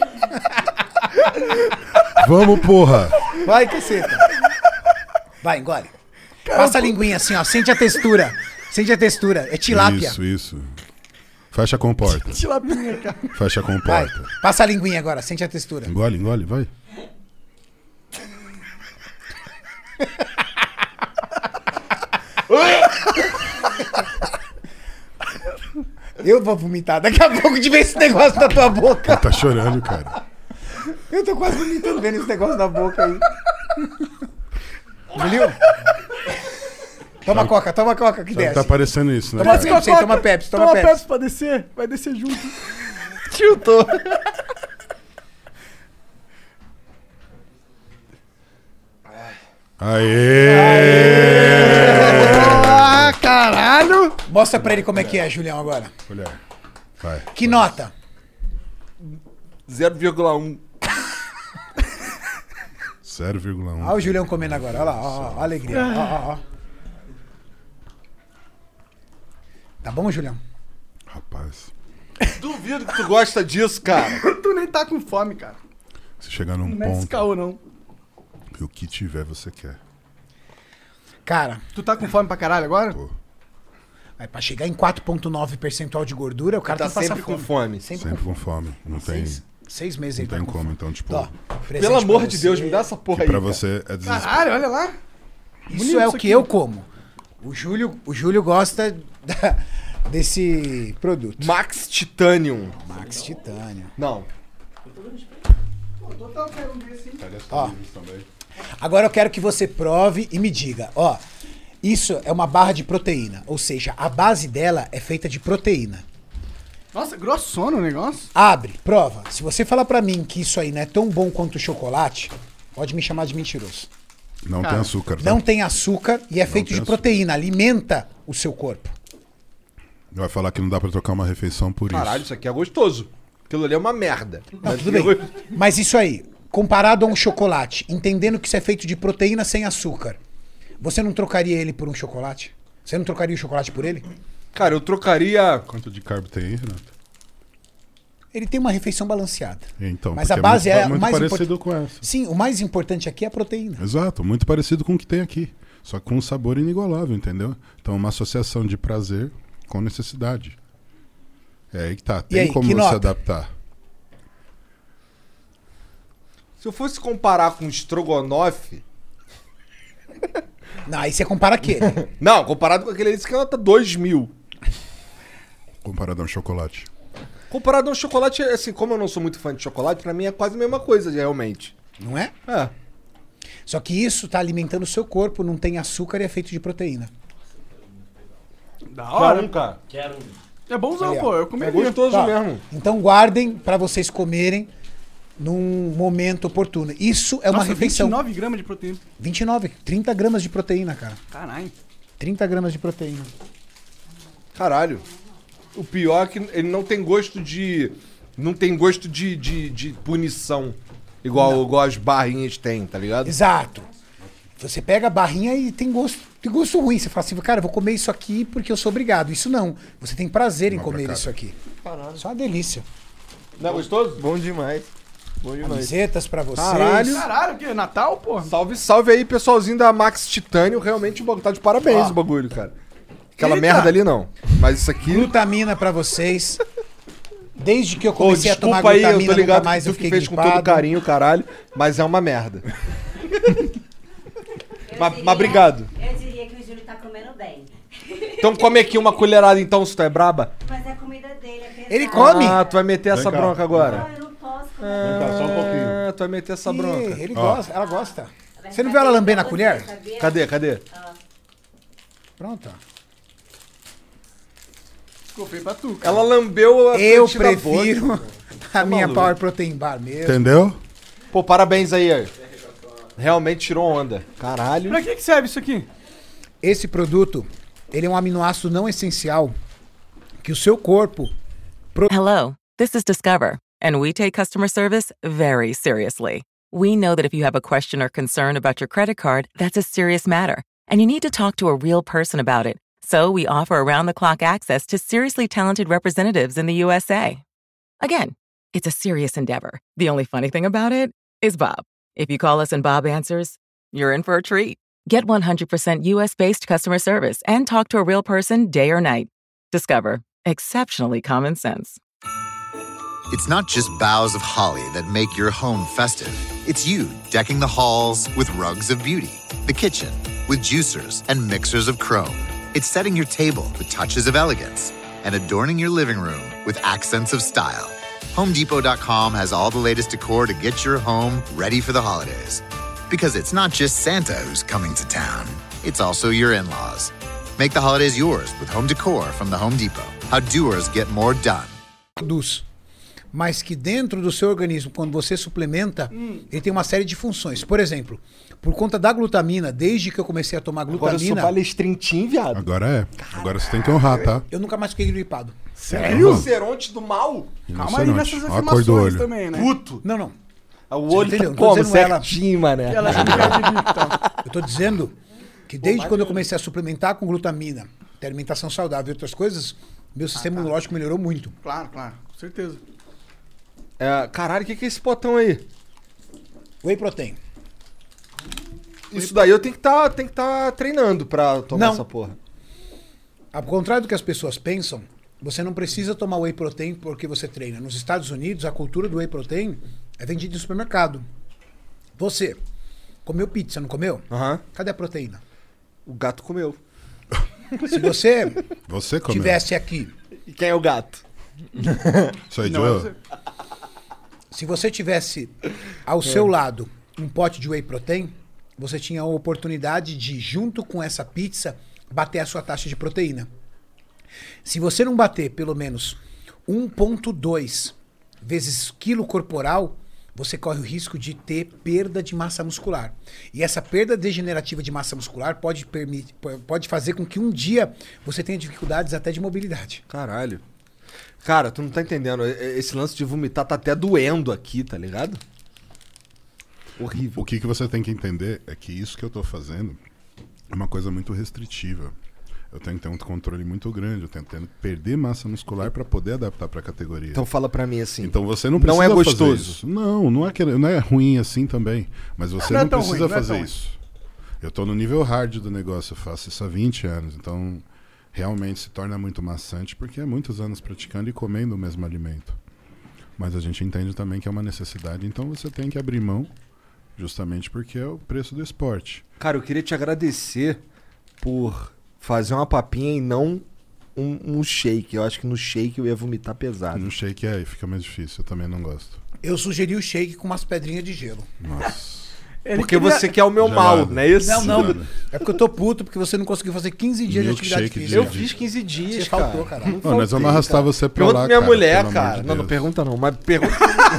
Vamos, porra. Vai, caceta. Vai, engole. Passa a linguinha assim, ó. Sente a textura. É tilápia. Isso. Fecha a comporta. Tilapinha, cara. Fecha a Vai. comporta. Passa a linguinha agora, sente a textura. Engole, vai. Eu vou vomitar daqui a pouco de ver esse negócio na tua boca. Tá chorando, cara. Eu tô quase vomitando vendo esse negócio na boca aí. Viu? Toma coca, que desce. Tá parecendo isso, né? Toma cara? Pepsi, toma Pepsi. Toma Pepsi pra descer. Vai descer junto. Tiltou. Aê! Ah, caralho. Mostra pra ele como é que é, Julião, agora. Olha. Vai. Que nota? 0,1. 0,1. Olha o Julião comendo agora. Olha lá, ó, a alegria. Ó. Tá bom, Julião? Rapaz, Duvido que tu gosta disso, cara. Tu nem tá com fome, cara. se chegar num Não mete esse ponto caô, não. que o que tiver você quer. Cara, Tu tá com fome pra caralho agora? Pô, vai pra chegar em 4,9 percentual de gordura, o cara Tá tem que passar sempre com fome. Sempre sempre com fome. Não tem, 6 meses não ele tá tem com como. fome. Então, tipo, Ó, presente Pelo amor pra de você. Deus, me dá essa porra que aí. pra cara. você é desespero. Caralho, olha lá. Isso Bonito é o isso que aqui. eu como. O Júlio gosta desse produto. Max Titanium. Max Titânio. Não. Ó. Agora eu quero que você prove e me diga, ó, isso é uma barra de proteína, ou seja, a base dela é feita de proteína. Nossa, grossona o negócio. Abre, prova. Se você falar pra mim que isso aí não é tão bom quanto o chocolate, pode me chamar de mentiroso. Não Cara, tem açúcar. tá? Não tem açúcar e é feito tem de açúcar. proteína, alimenta o seu corpo. Vai falar que não dá pra trocar uma refeição por Caralho, isso. isso aqui é gostoso. Aquilo ali é uma merda. Não, tudo bem. Mas isso aí, comparado a um chocolate, entendendo que isso é feito de proteína sem açúcar, você não trocaria ele por um chocolate? Você não trocaria o chocolate por ele? Cara, eu trocaria... Quanto de carbo tem aí, Renato? Ele tem uma refeição balanceada. Então, Mas porque a base é muito o mais parecido com essa. Sim, o mais importante aqui é a proteína. Exato, muito parecido com o que tem aqui. Só com um sabor inigualável, entendeu? Então, uma associação de prazer com necessidade. É aí que tá. Tem aí, como que você nota? adaptar. Se eu fosse comparar com estrogonofe... Não, aí você compara aquele. Não, comparado com aquele ali, que é nota 2.000. Comparado a um chocolate. Comparado a um chocolate, assim, como eu não sou muito fã de chocolate, pra mim é quase a mesma coisa, realmente. Não é? É. Só que isso tá alimentando o seu corpo, não tem açúcar e é feito de proteína. Da hora. cara. É bonzão, Aí, ó. pô. Eu É comeria. gostoso Tá. mesmo. Então guardem pra vocês comerem num momento oportuno. Isso é uma Nossa, refeição. 29 gramas de proteína. 29, 30 gramas de proteína, cara. Caralho. 30 gramas de proteína. Caralho. O pior é que ele não tem gosto de... Não tem gosto de punição. Igual as barrinhas têm, tá ligado? Exato. Você pega a barrinha e tem gosto ruim. Você fala assim, cara, eu vou comer isso aqui porque eu sou obrigado. Isso não. Você tem prazer em Não, pra comer cá. isso aqui. Caralho. Isso é uma delícia. Não é gostoso? Bom demais. Bom demais. Camisetas pra vocês. Caralho. Caralho, o quê? Natal, pô? Salve, salve aí, pessoalzinho da Max Titânio. Realmente, o bagulho tá de parabéns o bagulho, cara. Aquela Eita. merda ali, não. Mas isso aqui... Glutamina pra vocês. Desde que eu Pô, comecei a tomar desculpa aí, glutamina, eu tô ligado nunca mais que eu tu que fiquei fez com gripado. todo carinho, caralho. Mas é uma merda. Eu Mas diria- obrigado. Eu diria que o Júlio tá comendo bem. Então come aqui uma colherada então, se tu é braba. Mas a comida dele é pesada. Ele come. Ah, tu vai meter essa cá. bronca agora. Não, eu não posso comer. Vem cá, só um pouquinho. Ah, tu vai meter essa Ih, bronca. ele Ó. gosta, ela gosta. Vai Você não ficar viu ela bem lamber na pra colher? você, sabia? Cadê? Pronto. ó. Ficou feio pra tu. cara. Ela lambeu a Eu frente da boca. prefiro a minha maluco. Power Protein Bar mesmo. Entendeu? Pô, parabéns aí. Realmente tirou onda. Caralho. Pra que serve isso aqui? Esse produto, ele é um aminoácido não essencial que o seu corpo... Hello, this is Discover, and we take customer service very seriously. We know that if you have a question or concern about your credit card, that's a serious matter, and you need to talk to a real person about it. So we offer around-the-clock access to seriously talented representatives in the USA. Again, it's a serious endeavor. The only funny thing about it is Bob. If you call us and Bob answers, you're in for a treat. Get 100% US-based customer service and talk to a real person day or night. Discover. Exceptionally common sense. It's not just boughs of holly that make your home festive. It's you decking the halls with rugs of beauty, the kitchen with juicers and mixers of chrome. It's setting your table with touches of elegance and adorning your living room with accents of style. HomeDepot.com has all the latest decor to get your home ready for the holidays. Because it's not just Santa who's coming to town, it's also your in-laws. Make the holidays yours with home decor from the Home Depot. How doers get more done. produz, mas que dentro do seu organismo, quando você suplementa, ele tem uma série de funções. Por exemplo, por conta da glutamina, desde que eu comecei a tomar Agora eu glutamina, sou palestrintim, viado. Agora é. Agora você tem que honrar, tá? eu nunca mais fiquei gripado. Sério? Rinoceronte do mal? Calma aí nessas Rinoceronte. Ó a cor do afirmações olho. também, né? Puto. Não, não. O olho entendeu? tá Tô como? dizendo ela- Certinho, mané. Ela já quer de então. Eu tô dizendo que desde quando eu comecei a suplementar com glutamina, ter alimentação saudável e outras coisas, meu sistema imunológico melhorou muito. Claro, claro. Com certeza. É, caralho, o que é esse potão aí? Whey protein. Isso daí eu tenho que tá treinando pra tomar Não. essa porra. Ao contrário do que as pessoas pensam, você não precisa tomar whey protein porque você treina. Nos Estados Unidos, a cultura do whey protein é vendida no supermercado. Você comeu pizza, não comeu? Aham. Cadê a proteína? O gato comeu. Se você Você comeu. tivesse aqui, E quem é o gato? Sou Não, idiota. se você tivesse ao seu lado um pote de whey protein, você tinha a oportunidade de, junto com essa pizza, bater a sua taxa de proteína. Se você não bater pelo menos 1,2 vezes quilo corporal, você corre o risco de ter perda de massa muscular. E essa perda degenerativa de massa muscular pode fazer com que um dia você tenha dificuldades até de mobilidade. Caralho. Cara, tu não tá entendendo. Esse lance de vomitar tá até doendo aqui, tá ligado? Horrível. O que você tem que entender é que isso que eu tô fazendo é uma coisa muito restritiva. Eu tenho que ter um controle muito grande, eu tenho que perder massa muscular para poder adaptar para a categoria. Então fala pra mim assim. Então você não precisa não é fazer gostoso. isso. Não é ruim assim também, mas você não tão precisa ruim, fazer isso. Eu tô no nível hard do negócio, eu faço isso há 20 anos, então realmente se torna muito maçante porque é muitos anos praticando e comendo o mesmo alimento. Mas a gente entende também que é uma necessidade, então você tem que abrir mão, justamente porque é o preço do esporte. Cara, eu queria te agradecer por fazer uma papinha e não um shake. Eu acho que no shake eu ia vomitar pesado. No shake fica mais difícil, eu também não gosto. Eu sugeri o shake com umas pedrinhas de gelo. Nossa. Porque você quer o meu mal, não é isso? Não. É porque eu tô puto porque você não conseguiu fazer 15 dias de atividade física. Eu fiz 15 dias, Você cara. faltou, cara. Nós vamos arrastar você pra Pergunta lá, minha cara, mulher, pelo cara. amor de Não Deus. pergunta não, mas pergunta...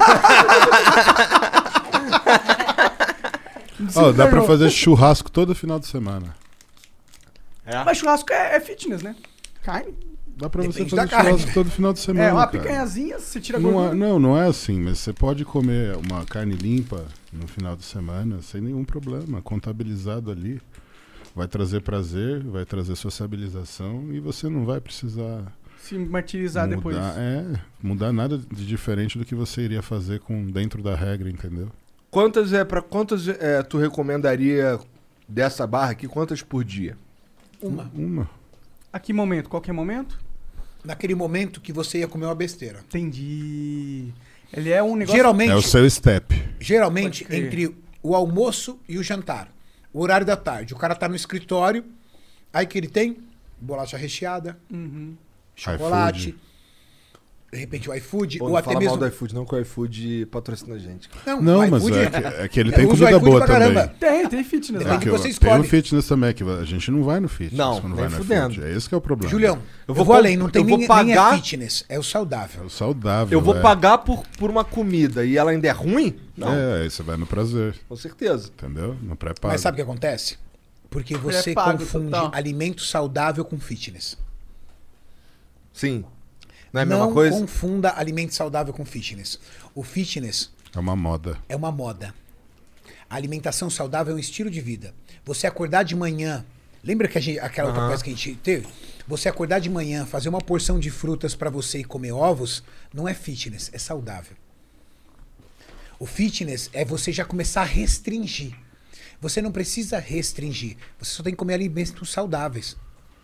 Dá pra fazer churrasco todo final de semana. Mas churrasco é fitness, né? Carne. Dá pra Depende você da fazer carne. churrasco todo final de semana, Uma cara. picanhazinha, você tira a Não gordura. é assim, mas você pode comer uma carne limpa no final de semana sem nenhum problema, contabilizado ali. Vai trazer prazer, vai trazer sociabilização e você não vai precisar Se martirizar depois. mudar nada de diferente do que você iria fazer dentro da regra, entendeu? Quantas tu recomendaria dessa barra aqui? Quantas por dia? Uma. A que momento? Qualquer momento? Naquele momento que você ia comer uma besteira. Entendi. Ele é um negócio... Geralmente, É o seu step. geralmente Pode crer. entre o almoço e o jantar. O horário da tarde. O cara tá no escritório, aí que ele tem bolacha recheada, chocolate, iFood. de repente o iFood, Pô, ou não até fala mesmo... mal do iFood, não, que o iFood patrocina a gente. Não, o mas iFood é que ele tem eu uso o comida iFood boa pra também. caramba. Tem fitness. Depende Né? do que você Tem o escolhe. fitness também, que a gente não vai no fitness Não, quando nem vai no fudendo. iFood. É esse que é o problema. Julião, Eu eu vou vou além, não tem eu vou nem pagar- é fitness, é o saudável. É o saudável. Eu vou pagar por uma comida e ela ainda é ruim? Não, Aí você vai no prazer, com certeza. entendeu? No pré-pago. Mas sabe o que acontece? Porque você Pré-pago confunde total. alimento saudável com fitness. Sim. Não é a mesma coisa? Confunda alimento saudável com fitness. O fitness É uma moda. é uma moda. A alimentação saudável é um estilo de vida. Você acordar de manhã, lembra que aquela outra coisa que a gente teve? Você acordar de manhã, fazer uma porção de frutas pra você e comer ovos, não é fitness, é saudável. O fitness é você já começar a restringir. Você não precisa restringir, você só tem que comer alimentos saudáveis.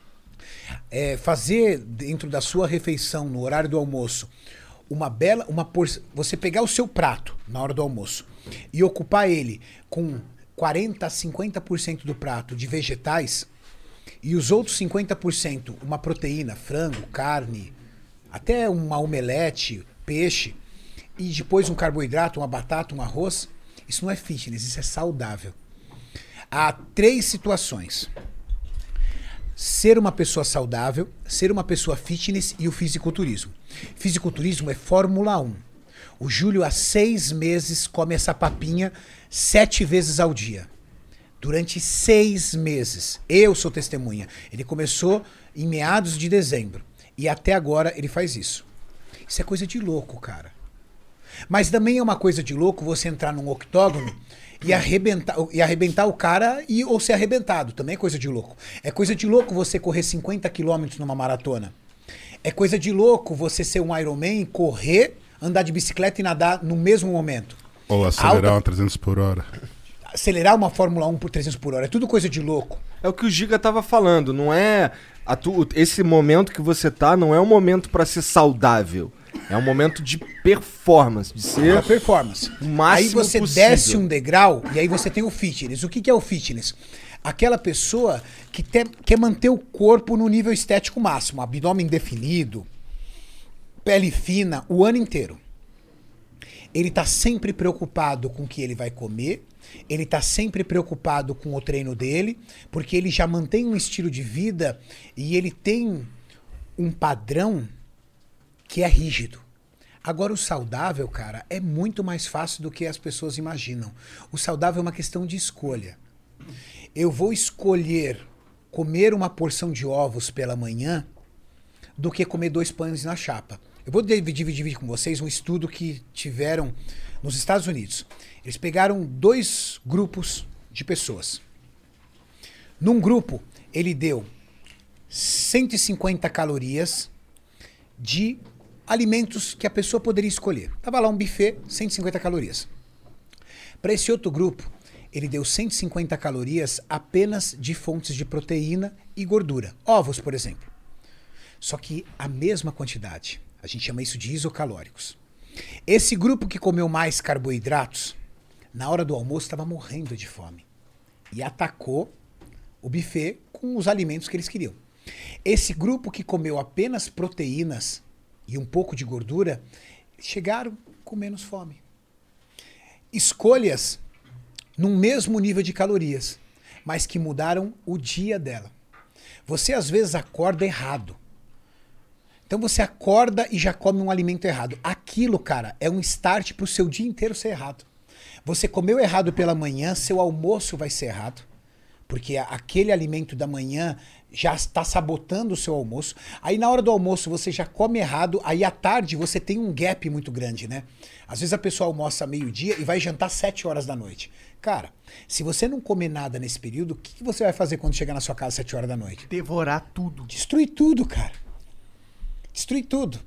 Fazer dentro da sua refeição, no horário do almoço, uma porção, você pegar o seu prato na hora do almoço e ocupar ele com 40% a 50% do prato de vegetais e os outros 50% uma proteína, frango, carne, até uma omelete, peixe, e depois um carboidrato, uma batata, um arroz, isso não é fitness, isso é saudável. Há 3 situações: ser uma pessoa saudável, ser uma pessoa fitness e o fisiculturismo. Fisiculturismo é Fórmula 1. O Júlio há 6 meses come essa papinha 7 vezes ao dia. Durante 6 meses. Eu sou testemunha. Ele começou em meados de dezembro. E até agora ele faz isso. Isso é coisa de louco, cara. Mas também é uma coisa de louco você entrar num octógono e arrebentar o cara ou ser arrebentado. Também é coisa de louco. É coisa de louco você correr 50 quilômetros numa maratona. É coisa de louco você ser um Ironman, correr, andar de bicicleta e nadar no mesmo momento. Ou acelerar uma 300 por hora. Acelerar uma Fórmula 1 por 300 por hora. É tudo coisa de louco. É o que o Giga tava falando, não é... esse momento que você tá não é um momento pra ser saudável. É um momento de performance, de ser A performance. o máximo Aí você possível. desce um degrau e aí você tem o fitness. O que é o fitness? Aquela pessoa que quer manter o corpo no nível estético máximo. Abdômen definido, pele fina, o ano inteiro. Ele tá sempre preocupado com o que ele vai comer. Ele tá sempre preocupado com o treino dele, porque ele já mantém um estilo de vida e ele tem um padrão que é rígido. Agora, o saudável, cara, é muito mais fácil do que as pessoas imaginam. O saudável é uma questão de escolha. Eu vou escolher comer uma porção de ovos pela manhã do que comer 2 pães na chapa. Eu vou dividir com vocês um estudo que tiveram nos Estados Unidos. Eles pegaram 2 grupos de pessoas. Num grupo, ele deu 150 calorias de alimentos que a pessoa poderia escolher. Tava lá um buffet, 150 calorias. Para esse outro grupo, ele deu 150 calorias apenas de fontes de proteína e gordura. Ovos, por exemplo. Só que a mesma quantidade. A gente chama isso de isocalóricos. Esse grupo que comeu mais carboidratos, na hora do almoço estava morrendo de fome. E atacou o buffet com os alimentos que eles queriam. Esse grupo que comeu apenas proteínas e um pouco de gordura, chegaram com menos fome. Escolhas num mesmo nível de calorias, mas que mudaram o dia dela. Você às vezes acorda errado. Então você acorda e já come um alimento errado. Aquilo, cara, é um start pro seu dia inteiro ser errado. Você comeu errado pela manhã, seu almoço vai ser errado. Porque aquele alimento da manhã já está sabotando o seu almoço. Aí na hora do almoço você já come errado, aí à tarde você tem um gap muito grande, né? Às vezes a pessoa almoça meio-dia e vai jantar 7 horas da noite. Cara, se você não comer nada nesse período, o que você vai fazer quando chegar na sua casa às 7 horas da noite? Devorar tudo. Destruir tudo, cara. Destruir tudo.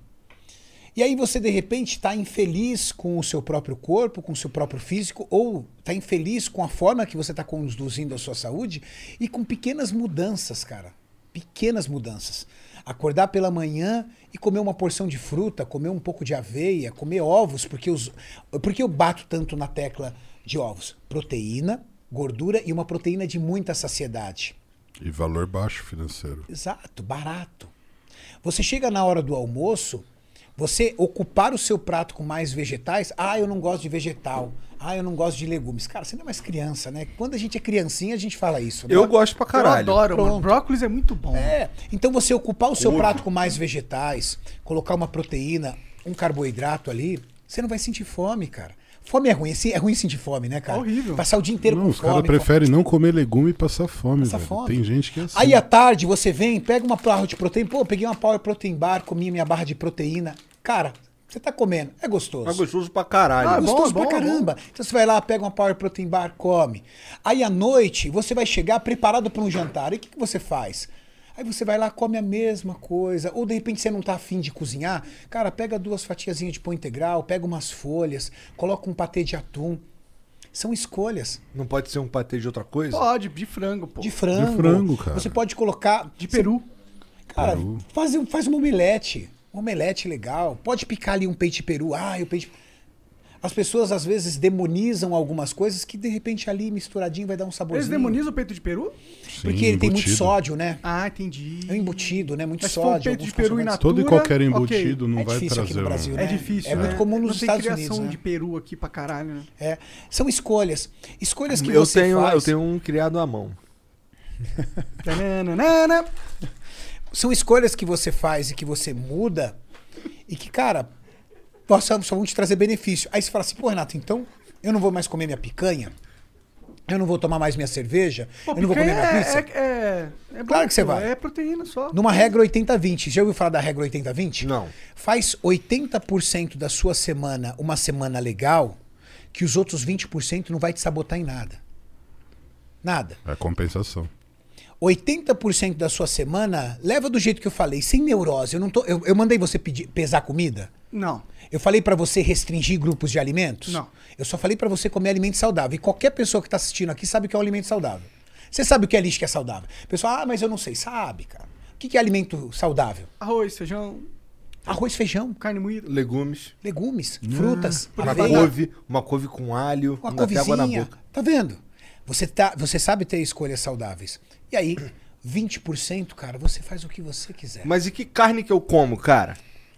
E aí você, de repente, está infeliz com o seu próprio corpo, com o seu próprio físico, ou está infeliz com a forma que você está conduzindo a sua saúde e com pequenas mudanças, cara. Pequenas mudanças. Acordar pela manhã e comer uma porção de fruta, comer um pouco de aveia, comer ovos, porque eu bato tanto na tecla de ovos? Proteína, gordura e uma proteína de muita saciedade. E valor baixo financeiro. Exato, barato. Você chega na hora do almoço, você ocupar o seu prato com mais vegetais. Ah, eu não gosto de vegetal. Ah, eu não gosto de legumes. Cara, você não é mais criança, né? Quando a gente é criancinha, a gente fala isso. Né? Eu gosto pra caralho. Eu adoro, mano. Brócolis é muito bom. É. Então você ocupar o seu prato com mais vegetais, colocar uma proteína, um carboidrato ali, você não vai sentir fome, cara. Fome é ruim. É ruim sentir fome, né, cara? É horrível. Passar o dia inteiro Não, com os fome. caras preferem não comer legume e passar fome, Passar velho. fome. Tem gente que é assim. Aí à tarde você vem, pega uma barra de proteína. Pô, peguei uma Power Protein Bar, comi minha barra de proteína. Cara, você tá comendo. É gostoso. É gostoso pra caralho. É bom, gostoso é bom, pra caramba. Então você vai lá, pega uma Power Protein Bar, come. Aí à noite você vai chegar preparado para um jantar. E o que você faz? Aí você vai lá, come a mesma coisa. Ou de repente você não tá afim de cozinhar. Cara, pega 2 fatiazinhas de pão integral, pega umas folhas, coloca um patê de atum. São escolhas. Não pode ser um patê de outra coisa? Pode, de frango, pô. De frango. De frango, cara. Você pode colocar... De peru. Cara, Peru. faz uma omelete. Uma omelete legal. Pode picar ali um peito de peru. O peito... As pessoas às vezes demonizam algumas coisas que de repente ali misturadinho vai dar um saborzinho. Eles demonizam o peito de peru? Sim, Porque ele tem muito embutido. sódio, né? Ah, entendi. É um embutido, né? Muito Mas se for um sódio. peito de alguns peru in conservantes. natura... Todo e qualquer ok. embutido não É vai difícil aqui trazer no Brasil, um... né? É difícil, É muito né? comum nos Não Estados tem Unidos, criação né? de peru aqui pra caralho, né? É. São escolhas. Escolhas que Eu você tenho faz. um criado à mão. Tananana. São escolhas que você faz e que você muda e que, cara, só vão te trazer benefício. Aí você fala assim, pô, Renato, então eu não vou mais comer minha picanha? Eu não vou tomar mais minha cerveja? Pô, eu não vou comer minha pizza? É Claro que você pô, vai. É proteína só. Numa regra 80-20. Já ouviu falar da regra 80-20? Não. Faz 80% da sua semana uma semana legal, que os outros 20% não vai te sabotar em nada. Nada. É compensação. 80% da sua semana, leva do jeito que eu falei, sem neurose. Eu mandei você pesar comida? Não. Eu falei pra você restringir grupos de alimentos? Não. Eu só falei pra você comer alimento saudável. E qualquer pessoa que tá assistindo aqui sabe o que é um alimento saudável. Você sabe o que é lixo que é saudável? Pessoal, mas eu não sei. Sabe, cara. O que é alimento saudável? Arroz, feijão, Arroz, feijão, carne moída. Legumes. legumes, frutas, Uma aveia, couve com alho. uma dá até água na couvezinha. boca. Tá vendo? Você sabe ter escolhas saudáveis. E aí, 20%, cara, você faz o que você quiser. Mas e que carne que eu como, cara?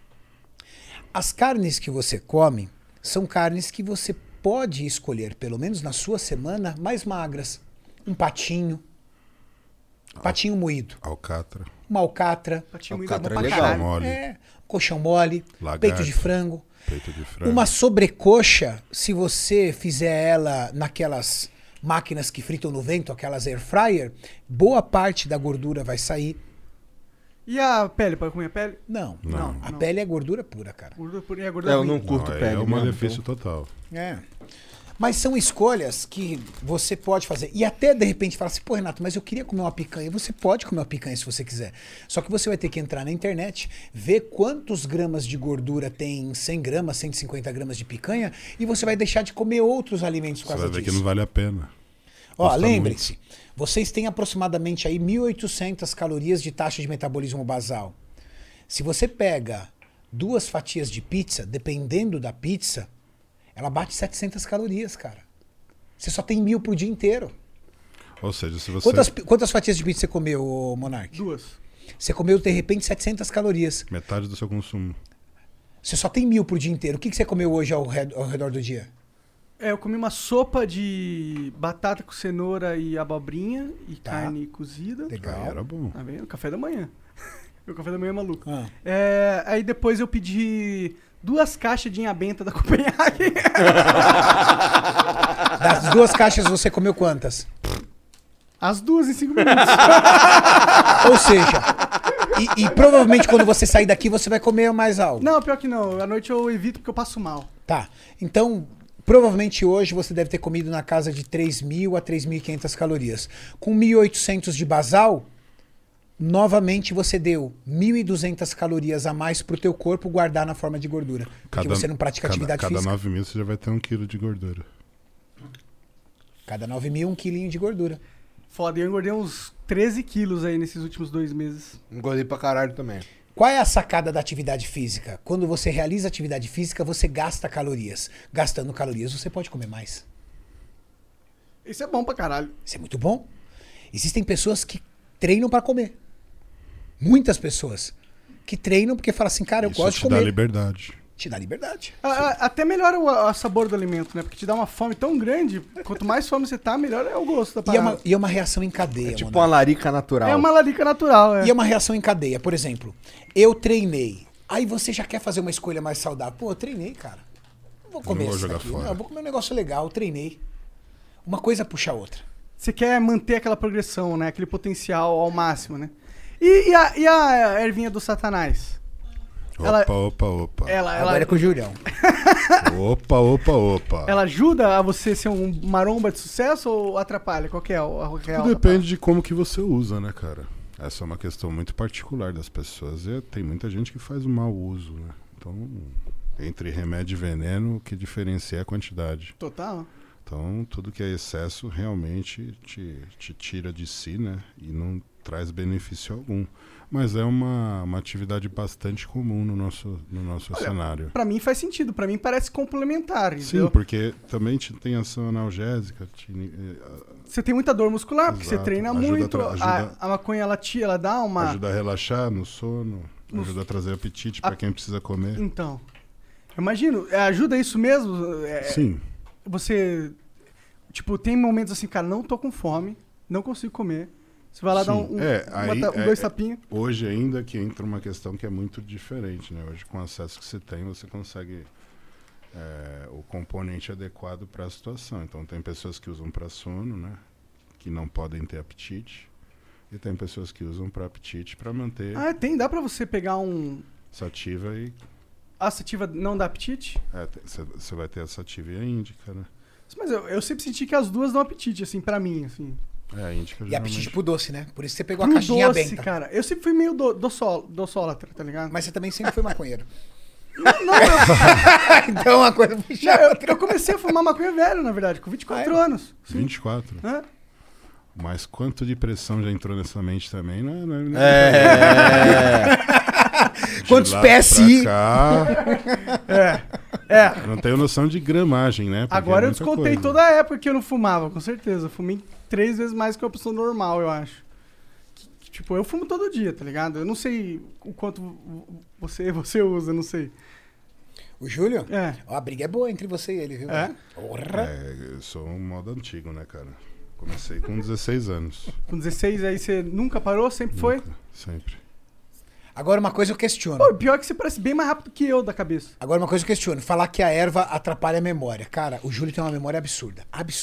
As carnes que você come são carnes que você pode escolher, pelo menos na sua semana, mais magras. Um patinho. Patinho moído. Alcatra. Uma alcatra. Patinho moído é bom Alcatra pra é legal. caralho. Mole. É, coxão mole. Lagarto. Peito de frango. Peito de frango. Uma sobrecoxa, se você fizer ela naquelas máquinas que fritam no vento, aquelas air fryer, boa parte da gordura vai sair. E a pele, pode comer a pele? Não, Não. a pele é gordura pura, cara. Gordura pura. É gordura Eu ruim. não curto Não, pele. é um mesmo, malefício total. É. Mas são escolhas que você pode fazer. E até, de repente, falar assim, pô, Renato, mas eu queria comer uma picanha. Você pode comer uma picanha se você quiser. Só que você vai ter que entrar na internet, ver quantos gramas de gordura tem 100 gramas, 150 gramas de picanha, e você vai deixar de comer outros alimentos por Você causa vai ver disso. que não vale a pena. Ó, Custa lembrem-se, vocês têm aproximadamente aí 1.800 calorias de taxa de metabolismo basal. Se você pega 2 fatias de pizza, dependendo da pizza, ela bate 700 calorias, cara. Você só tem 1.000 pro dia inteiro. Ou seja, se você... Quantas fatias de pizza você comeu, ô Monark? 2. Você comeu, de repente, 700 calorias. Metade do seu consumo. Você só tem 1.000 pro dia inteiro. O que você comeu hoje ao redor do dia? Eu comi uma sopa de batata com cenoura e abobrinha e carne cozida. Legal. Era bom. Tá vendo? Café da manhã. Meu café da manhã é maluco. Ah. Aí depois eu pedi 2 caixas de inha benta da Copenhague. Das 2 caixas você comeu quantas? As 2 em 5 minutos. Ou seja, e provavelmente quando você sair daqui você vai comer mais algo. Não, pior que não. À noite eu evito porque eu passo mal. Tá. Então, provavelmente hoje você deve ter comido na casa de 3.000 a 3.500 calorias. Com 1.800 de basal, novamente você deu 1.200 calorias a mais pro teu corpo guardar na forma de gordura. Porque você não pratica atividade cada física. 9.000 você já vai ter 1 quilo de gordura. Cada 9.000, 1 quilinho de gordura. Foda, eu engordei uns 13 quilos aí nesses últimos 2 meses. Engordei pra caralho também. Qual é a sacada da atividade física? Quando você realiza atividade física, você gasta calorias. Gastando calorias, você pode comer mais. Isso é bom pra caralho. Isso é muito bom. Existem pessoas que treinam pra comer. Muitas pessoas que treinam porque falam assim, cara, eu gosto de comer. Isso te dá liberdade. Te dá liberdade. Até melhora o sabor do alimento, né? Porque te dá uma fome tão grande, quanto mais fome você tá, melhor é o gosto da parada. E é uma reação em cadeia. É tipo Monark. uma larica natural. É uma larica natural, é. E é uma reação em cadeia. Por exemplo, eu treinei. Aí você já quer fazer uma escolha mais saudável. Pô, eu treinei, cara. Não vou comer Não vou isso jogar daqui. fora. Não, eu vou comer um negócio legal. Eu treinei. Uma coisa puxa a outra. Você quer manter aquela progressão, né? Aquele potencial ao máximo, né? E a ervinha do Satanás? Opa. Agora é com o Julião. Opa. Ela ajuda a você ser um maromba de sucesso ou atrapalha? Qual que é a real? Tudo depende de como que você usa, né, cara? Essa é uma questão muito particular das pessoas. E tem muita gente que faz um mau uso, né? Então, entre remédio e veneno, o que diferencia é a quantidade. Total. Então, tudo que é excesso realmente te tira de si, né? E não traz benefício algum. Mas é uma atividade bastante comum no nosso cenário. Pra mim faz sentido. Pra mim parece complementar, entendeu? Sim, porque também tem ação analgésica. Você tem muita dor muscular, porque você Exato. treina Ajuda muito. ajuda- A maconha, ela dá uma... Ajuda a relaxar no sono, ajuda a trazer apetite para quem precisa comer. Então, eu imagino. Ajuda isso mesmo? Sim. Você, tipo, tem momentos assim, cara, não tô com fome, não consigo comer. Você vai lá dar dois tapinhos. Hoje ainda que entra uma questão que é muito diferente, né? Hoje com o acesso que você tem, você consegue o componente adequado para a situação. Então tem pessoas que usam para sono, né? Que não podem ter apetite. E tem pessoas que usam para apetite para manter Dá pra você pegar sativa e... A sativa não dá apetite? Você vai ter a sativa e a índica, né? Mas eu sempre senti que as duas dão apetite, assim, pra mim, assim. A índica E apetite pro doce, né? Por isso você pegou a Pro caixinha doce, benta. cara. Eu sempre fui meio doçólatra, tá ligado? Mas você também sempre foi maconheiro. Não, Então uma coisa puxa a outra. eu comecei a fumar maconha velho, na verdade, com 24 anos. Sim. 24. É. Mas quanto de pressão já entrou nessa mente também, né? Quantos PSI? Não tenho noção de gramagem, né? Porque Agora é eu muita descontei coisa. toda a época que eu não fumava, com certeza. Eu fumei 3 vezes mais que uma pessoa normal, eu acho. Tipo, eu fumo todo dia, tá ligado? Eu não sei o quanto você usa, não sei. O Júlio? É. Ó, a briga é boa entre você e ele, viu? É? Porra. Eu sou um modo antigo, né, cara? Comecei com 16 anos. Com 16 aí você nunca parou? Sempre foi? Sempre. Agora uma coisa eu questiono. Pô, pior que você parece bem mais rápido que eu da cabeça. Agora uma coisa eu questiono. Falar que a erva atrapalha a memória. Cara, o Júlio tem uma memória absurda. Absurda.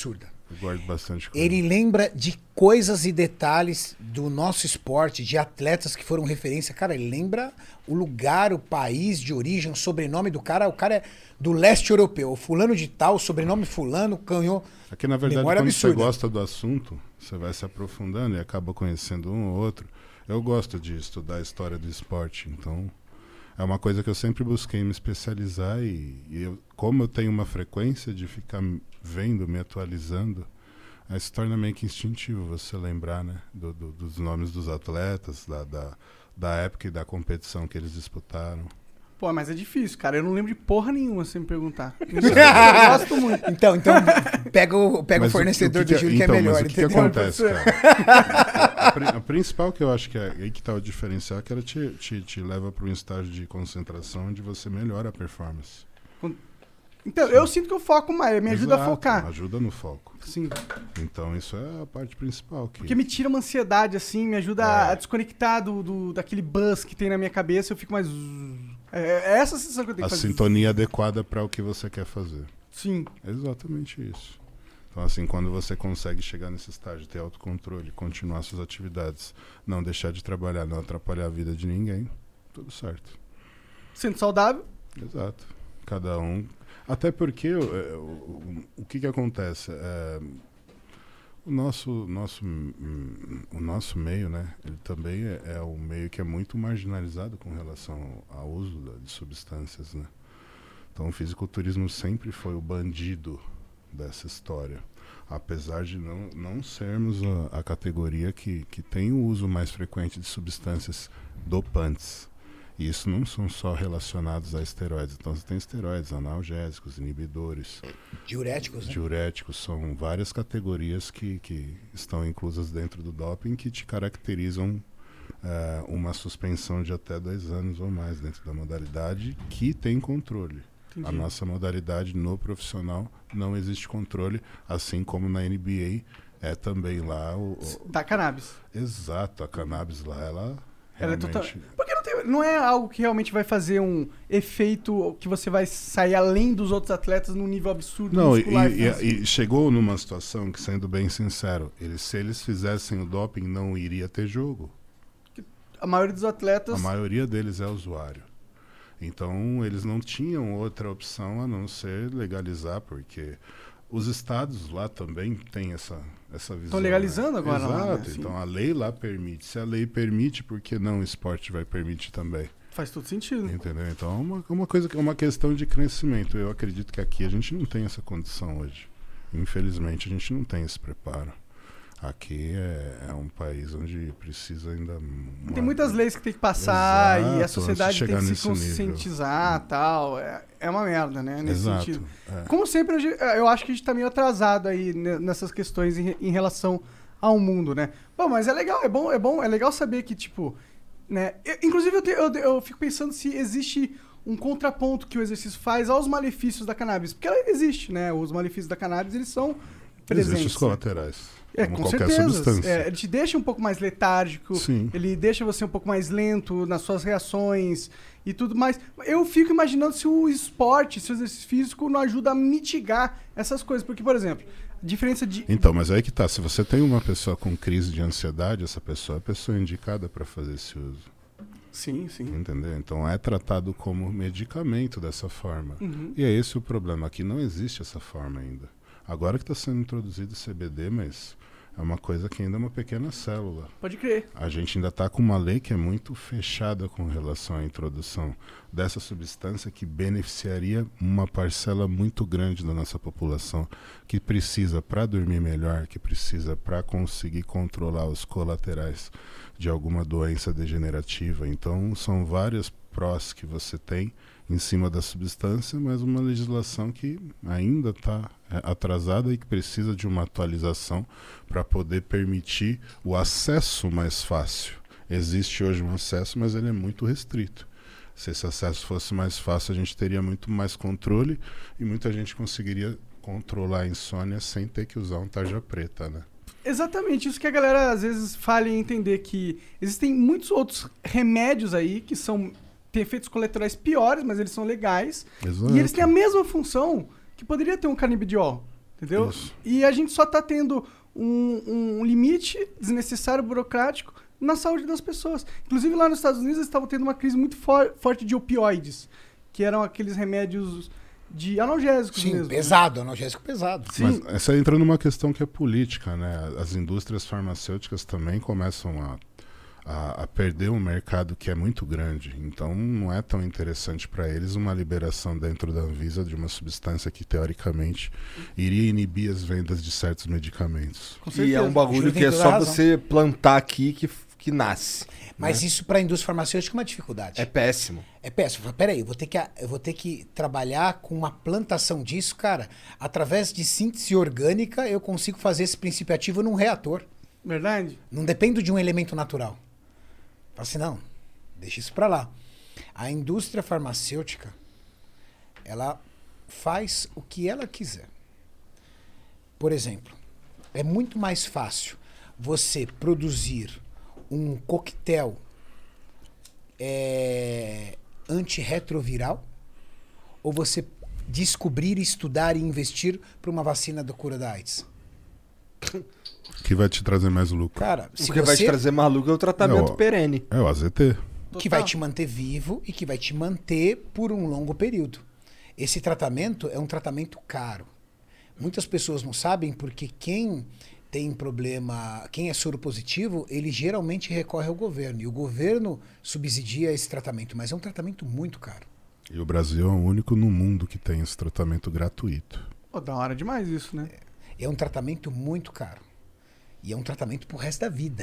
Eu guardo bastante coisa. Ele lembra de coisas e detalhes do nosso esporte, de atletas que foram referência. Cara, ele lembra o lugar, o país de origem, o sobrenome do cara. O cara é do leste europeu. O fulano de tal, o sobrenome fulano, ganhou. Aqui, na verdade, memória quando absurda. você gosta do assunto, você vai se aprofundando e acaba conhecendo um ou outro. Eu gosto de estudar a história do esporte, então é uma coisa que eu sempre busquei me especializar como eu tenho uma frequência de ficar vendo, me atualizando, aí se torna meio que instintivo você lembrar, né, dos nomes dos atletas, da época e da competição que eles disputaram. Pô, mas é difícil, cara. Eu não lembro de porra nenhuma, se me perguntar. Eu gosto muito. Então pega o fornecedor do Júlio que é melhor. Mas o que acontece, cara? A principal que eu acho que é aí que tá o diferencial é que ela te leva para um estágio de concentração onde você melhora a performance. Então, eu sinto que eu foco mais, me ajuda a focar. Ajuda no foco. Sim. Então, isso é a parte principal. Porque me tira uma ansiedade, assim, me ajuda a desconectar daquele buzz que tem na minha cabeça, eu fico mais... É essa a sensação que eu tenho que fazer. A sintonia adequada para o que você quer fazer. Sim. É exatamente isso. Então, assim, quando você consegue chegar nesse estágio, ter autocontrole, continuar suas atividades, não deixar de trabalhar, não atrapalhar a vida de ninguém, tudo certo. Sendo saudável? Exato. Cada um... Até porque o que acontece? O nosso meio, né? Ele também é um meio que é muito marginalizado com relação ao uso de substâncias, né? Então o fisiculturismo sempre foi o bandido dessa história. Apesar de não sermos a categoria que tem o uso mais frequente de substâncias dopantes. E isso não são só relacionados a esteroides. Então você tem esteroides, analgésicos, inibidores. Diuréticos, né? Diuréticos são várias categorias que estão inclusas dentro do doping que te caracterizam uma suspensão de até 2 anos ou mais dentro da modalidade que tem controle. Entendi. A nossa modalidade no profissional não existe controle, assim como na NBA é também lá da cannabis. Exato, a cannabis lá, ela é total... Porque não é algo que realmente vai fazer um efeito que você vai sair além dos outros atletas num nível absurdo. Não, muscular e chegou numa situação que, sendo bem sincero, se eles fizessem o doping, não iria ter jogo. A maioria dos atletas... A maioria deles é usuário. Então, eles não tinham outra opção a não ser legalizar, porque os estados lá também têm essa visão. Estão legalizando, né? Agora. Exato. Lá, né? Então a lei lá permite. Se a lei permite, por que não o esporte vai permitir também? Faz todo sentido. Entendeu? Então é uma questão de crescimento. Eu acredito que aqui a gente não tem essa condição hoje. Infelizmente a gente não tem esse preparo. Aqui é um país onde precisa ainda... Tem muitas leis que tem que passar. Exato, e a sociedade tem que se nesse conscientizar e tal. É uma merda, né? Nesse Exato, sentido. Como sempre, eu acho que a gente tá meio atrasado aí nessas questões em relação ao mundo, né? Bom, mas é legal, é legal saber que, tipo... né? Inclusive, eu fico pensando se existe um contraponto que o exercício faz aos malefícios da cannabis. Porque ela existe, né? Os malefícios da cannabis, eles são presentes. Existem os colaterais. Com qualquer certeza. substância. Ele te deixa um pouco mais letárgico. Sim. Ele deixa você um pouco mais lento nas suas reações e tudo mais. Eu fico imaginando se o esporte, se o exercício físico não ajuda a mitigar essas coisas. Porque, por exemplo, a diferença de... Então, mas aí que tá. Se você tem uma pessoa com crise de ansiedade, essa pessoa é a pessoa indicada para fazer esse uso. Sim, sim. Entendeu? Então é tratado como medicamento dessa forma. Uhum. E é esse o problema. Aqui não existe essa forma ainda. Agora que está sendo introduzido o CBD, mas é uma coisa que ainda é uma pequena célula. Pode crer. A gente ainda está com uma lei que é muito fechada com relação à introdução dessa substância que beneficiaria uma parcela muito grande da nossa população que precisa para dormir melhor, que precisa para conseguir controlar os colaterais de alguma doença degenerativa. Então, são várias prós que você tem em cima da substância, mas uma legislação que ainda está atrasada e que precisa de uma atualização para poder permitir o acesso mais fácil. Existe hoje um acesso, mas ele é muito restrito. Se esse acesso fosse mais fácil, a gente teria muito mais controle e muita gente conseguiria controlar a insônia sem ter que usar um tarja preta, né? Exatamente, isso que a galera às vezes falha em entender, que existem muitos outros remédios aí que têm efeitos colaterais piores, mas eles são legais. Exato. E eles têm a mesma função que poderia ter um canabidiol. Entendeu? Isso. E a gente só tá tendo um limite desnecessário, burocrático, na saúde das pessoas. Inclusive, lá nos Estados Unidos, eles estavam tendo uma crise muito forte de opioides, que eram aqueles remédios de analgésicos Sim, mesmo. pesado, analgésico pesado. Sim. Mas essa entra numa questão que é política, né? As indústrias farmacêuticas também começam a perder um mercado que é muito grande. Então não é tão interessante para eles uma liberação dentro da Anvisa de uma substância que teoricamente iria inibir as vendas de certos medicamentos. Com E certeza. é um bagulho Júlio que tem é toda só a razão. você plantar aqui que nasce. Mas isso para a indústria farmacêutica é uma dificuldade. É péssimo. É péssimo. Peraí, eu vou ter que trabalhar com uma plantação disso, cara. Através de síntese orgânica, eu consigo fazer esse princípio ativo num reator. Verdade? Não dependo de um elemento natural. Fala assim, não, deixa isso para lá. A indústria farmacêutica, ela faz o que ela quiser. Por exemplo, é muito mais fácil você produzir um coquetel antirretroviral ou você descobrir, estudar e investir para uma vacina da cura da AIDS? O que vai te trazer mais lucro? Cara, O se que vai te você trazer maluco é o tratamento É o- perene. É o AZT. que vai te manter vivo e que vai te manter por um longo período. Esse tratamento é um tratamento caro. Muitas pessoas não sabem porque quem tem problema, quem é soro positivo, ele geralmente recorre ao governo. E o governo subsidia esse tratamento, mas é um tratamento muito caro. E o Brasil é o único no mundo que tem esse tratamento gratuito. Pô, da hora demais isso, né? É um tratamento muito caro. E é um tratamento pro resto da vida.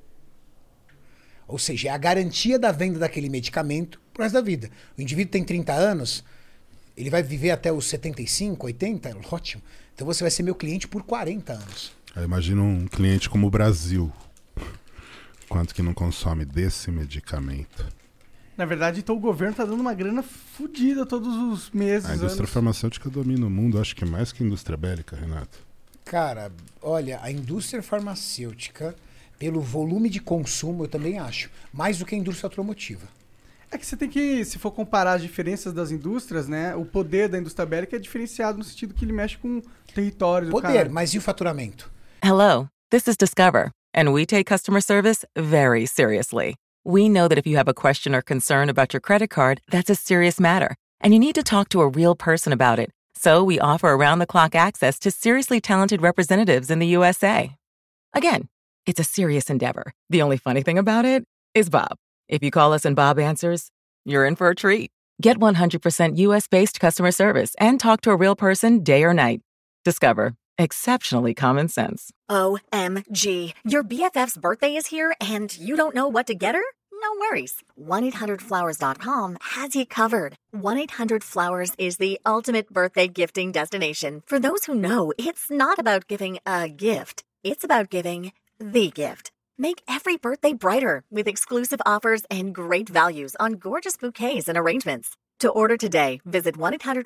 Ou seja, é a garantia da venda daquele medicamento pro resto da vida. O indivíduo tem 30 anos, ele vai viver até os 75, 80, ótimo. Então você vai ser meu cliente por 40 anos. Aí imagina um cliente como o Brasil. Quanto que não consome desse medicamento? Na verdade, então o governo tá dando uma grana fodida todos os meses. A indústria anos. farmacêutica domina o mundo, acho que mais que a indústria bélica, Renato. Cara, olha, a indústria farmacêutica, pelo volume de consumo, eu também acho, mais do que a indústria automotiva. É que você tem que, se for comparar as diferenças das indústrias, né? O poder da indústria bélica é diferenciado no sentido que ele mexe com territórios. Poder, mas e o faturamento? Hello, this is Discover, and we take customer service very seriously. We know that if you have a question or concern about your credit card, that's a serious matter, and you need to talk to a real person about it. So we offer around-the-clock access to seriously talented representatives in the USA. Again, it's a serious endeavor. The only funny thing about it is Bob. If you call us and Bob answers, you're in for a treat. Get 100% US-based customer service and talk to a real person day or night. Discover. Exceptionally common sense. OMG. Your BFF's birthday is here and you don't know what to get her? No worries. 1-800-Flowers.com has you covered. 1-800-Flowers is the ultimate birthday gifting destination. For those who know, it's not about giving a gift. It's about giving the gift. Make every birthday brighter with exclusive offers and great values on gorgeous bouquets and arrangements. To order today, visit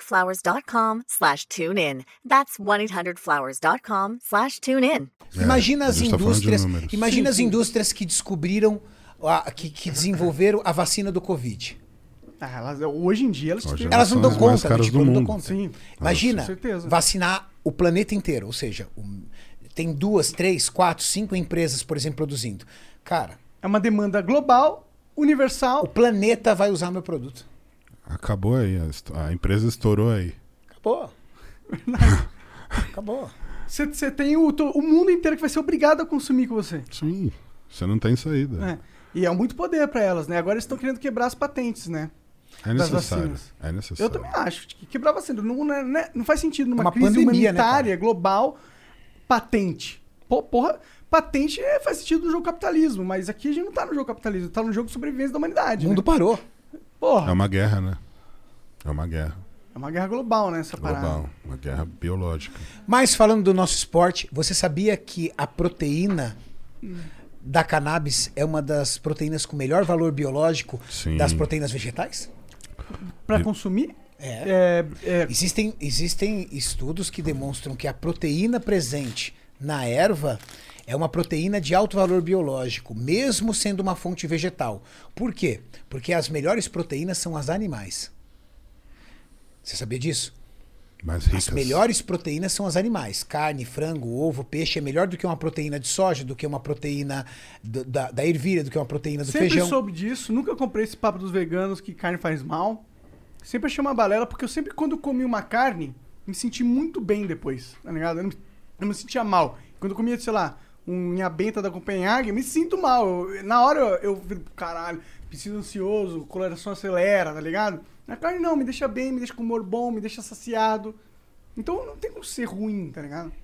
1-800-Flowers.com/tune-in. That's 1-800-Flowers.com/tune-in. Imagina a as gente tá falando de indústrias, números. imagina as indústrias que descobriram, que desenvolveram a vacina do Covid. Ah, hoje em dia elas Hoje Elas não são dão as mais conta, caras tipo, do não dão mundo. conta. Sim. Imagina Com certeza. vacinar o planeta inteiro, ou seja, tem 2, 3, 4, 5 empresas, por exemplo, produzindo. Cara, É uma demanda global, universal. o planeta vai usar meu produto. Acabou aí, a empresa estourou aí. Acabou. Acabou. Você tem o mundo inteiro que vai ser obrigado a consumir com você. Sim, você não tem saída. É. E é muito poder pra elas, né? Agora eles estão querendo quebrar as patentes, né? É Das necessário. vacinas. É Eu necessário. também acho que quebrar vacina não faz sentido numa Uma crise pandemia, né, humanitária global, patente. Porra, patente faz sentido no jogo capitalismo, mas aqui a gente não tá no jogo capitalismo, tá no jogo de sobrevivência da humanidade. O mundo né? parou. Porra, É uma guerra, né? É uma guerra é uma guerra global, né? Essa parada. global, uma guerra biológica. Mas falando do nosso esporte, você sabia que a proteína da cannabis é uma das proteínas com melhor valor biológico Sim. das proteínas vegetais? Pra consumir? Existem estudos que demonstram que a proteína presente na erva é uma proteína de alto valor biológico, mesmo sendo uma fonte vegetal. Por quê? Porque as melhores proteínas são as animais. Você sabia disso? Mais ricas. As melhores proteínas são as animais. Carne, frango, ovo, peixe é melhor do que uma proteína de soja, do que uma proteína da ervilha, do que uma proteína do Sempre feijão. soube disso, nunca comprei esse papo dos veganos que carne faz mal. Sempre achei uma balela, porque eu sempre, quando eu comi uma carne, me senti muito bem depois, tá ligado? Eu não me sentia mal. Quando eu comia, sei lá, um inhabenta da Copenhague, eu me sinto mal. Na hora eu fico, caralho, preciso ansioso, o coração acelera, tá ligado? Na carne não, me deixa bem, me deixa com humor bom, me deixa saciado. Então não tem como ser ruim, tá ligado?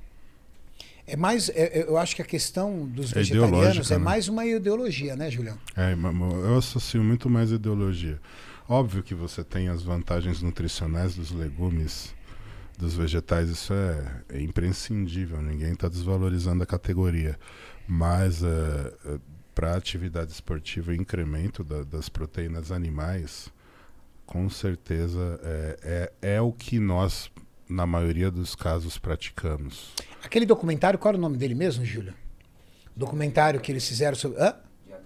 É mais, eu acho que a questão dos É vegetarianos ideológica, é né? mais uma ideologia, né, Julião? Eu associo muito mais ideologia. Óbvio que você tem as vantagens nutricionais dos legumes, dos vegetais, isso é imprescindível, ninguém está desvalorizando a categoria. Mas para atividade esportiva, o incremento das proteínas animais, com certeza é o que nós, na maioria dos casos, praticamos. Aquele documentário, qual era o nome dele mesmo, Júlio? O documentário que eles fizeram sobre... Hã?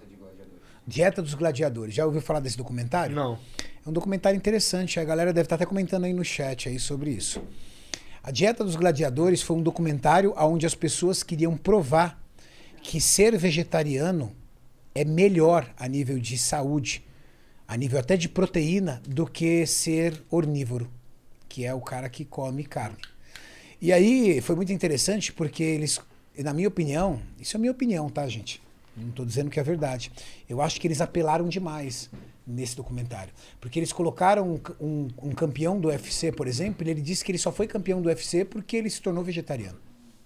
Dieta dos Gladiadores. Já ouviu falar desse documentário? Não. É um documentário interessante, a galera deve estar até comentando aí no chat aí sobre isso. A Dieta dos Gladiadores foi um documentário onde as pessoas queriam provar que ser vegetariano é melhor a nível de saúde, a nível até de proteína, do que ser onívoro, que é o cara que come carne. E aí foi muito interessante porque eles, na minha opinião, isso é a minha opinião, tá, gente? Não estou dizendo que é verdade. Eu acho que eles apelaram demais nesse documentário. Porque eles colocaram um campeão do UFC, por exemplo, e ele disse que ele só foi campeão do UFC porque ele se tornou vegetariano.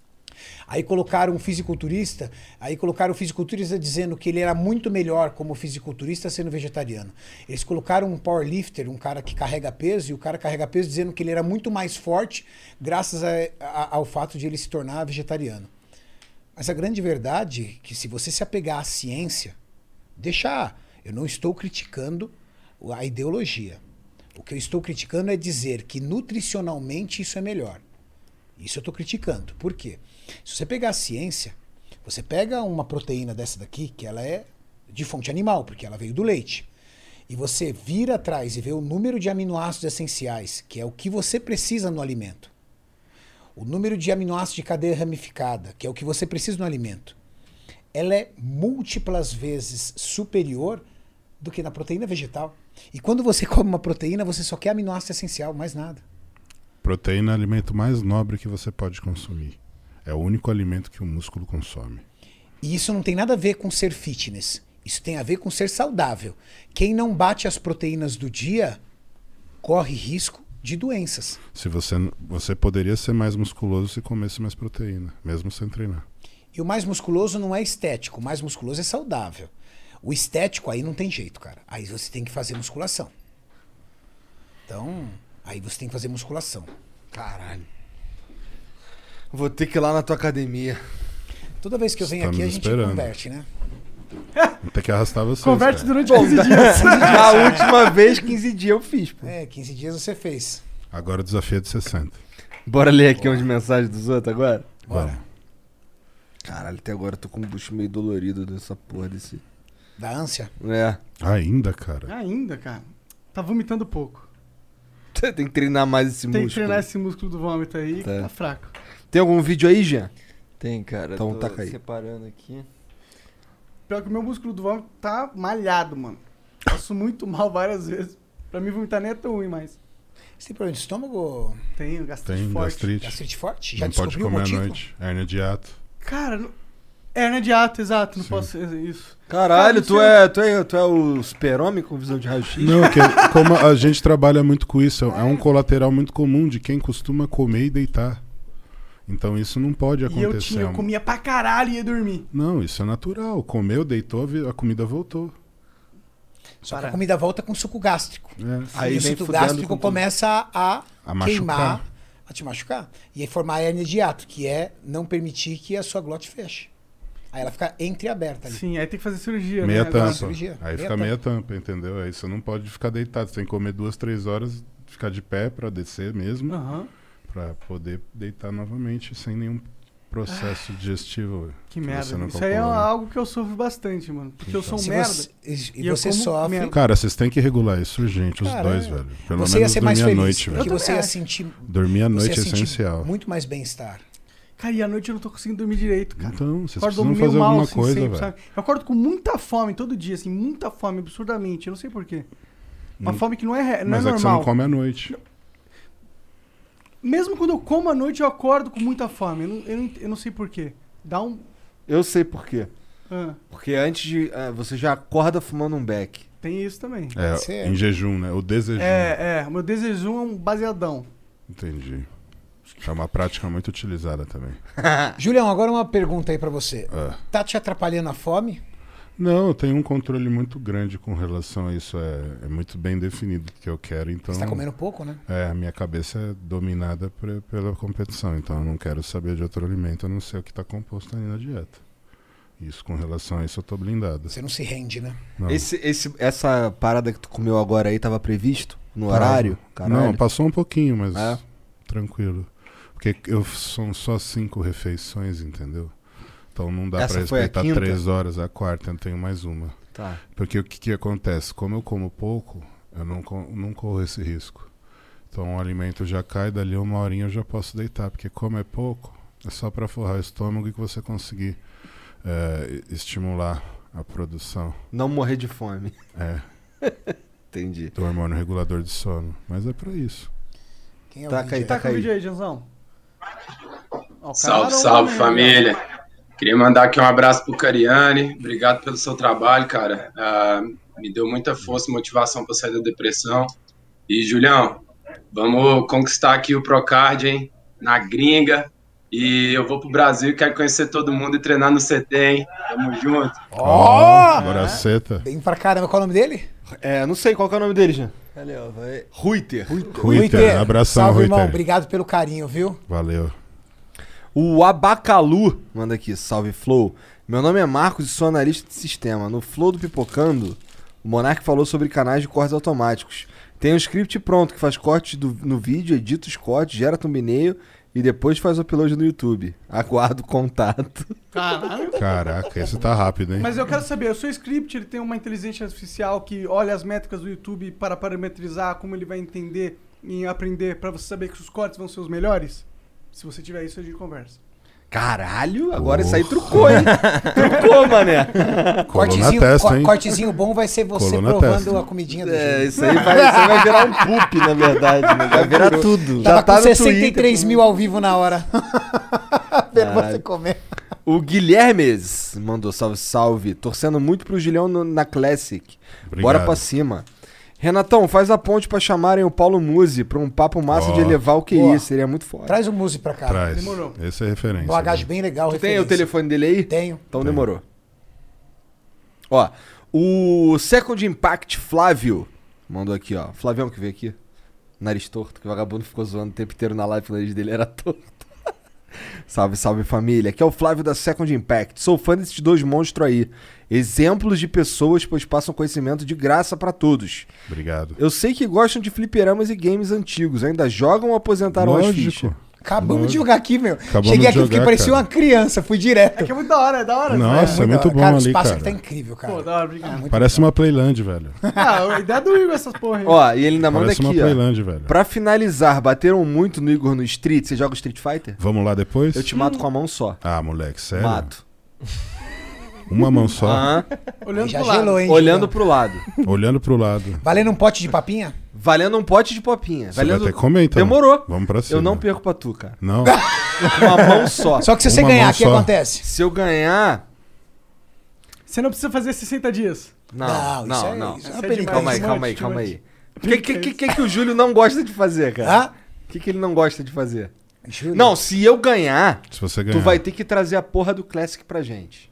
Aí colocaram um fisiculturista, dizendo que ele era muito melhor como fisiculturista sendo vegetariano. Eles colocaram um powerlifter, um cara que carrega peso, e o cara carrega peso dizendo que ele era muito mais forte graças ao fato de ele se tornar vegetariano. Mas a grande verdade é que se você se apegar à ciência, eu não estou criticando a ideologia. O que eu estou criticando é dizer que nutricionalmente isso é melhor. Isso eu estou criticando. Por quê? Se você pegar a ciência, você pega uma proteína dessa daqui, que ela é de fonte animal, porque ela veio do leite, e você vira atrás e vê o número de aminoácidos essenciais, que é o que você precisa no alimento, o número de aminoácidos de cadeia ramificada, que é o que você precisa no alimento, ela é múltiplas vezes superior do que na proteína vegetal. E quando você come uma proteína, você só quer aminoácido essencial, mais nada. Proteína é o alimento mais nobre que você pode consumir. É o único alimento que o músculo consome. E isso não tem nada a ver com ser fitness. Isso tem a ver com ser saudável. Quem não bate as proteínas do dia corre risco de doenças. Se você poderia ser mais musculoso se comesse mais proteína, mesmo sem treinar. E o mais musculoso não é estético, o mais musculoso é saudável. O estético aí não tem jeito, cara. Aí você tem que fazer musculação. Então, aí você tem que fazer musculação. Caralho. Vou ter que ir lá na tua academia. Toda vez que eu venho aqui, a gente converte, né? Vou ter que arrastar vocês. Converte cara. durante 15 dias. A última vez, 15 dias eu fiz, pô. 15 dias você fez. Agora o desafio é de 60. Bora ler aqui umas mensagens dos outros agora? Bora. Caralho, até agora eu tô com o bucho meio dolorido dessa porra desse... Da ânsia? É. Ainda, cara? Ainda, cara. Tá vomitando pouco. Tem que treinar mais esse músculo. Tem que treinar esse músculo do vômito aí, que tá fraco. Tem algum vídeo aí, Jean? Tem, cara. Então tô taca aí. separando aqui. Pior que o meu músculo do vômito tá malhado, mano. Passo muito mal várias vezes. Pra mim vomitar nem é tão ruim mais. Você tem problema de estômago? Tenho, gastrite Tem forte. gastrite. Gastrite forte? Já Não pode descobriu o comer à motivo? noite. Hérnia de hiato. Cara, hernia de hiato, exato. Não Sim. posso fazer isso. Caralho, Cara, tu é o super-homem com visão de raio-x? Não, como a gente trabalha muito com isso, é um colateral muito comum de quem costuma comer e deitar. Então isso não pode acontecer. Eu comia pra caralho e ia dormir. Não, isso é natural. Comeu, deitou, a comida voltou. Só que a comida volta com suco gástrico. É. Aí E o vem suco fudendo gástrico com começa a queimar, machucar. a te machucar. E aí formar a hérnia de hiato, que é não permitir que a sua glote feche. Aí ela fica entreaberta ali. Sim, aí tem que fazer cirurgia, Meia né? tampa. cirurgia. Aí Meia fica tampa. meia tampa, entendeu? Aí você não pode ficar deitado. Você tem que comer 2, 3 horas, ficar de pé pra descer mesmo, Aham. pra poder deitar novamente sem nenhum processo digestivo. Que você merda. não Isso aí é calculou, né? algo que eu sofro bastante, mano. Porque eu sou um Se merda. você- e eu você como sofre. merda. Cara, vocês têm que regular isso urgente, os Cara, dois, velho. Pelo Você ia menos ser mais dormir à feliz. noite, Porque velho. você ia acho. sentir. Dormir à você noite ia é sentir essencial. muito mais bem-estar. Cara, e à noite eu não tô conseguindo dormir direito, cara. Então, vocês Acordo precisam meio fazer mal, alguma assim, coisa, sempre, velho. sabe? Eu acordo com muita fome todo dia, assim, muita fome, absurdamente. Eu não sei porquê. Uma fome que não é, não Mas é é que você não normal. come à noite. Mesmo quando eu como à noite, eu acordo com muita fome. Eu não sei porquê. Dá um. Eu sei por quê. Ah, Porque antes de... você já acorda fumando um beck. tem isso também. É, em jejum, né? O desejum. O meu desejum é um baseadão. Entendi. É uma prática muito utilizada também. Julião, agora uma pergunta aí pra você. É. Tá te atrapalhando a fome? Não, eu tenho um controle muito grande com relação a isso. É muito bem definido o que eu quero, então... Você tá comendo pouco, né? A minha cabeça é dominada pela competição, então eu não quero saber de outro alimento, eu não sei o que está composto ali na dieta. Isso, com relação a isso, eu tô blindado. Você não se rende, né? Não. Essa parada que tu comeu agora aí tava previsto? No Tá. horário? Caralho. Não, passou um pouquinho, mas É? tranquilo. Porque são só 5 refeições, entendeu? Então não dá Essa pra foi a respeitar quinta? 3 horas, a quarta eu tenho mais uma. Tá. Porque o que acontece? Como eu como pouco, eu não corro esse risco. Então o alimento já cai, dali uma horinha eu já posso deitar. Porque como é pouco, é só pra forrar o estômago e que você conseguir estimular a produção. Não morrer de fome. Entendi. Do hormônio regulador de sono. Mas é pra isso. Quem é o Taca aí, vídeo? Tá taca com o aí. vídeo aí, Janzão? Ó, o Salve, cara salve, né, família. Queria mandar aqui um abraço pro Cariani. Obrigado pelo seu trabalho, cara. Me deu muita força e motivação para sair da depressão. E, Julião, vamos conquistar aqui o Procard, hein? Na gringa. E eu vou pro Brasil e quero conhecer todo mundo e treinar no CT, hein? Tamo junto. Agora seta. Bem pra caramba. Qual é o nome dele? Não sei qual que é o nome dele, já. Ali, ó, vai. Ruiter. Ruiter, abração, Salve, Ruiter. irmão. Obrigado pelo carinho, viu? Valeu. O Abacalu manda aqui, salve Flow. Meu nome é Marcos e sou analista de sistema. No Flow do Pipocando, o Monark falou sobre canais de cortes automáticos. Tem um script pronto que faz cortes no vídeo, edita os cortes, gera thumbnail e depois faz o upload no YouTube. Aguardo o contato. Caralho. Caraca, esse tá rápido, hein? Mas eu quero saber, o seu script ele tem uma inteligência artificial que olha as métricas do YouTube para parametrizar como ele vai entender e aprender para você saber que os cortes vão ser os melhores? Se você tiver isso, a gente conversa. Caralho, agora isso aí trucou, hein? Trucou, mané. Colou na testa, hein? Cortezinho bom vai ser você Colou na provando testa. a comidinha do Júlio. Isso aí vai virar um poop, na verdade. Né? Vai virar tudo. Tava Já tá com no 63 Twitter. mil ao vivo na hora. Vendo você comer. O Guilhermes mandou salve. Torcendo muito pro Julião na Classic. Obrigado. Bora pra cima. Renatão, faz a ponte pra chamarem o Paulo Musi pra um papo massa de elevar o QI. Boa. Seria muito foda. Traz o Muzi pra cá. Traz. Demorou. Esse é referência. Um H bem legal. Tu tem o referência. telefone dele aí? Tenho. Então demorou. Ó, o Second Impact Flávio mandou aqui, ó. Flavião que veio aqui. Nariz torto, que o vagabundo ficou zoando o tempo inteiro na live, o nariz dele era torto. Salve, salve família. Aqui é o Flávio da Second Impact. Sou fã desses dois monstros aí. Exemplos de pessoas, pois passam conhecimento de graça pra todos. Obrigado. Eu sei que gostam de fliperamas e games antigos. Ainda jogam ou aposentaram as fichas? Acabamos de jogar aqui, meu. Acabamos Cheguei de aqui, jogar, fiquei parecia cara. uma criança, fui direto. É que é muito da hora, é da hora. Nossa, é muito bom cara, o ali, espaço cara. aqui tá incrível, cara. Pô, da hora, obrigado. Parece uma Playland, velho. Ah, a ideia do Igor essas porra aí. Ó, e ele ainda manda Parece aqui, uma ó. Playland, velho. Pra finalizar, bateram muito no Igor no Street. Você joga Street Fighter? Vamos lá depois? Eu te mato com a mão só. Ah, moleque, sério? Mato. Uma mão só? Aham. Olhando Já pro lado. gelou, hein? Olhando Julião? pro lado. Olhando pro lado. Valendo um pote de papinha? Valendo um pote de popinha. Você Valendo... vai ter que comer, então. Demorou. Vamos pra cima. Eu não perco pra tu, cara. Não. Com uma mão só. Só que se você Uma ganhar, mão o que só. acontece? Se eu ganhar... Você não precisa fazer 60 dias. Não, isso é- não. isso é Calma demais, calma aí. demais. O que o Júlio não gosta de fazer, cara? Hã? O que ele não gosta de fazer? Júlio? Não, se eu ganhar, Se você ganhar. tu vai ter que trazer a porra do Classic pra gente.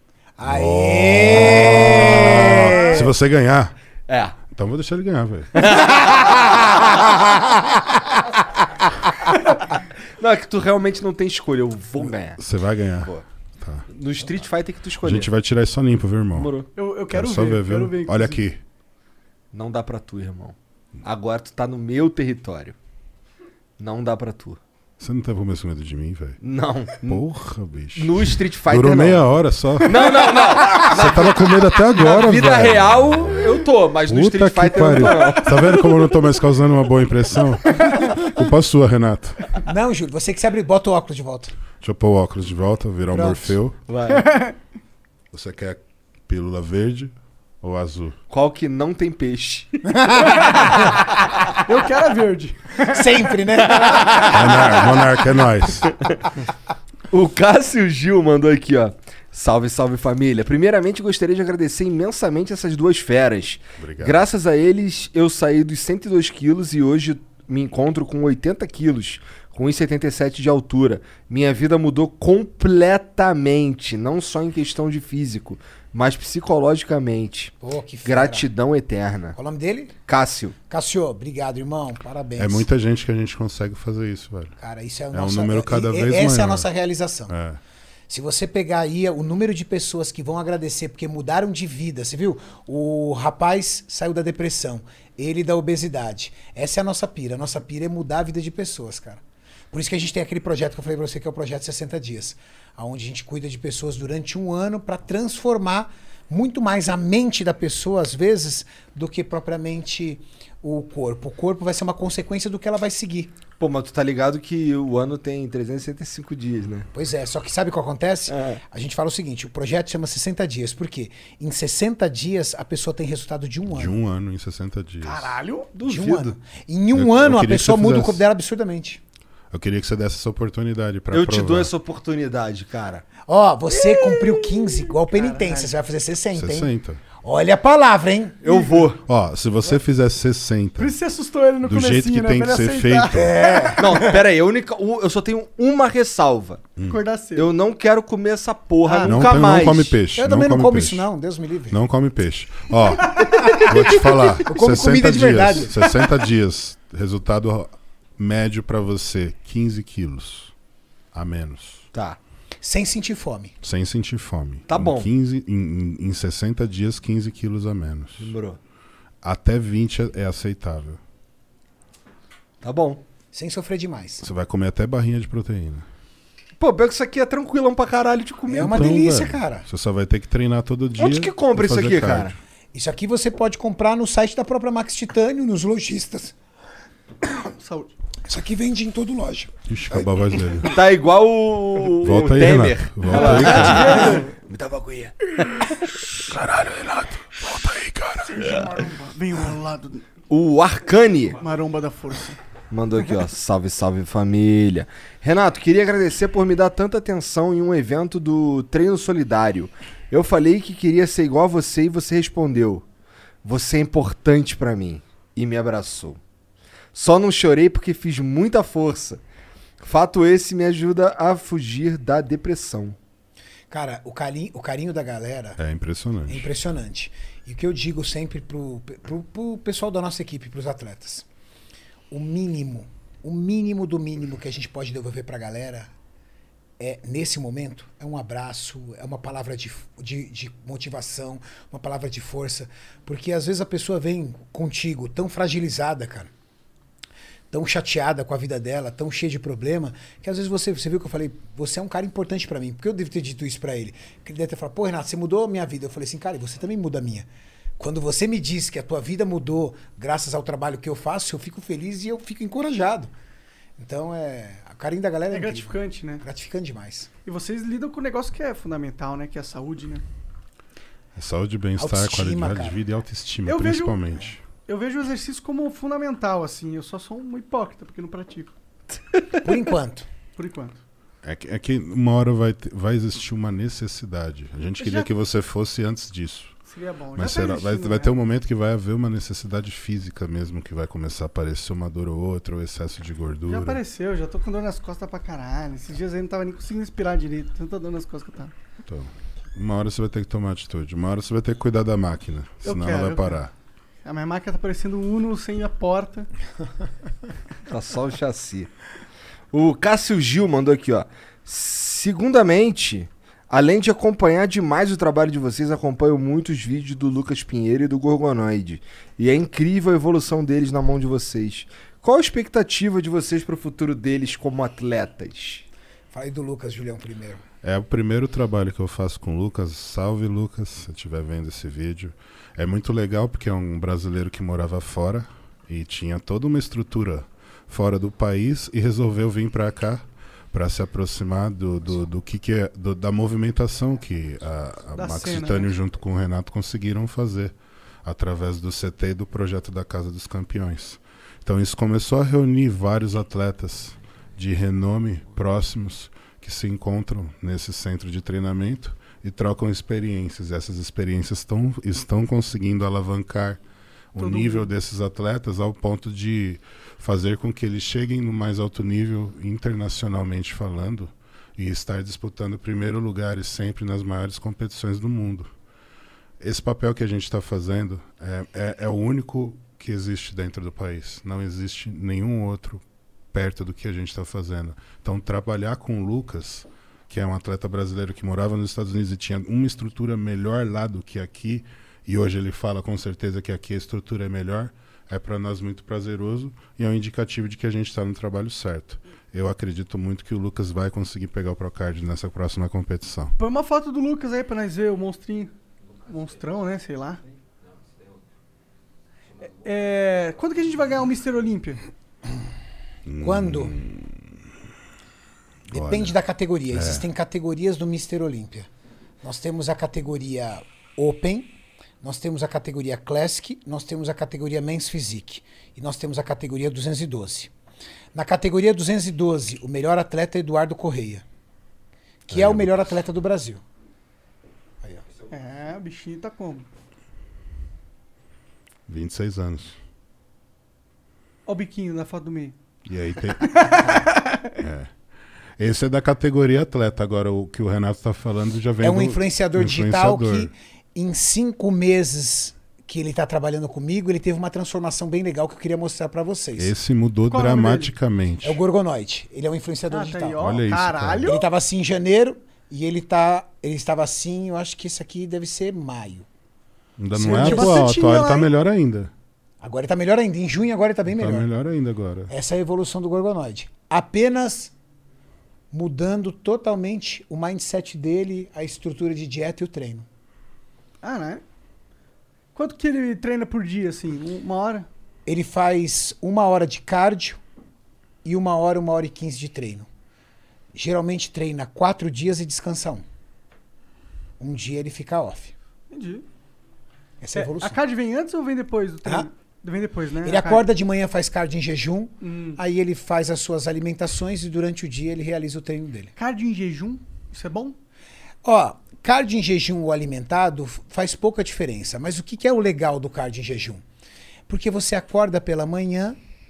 Aê! Se você ganhar, É. então vou deixar ele ganhar, velho. Não, é que tu realmente não tem escolha. Eu vou ganhar. Você vai ganhar. Pô. Tá. No Street Fighter que tu A escolher. gente vai tirar isso limpo, viu, irmão? Demorou. Eu quero só ver, ver, quero viu? ver. Olha inclusive. aqui. Não dá pra tu, irmão. Agora tu tá no meu território. Não dá pra tu. Você não tava com medo de mim, velho? Não. Porra, bicho. No Street Fighter Durou não. meia hora só. Não. Você tava com medo até agora, Na vida velho. real, eu tô, mas no Puta Street que Fighter eu não pariu. tô, não. Tá vendo como eu não tô mais causando uma boa impressão? Culpa sua, Renato. Não, Júlio, você que se abre, bota o óculos de volta. Deixa eu pôr o óculos de volta, virar o Pronto. Morfeu. Vai. Você quer pílula verde ou azul? Qual que não tem peixe? Eu quero a verde. Sempre, né? Monarca, é nóis. O Cássio Gil mandou aqui, ó. Salve, salve família. Primeiramente, gostaria de agradecer imensamente essas duas feras. Obrigado. Graças a eles, eu saí dos 102 quilos e hoje me encontro com 80 quilos, com 1,77 de altura. Minha vida mudou completamente, não só em questão de físico, mas psicologicamente. Pô, que fera. Gratidão eterna. Qual o nome dele? Cássio. Cássio, obrigado, irmão. Parabéns. É muita gente que a gente consegue fazer isso, velho. Cara, isso é, É um número cada vez maior. Essa é a nossa realização. É. Se você pegar aí o número de pessoas que vão agradecer porque mudaram de vida, você viu? O rapaz saiu da depressão, ele da obesidade. Essa é a nossa pira. A nossa pira é mudar a vida de pessoas, cara. Por isso que a gente tem aquele projeto que eu falei pra você, que é o projeto 60 dias, onde a gente cuida de pessoas durante um ano para transformar muito mais a mente da pessoa, às vezes, do que propriamente o corpo. O corpo vai ser uma consequência do que ela vai seguir. Pô, mas tu tá ligado que o ano tem 365 dias, né? Pois é, só que sabe o que acontece? A gente fala o seguinte, o projeto chama 60 dias, por quê? Em 60 dias a pessoa tem resultado de um ano. De um ano em 60 dias. Caralho, De um duvido. ano. Em um ano a queria que pessoa você muda o fizesse. corpo dela absurdamente. Eu queria que você desse essa oportunidade pra Eu te provar. dou essa oportunidade, cara. Ó, você cumpriu 15, igual penitência, você vai fazer 60, hein? 60. Olha a palavra, hein? Eu vou. Ó, se você fizer 60 Por isso você assustou ele no do comecinho, jeito que né? tem Pra que ele ser aceitar. feito, Não, pera aí, eu só tenho uma ressalva. Acordar cedo. Eu não quero comer essa porra não, nunca mais. não come peixe. Eu também não come como peixe. isso não, Deus me livre. Não come peixe. Ó, vou te falar. Eu como comida de dias, verdade. 60 dias. Resultado médio pra você, 15 quilos a menos. Tá. Sem sentir fome. Sem sentir fome. Tá bom. Em 60 dias, 15 quilos a menos. Demorou. Até 20 é aceitável. Tá bom. Sem sofrer demais. Você vai comer até barrinha de proteína. Pô, pior que isso aqui é tranquilão pra caralho de comer. É uma Então, delícia, velho, cara. Você só vai ter que treinar todo dia. Onde que compra pra isso fazer aqui, cardio. cara? Isso aqui você pode comprar no site da própria Max Titânio, nos lojistas. Saúde. Isso aqui vende em todo loja. Ixi, acabou a voz dele. Tá igual o Volta aí, Temer. Renato. Volta aí, cara. Me dá bagulho. Caralho, Renato. Volta aí, cara. Vem ao lado do O Arcane maromba da força. mandou aqui, ó. Salve, salve família. Renato, queria agradecer por me dar tanta atenção em um evento do Treino Solidário. Eu falei que queria ser igual a você e você respondeu. Você é importante pra mim. E me abraçou. Só não chorei porque fiz muita força. Fato esse me ajuda a fugir da depressão. Cara, o carinho da galera É impressionante. é impressionante. E o que eu digo sempre pro pessoal da nossa equipe, pros atletas. O mínimo do mínimo que a gente pode devolver pra galera é, nesse momento, é um abraço, é uma palavra de motivação, uma palavra de força. Porque às vezes a pessoa vem contigo tão fragilizada, cara. Tão chateada com a vida dela, tão cheia de problema, que às vezes você viu que eu falei, você é um cara importante pra mim. Porque eu devo ter dito isso pra ele. Porque ele deve ter falado, pô, Renato, você mudou a minha vida. Eu falei assim, cara, e você também muda a minha. Quando você me diz que a tua vida mudou graças ao trabalho que eu faço, eu fico feliz e eu fico encorajado. Então, o carinho da galera é incrível. gratificante, né? Gratificante demais. E vocês lidam com um negócio que é fundamental, né? Que é a saúde, né? É saúde, bem-estar, Autoestima, qualidade cara. de vida e autoestima, Eu vejo- principalmente. Eu vejo o exercício como fundamental, assim. Eu só sou um hipócrita, porque não pratico. Por enquanto. Por enquanto. É que uma hora vai existir uma necessidade. A gente queria Já- que você fosse antes disso. Seria bom. Mas Já tá vai existindo, ter né? um momento que vai haver uma necessidade física mesmo, que vai começar a aparecer uma dor ou outra, ou excesso de gordura. Já apareceu, já tô com dor nas costas pra caralho. Esses dias aí não tava nem conseguindo respirar direito. Tanta dor nas costas que eu tava. Então, uma hora você vai ter que tomar atitude. Uma hora você vai ter que cuidar da máquina, senão quero, ela vai eu parar. A minha máquina tá parecendo um Uno sem a porta. Tá só o chassi. O Cássio Gil mandou aqui, ó. Segundamente, além de acompanhar demais o trabalho de vocês, acompanho muitos vídeos do Lucas Pinheiro e do Gorgonoide. E é incrível a evolução deles na mão de vocês. Qual a expectativa de vocês pro futuro deles como atletas? Fala aí do Lucas, Julião, primeiro. É o primeiro trabalho que eu faço com o Lucas. Salve, Lucas, se estiver vendo esse vídeo. É muito legal porque é um brasileiro que morava fora e tinha toda uma estrutura fora do país e resolveu vir para cá para se aproximar do que é da movimentação que a Max Titânio junto com o Renato conseguiram fazer através do CT e do projeto da Casa dos Campeões. Então isso começou a reunir vários atletas de renome próximos que se encontram nesse centro de treinamento e trocam experiências. Essas experiências estão conseguindo alavancar o nível desses atletas ao ponto de fazer com que eles cheguem no mais alto nível internacionalmente falando e estar disputando primeiro lugares sempre nas maiores competições do mundo. Esse papel que a gente está fazendo é o único que existe dentro do país. Não existe nenhum outro perto do que a gente está fazendo. Então, trabalhar com o Lucas, que é um atleta brasileiro que morava nos Estados Unidos e tinha uma estrutura melhor lá do que aqui, e hoje ele fala com certeza que aqui a estrutura é melhor, é para nós muito prazeroso e é um indicativo de que a gente está no trabalho certo. Eu acredito muito que o Lucas vai conseguir pegar o Procard nessa próxima competição. Põe uma foto do Lucas aí para nós ver o monstrinho. Monstrão, né? Sei lá. Quando que a gente vai ganhar o Mr. Olímpia? Quando? Depende da categoria. Existem categorias do Mr. Olímpia. Nós temos a categoria Open, nós temos a categoria Classic, nós temos a categoria Men's Physique e nós temos a categoria 212. Na categoria 212, o melhor atleta é Eduardo Correia, que é o melhor atleta do Brasil. Aí, ó. O bichinho tá como? 26 anos. Ó o biquinho na foto do meio. E aí tem... Esse é da categoria atleta. Agora, o que o Renato está falando já vem um influenciador digital que em 5 meses que ele está trabalhando comigo, ele teve uma transformação bem legal que eu queria mostrar para vocês. Esse mudou dramaticamente. É o Gorgonoide. Ele é um influenciador digital. Tá aí, ó. Olha isso, caralho. cara. Ele estava assim em janeiro e ele estava assim, eu acho que esse aqui deve ser maio. Ainda não é atual ele tá melhor ainda. Agora ele tá melhor ainda. Em junho agora ele tá bem melhor. Tá melhor ainda agora. Essa é a evolução do Gorgonoide. Apenas mudando totalmente o mindset dele, a estrutura de dieta e o treino. Né? Quanto que ele treina por dia, assim? 1 hora? Ele faz 1 hora de cardio e 1 hora, 1 hora e 15 de treino. Geralmente treina 4 dias e descansa 1. Um dia ele fica off. Entendi. Essa é a evolução. A cardio vem antes ou vem depois do treino? Vem depois, né? Ele acorda de manhã, faz cardio em jejum, aí ele faz as suas alimentações e durante o dia ele realiza o treino dele. Cardio em jejum? Isso é bom? Ó, cardio em jejum ou alimentado faz pouca diferença, mas o que é o legal do cardio em jejum? Porque você acorda pela manhã,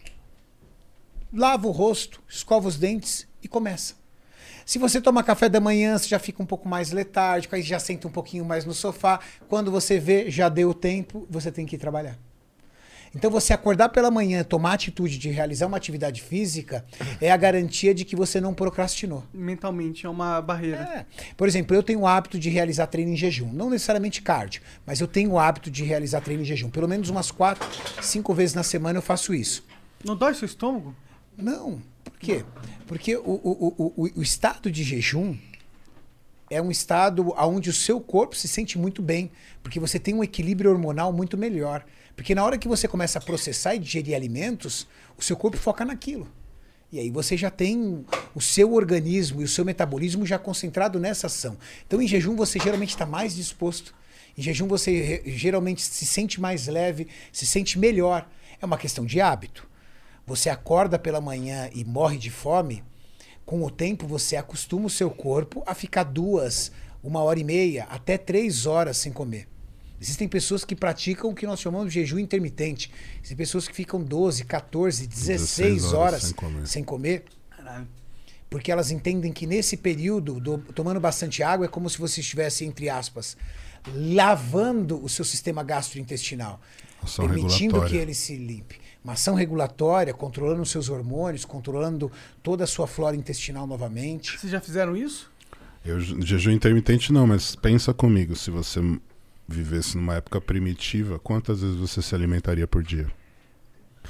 lava o rosto, escova os dentes e começa. Se você toma café da manhã, você já fica um pouco mais letárgico, aí já senta um pouquinho mais no sofá. Quando você vê, já deu o tempo, você tem que ir trabalhar. Então você acordar pela manhã, tomar a atitude de realizar uma atividade física, é a garantia de que você não procrastinou. Mentalmente é uma barreira. Por exemplo, eu tenho o hábito de realizar treino em jejum. Não necessariamente cardio, mas eu tenho o hábito de realizar treino em jejum. Pelo menos umas 4, 5 vezes na semana eu faço isso. Não dói seu estômago? Não. Por quê? Porque o estado de jejum é um estado onde o seu corpo se sente muito bem, porque você tem um equilíbrio hormonal muito melhor. Porque na hora que você começa a processar e digerir alimentos, o seu corpo foca naquilo. E aí você já tem o seu organismo e o seu metabolismo já concentrado nessa ação. Então em jejum você geralmente está mais disposto. Em jejum você geralmente se sente mais leve, se sente melhor. É uma questão de hábito. Você acorda pela manhã e morre de fome, com o tempo você acostuma o seu corpo a ficar 2, 1h30, até 3 horas sem comer. Existem pessoas que praticam o que nós chamamos de jejum intermitente. Existem pessoas que ficam 12, 14, 16 horas sem comer. Caralho. Porque elas entendem que nesse período, tomando bastante água, é como se você estivesse, entre aspas, lavando o seu sistema gastrointestinal. Ação permitindo regulatória. que ele se limpe. Uma ação regulatória, controlando os seus hormônios, controlando toda a sua flora intestinal novamente. Vocês já fizeram isso? Eu, jejum intermitente não, mas pensa comigo, se você vivesse numa época primitiva, quantas vezes você se alimentaria por dia?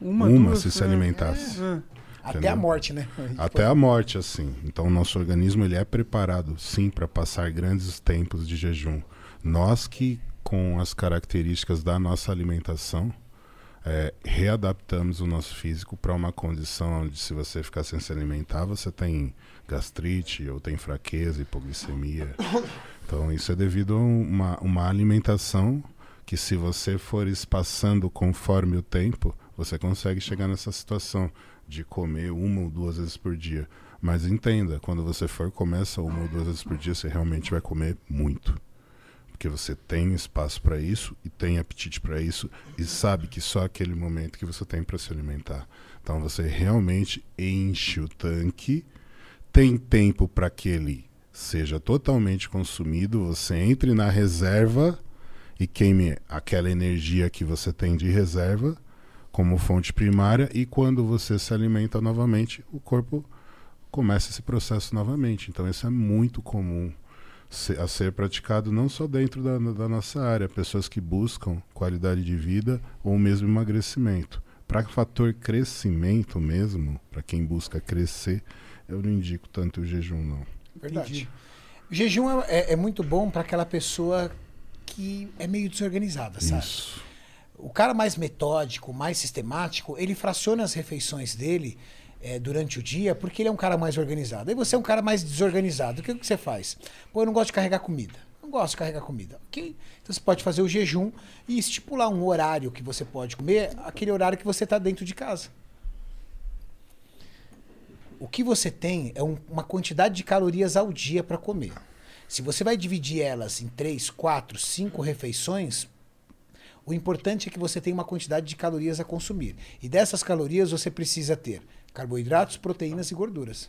Uma se se alimentasse. Até Entendeu? a morte, né? Até a morte, assim. Então, o nosso organismo ele é preparado, sim, para passar grandes tempos de jejum. Nós que, com as características da nossa alimentação, readaptamos o nosso físico para uma condição onde, se você ficar sem se alimentar, você tem gastrite, ou tem fraqueza, hipoglicemia. Então, isso é devido a uma alimentação que, se você for espaçando conforme o tempo, você consegue chegar nessa situação de comer 1 ou 2 vezes por dia. Mas entenda, quando você for comer essa 1 ou 2 vezes por dia, você realmente vai comer muito. Porque você tem espaço para isso e tem apetite para isso e sabe que só aquele momento que você tem para se alimentar. Então você realmente enche o tanque, tem tempo para que ele seja totalmente consumido, você entre na reserva e queime aquela energia que você tem de reserva como fonte primária, e quando você se alimenta novamente, o corpo começa esse processo novamente. Então isso é muito comum a ser praticado não só dentro da nossa área, pessoas que buscam qualidade de vida ou mesmo emagrecimento. Para fator crescimento mesmo, para quem busca crescer, eu não indico tanto o jejum, não. Verdade. O jejum é muito bom para aquela pessoa que é meio desorganizada, sabe? Isso. O cara mais metódico, mais sistemático, ele fraciona as refeições dele durante o dia, porque ele é um cara mais organizado. Aí você é um cara mais desorganizado. O que você faz? Pô, eu não gosto de carregar comida. Não gosto de carregar comida. Ok? Então você pode fazer o jejum e estipular um horário que você pode comer, aquele horário que você está dentro de casa. O que você tem é uma quantidade de calorias ao dia para comer. Se você vai dividir elas em 3, 4, 5 refeições, o importante é que você tenha uma quantidade de calorias a consumir. E dessas calorias você precisa ter carboidratos, proteínas e gorduras.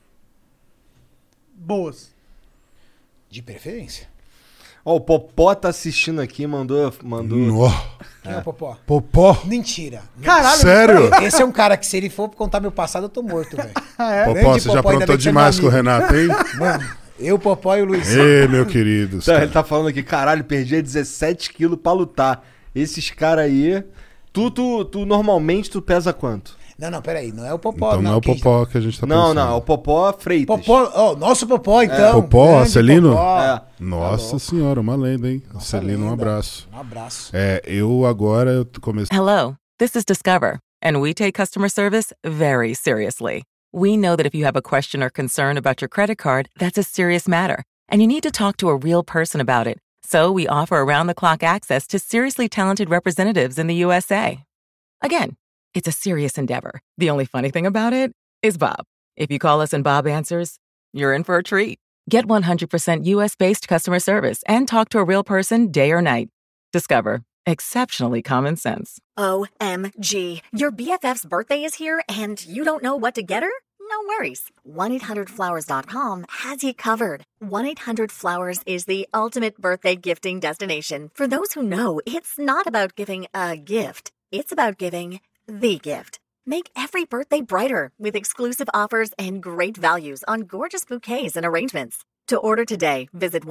Boas. De preferência. Ó, o Popó tá assistindo aqui, mandou. Quem é o Popó? Popó? Mentira. Caralho. Sério? Esse é um cara que, se ele for contar meu passado, eu tô morto, velho. Popó, você já aprontou demais com o Renato, hein? Mano, eu, Popó e o Luizinho. Ê, meu querido. Então, ele tá falando aqui, caralho, perdi 17 quilos pra lutar. Esses caras aí. Tu normalmente tu pesa quanto? Não, peraí, não é o Popó. Então não é o Popó que a gente tá pensando. Não, é o Popó Freitas. Popó, nosso Popó, então. Popó, Celino? Popó. Nossa senhora, uma lenda, hein? Celino, um abraço. Um abraço. Eu agora comecei... Hello, this is Discover, and we take customer service very seriously. We know that if you have a question or concern about your credit card, that's a serious matter, and you need to talk to a real person about it. So we offer around-the-clock access to seriously talented representatives in the USA. Again, it's a serious endeavor. The only funny thing about it is Bob. If you call us and Bob answers, you're in for a treat. Get 100% US-based customer service and talk to a real person day or night. Discover. Exceptionally common sense. OMG. Your BFF's birthday is here and you don't know what to get her? No worries. 1-800-Flowers.com has you covered. 1-800-Flowers is the ultimate birthday gifting destination. For those who know, it's not about giving a gift. It's about giving the gift. Make every birthday brighter with exclusive offers and great values on gorgeous bouquets and arrangements. To order today, visit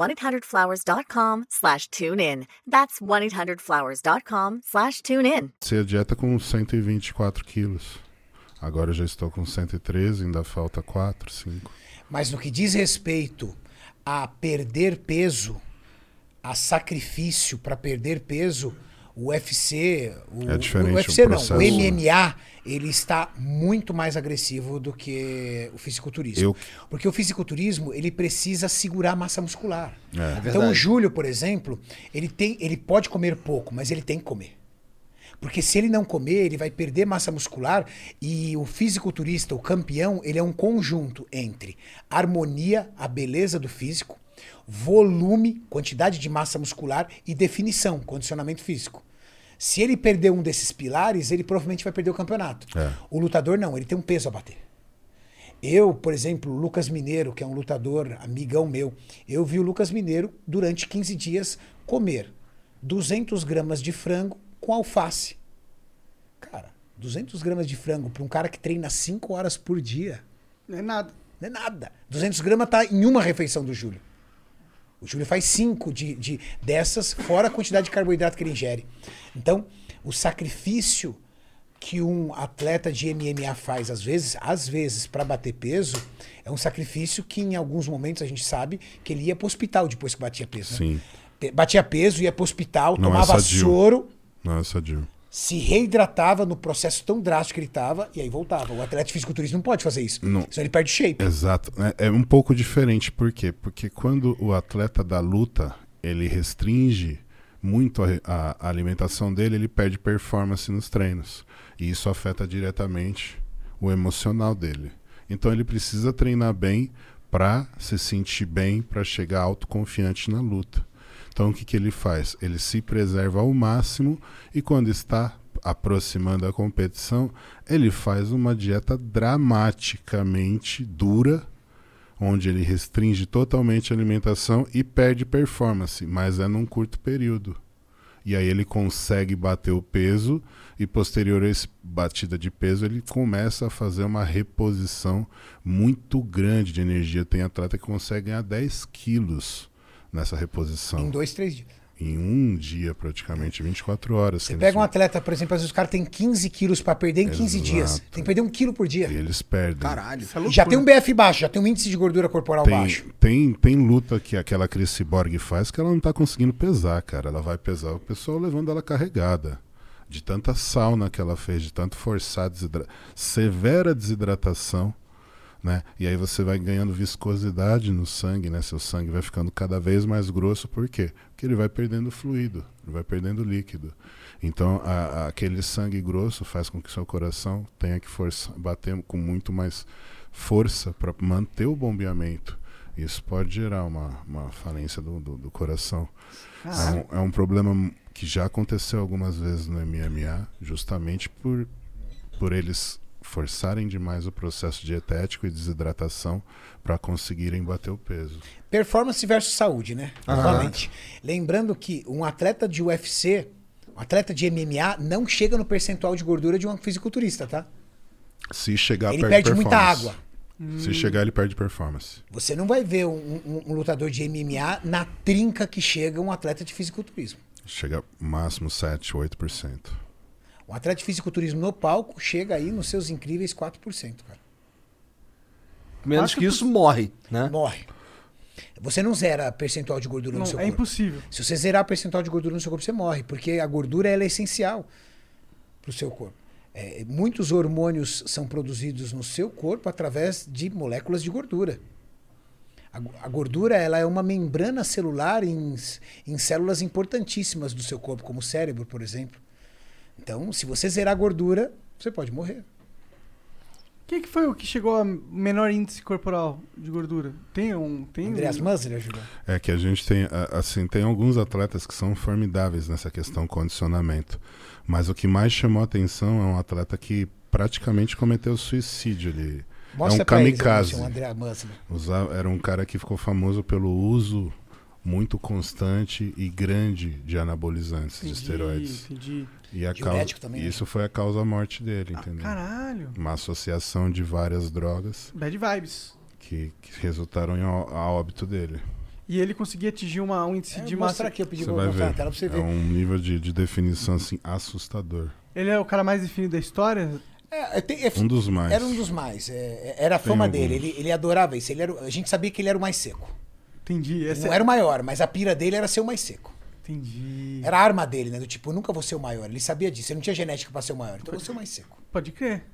1-800-Flowers.com/tunein. That's 1-800-Flowers.com/tunein. A dieta com 124 quilos. Agora eu já estou com 113, ainda falta 4, 5. Mas no que diz respeito a perder peso, a sacrifício para perder peso, o UFC, é diferente, o UFC não, processo... o MMA, ele está muito mais agressivo do que o fisiculturismo. Porque o fisiculturismo, ele precisa segurar a massa muscular. Então o Júlio, por exemplo, ele pode comer pouco, mas ele tem que comer. Porque se ele não comer, ele vai perder massa muscular, e o fisiculturista, o campeão, ele é um conjunto entre harmonia, a beleza do físico, volume, quantidade de massa muscular e definição, condicionamento físico. Se ele perder um desses pilares, ele provavelmente vai perder o campeonato. O lutador não, ele tem um peso a bater. Eu, por exemplo, o Lucas Mineiro, que é um lutador, amigão meu, eu vi o Lucas Mineiro durante 15 dias comer 200 gramas de frango com alface. Cara, 200 gramas de frango para um cara que treina 5 horas por dia. Não é nada. Não é nada. 200 gramas tá em uma refeição do Júlio. O Júlio faz 5 dessas, fora a quantidade de carboidrato que ele ingere. Então, o sacrifício que um atleta de MMA faz às vezes para bater peso, é um sacrifício que em alguns momentos a gente sabe que ele ia pro hospital depois que batia peso. Né? Sim. Batia peso, ia pro hospital, Não tomava é sadio. soro, Não é sadio. se reidratava no processo tão drástico que ele tava e aí voltava. O atleta de fisiculturismo não pode fazer isso, Não. senão ele perde shape. Exato. É um pouco diferente. Por quê? Porque quando o atleta da luta, ele restringe muito a alimentação dele, ele perde performance nos treinos. E isso afeta diretamente o emocional dele. Então ele precisa treinar bem para se sentir bem, para chegar autoconfiante na luta. Então o que ele faz? Ele se preserva ao máximo e quando está aproximando da competição, ele faz uma dieta dramaticamente dura, onde ele restringe totalmente a alimentação e perde performance, mas é num curto período. E aí ele consegue bater o peso e posterior a essa batida de peso ele começa a fazer uma reposição muito grande de energia. Tem atleta que consegue ganhar 10 quilos nessa reposição. Em 2, 3 dias. Em um dia, praticamente, 24 horas. Você pega um atleta, por exemplo, às vezes o cara tem 15 quilos para perder em 15 dias. Tem que perder 1 quilo por dia. E eles perdem. Caralho. Já tem um BF baixo, já tem um índice de gordura corporal baixo. Tem luta que aquela Cris Cyborg faz que ela não tá conseguindo pesar, cara. Ela vai pesar o pessoal levando ela carregada. De tanta sauna que ela fez, de tanto forçar, severa desidratação. Né? E aí você vai ganhando viscosidade no sangue, né? Seu sangue vai ficando cada vez mais grosso. Por quê? Porque ele vai perdendo fluido, ele vai perdendo líquido. Então aquele sangue grosso faz com que seu coração tenha que bater com muito mais força para manter o bombeamento. Isso pode gerar uma falência do coração. É um problema que já aconteceu algumas vezes no MMA, justamente por eles forçarem demais o processo dietético e desidratação para conseguirem bater o peso. Performance versus saúde, né? Novamente. Lembrando que um atleta de UFC, um atleta de MMA não chega no percentual de gordura de um fisiculturista, tá? Se chegar, ele perde muita água. Se chegar, ele perde performance. Você não vai ver um lutador de MMA na trinca que chega um atleta de fisiculturismo. Chega máximo 7, 8%. Um atleta de fisiculturismo no palco chega aí nos seus incríveis 4%, cara. Menos que isso, morre, né? Morre. Você não zera percentual de gordura no seu corpo. É impossível. Se você zerar percentual de gordura no seu corpo, você morre. Porque a gordura ela é essencial pro seu corpo. Muitos hormônios são produzidos no seu corpo através de moléculas de gordura. A gordura ela é uma membrana celular em células importantíssimas do seu corpo, como o cérebro, por exemplo. Então, se você zerar a gordura, você pode morrer. Quem que foi o que chegou a menor índice corporal de gordura? Tem Andreas Musler, Julião? É que a gente tem, assim, tem alguns atletas que são formidáveis nessa questão condicionamento. Mas o que mais chamou a atenção é um atleta que praticamente cometeu suicídio. Ele Mostra é um kamikaze. Eles, Andreas Musler. Era um cara que ficou famoso pelo uso muito constante e grande de anabolizantes, de esteroides. Entendi. E também, isso foi a causa da morte dele, entendeu? Caralho. Uma associação de várias drogas Bad vibes. que resultaram em a óbito dele. E ele conseguia atingir um índice de massa. Aqui, eu pedi Você vai ver. É um nível de definição assim assustador. Ele é o cara mais definido da história? Um dos mais. Era um dos mais. Era a fama dele. Ele adorava isso. A gente sabia que ele era o mais seco. Entendi. Ele não era o maior, mas a pira dele era ser o mais seco. Entendi. Era a arma dele, né? Do tipo, eu nunca vou ser o maior. Ele sabia disso. Ele não tinha genética pra ser o maior. Então eu vou ser o mais seco. Pode crer.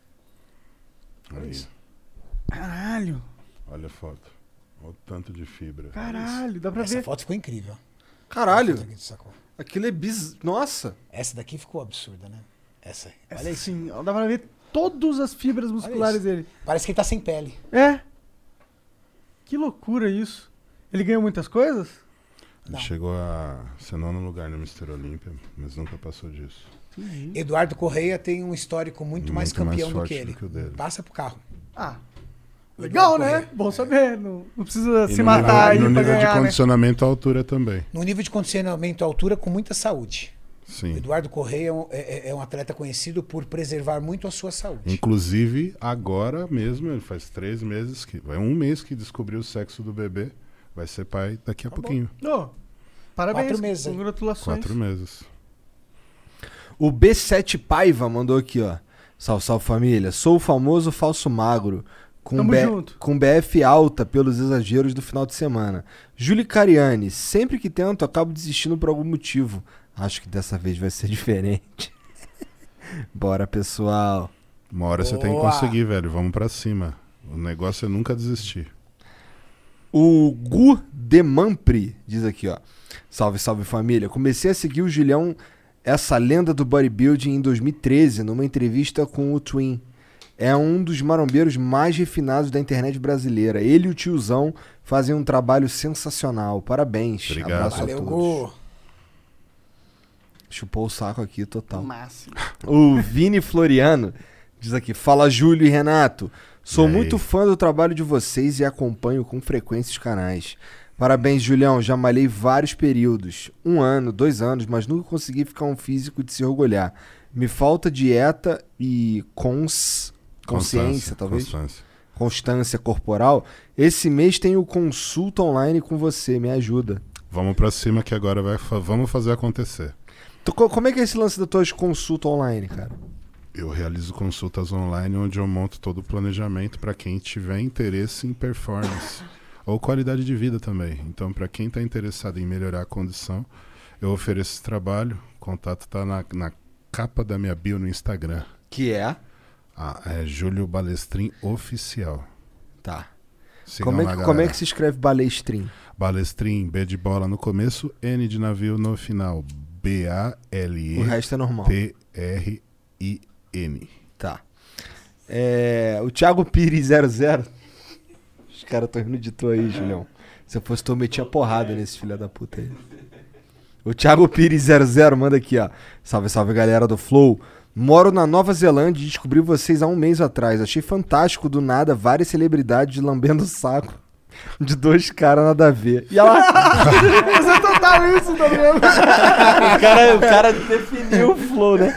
Olha isso. Caralho. Olha a foto. Olha o tanto de fibra. Caralho, dá pra ver. Essa foto ficou incrível. Caralho. Aquilo é Nossa. Essa daqui ficou absurda, né? Essa aí. Olha isso. Sim, dá pra ver todas as fibras musculares dele. Parece que ele tá sem pele. É. Que loucura isso. Ele ganhou muitas coisas? Ele chegou a ser nono lugar no Mr. Olímpia, mas nunca passou disso. Eduardo Correia tem um histórico muito mais campeão do que ele. Do que o dele. Passa pro carro. Legal, né? Bom saber. Não precisa se matar aí pra ganhar, no nível de condicionamento à altura também. No nível de condicionamento à altura com muita saúde. Sim. O Eduardo Correia é um atleta conhecido por preservar muito a sua saúde. Inclusive, agora mesmo, ele faz 3 meses, vai 1 mês que descobriu o sexo do bebê. Vai ser pai daqui a pouquinho. Parabéns. 4 meses. Congratulações. 4 meses. O B7 Paiva mandou aqui, ó. Salve, salve família. Sou o famoso falso magro. Tamo junto. Com BF alta pelos exageros do final de semana. Júlio Cariani. Sempre que tento, acabo desistindo por algum motivo. Acho que dessa vez vai ser diferente. Bora, pessoal. Uma hora você tem que conseguir, velho. Vamos pra cima. O negócio é nunca desistir. O Gu Demampri diz aqui, ó. Salve, salve família. Comecei a seguir o Julião, essa lenda do bodybuilding, em 2013, numa entrevista com o Twin. É um dos marombeiros mais refinados da internet brasileira. Ele e o tiozão fazem um trabalho sensacional. Parabéns. Obrigado. Abraço Valeu, a todos. Gu. Chupou o saco aqui total. Máximo. O Vini Floriano diz aqui: fala Júlio e Renato. Sou muito fã do trabalho de vocês e acompanho com frequência os canais. Parabéns, Julião. Já malhei vários períodos. 1 ano, 2 anos, mas nunca consegui ficar um físico de se orgulhar. Me falta dieta e consciência, talvez. Constância corporal. Esse mês tenho consulta online com você. Me ajuda. Vamos pra cima que agora vamos fazer acontecer. Como é que é esse lance da tua consulta online, cara? Eu realizo consultas online onde eu monto todo o planejamento para quem tiver interesse em performance ou qualidade de vida também. Então, para quem está interessado em melhorar a condição, eu ofereço esse trabalho. O contato está na capa da minha bio no Instagram. Que é? É Júlio Balestrin Oficial. Tá. Sigam Como lá, é galera. que se escreve Balestrin? Balestrin, B de bola no começo, N de navio no final. B-A-L-E. O resto é normal. T-R-I-N. Tá. O Thiago Pires 00. Os caras estão rindo de tu aí, Julião. Se eu fosse tu, eu metia porrada nesse filho da puta aí. O Thiago Pires 00 manda aqui, ó. Salve, salve, galera do Flow. Moro na Nova Zelândia e descobri vocês há 1 mês atrás. Achei fantástico, do nada, várias celebridades lambendo o saco de 2 caras nada a ver. E ela... Mas é total isso também. o cara definiu o Flow, né?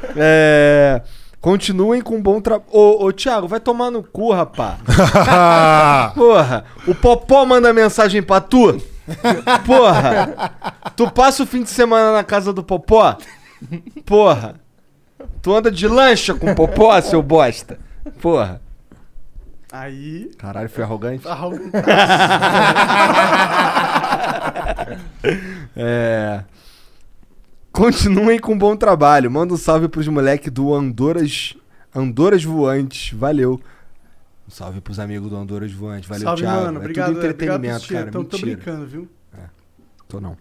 Continuem com um bom trabalho. Ô, Thiago, vai tomar no cu, rapá. Porra, o Popó manda mensagem pra tu. Porra, tu passa o fim de semana na casa do Popó? Porra, tu anda de lancha com o Popó, seu bosta? Porra. Aí... Caralho, foi arrogante? Continuem com um bom trabalho. Manda um salve pros moleques do Andoras Voantes. Valeu. Um salve pros amigos do Andoras Voantes. Valeu, salve, Thiago. mano. Obrigado, tudo entretenimento, obrigado, cara. Então, tô Mentira. brincando, viu? Tô não.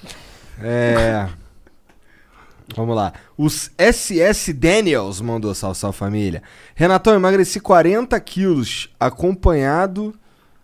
Vamos lá. Os SS Daniels mandou salve, salve família. Renatão, emagreci 40 quilos. Acompanhado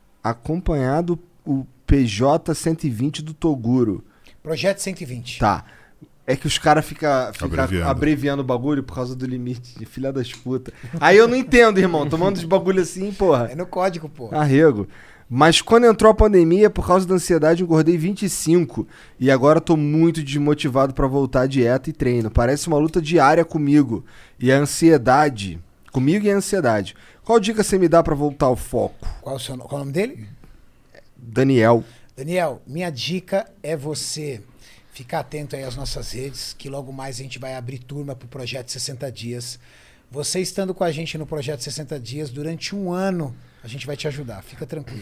o PJ 120 do Toguro. Projeto 120. Tá. É que os caras ficam Abreviando. abreviando o bagulho por causa do limite de filha das putas. Aí eu não entendo, irmão. Tomando os bagulho assim, porra. É no código, pô. Arrego. Mas quando entrou a pandemia, por causa da ansiedade, engordei 25. E agora tô muito desmotivado pra voltar à dieta e treino. Parece uma luta diária comigo. E a ansiedade. Comigo e a ansiedade. Qual dica você me dá pra voltar ao foco? Qual o nome dele? Daniel. Daniel, minha dica é você ficar atento aí às nossas redes, que logo mais a gente vai abrir turma pro Projeto 60 Dias. Você estando com a gente no Projeto 60 Dias durante 1 ano, a gente vai te ajudar. Fica tranquilo.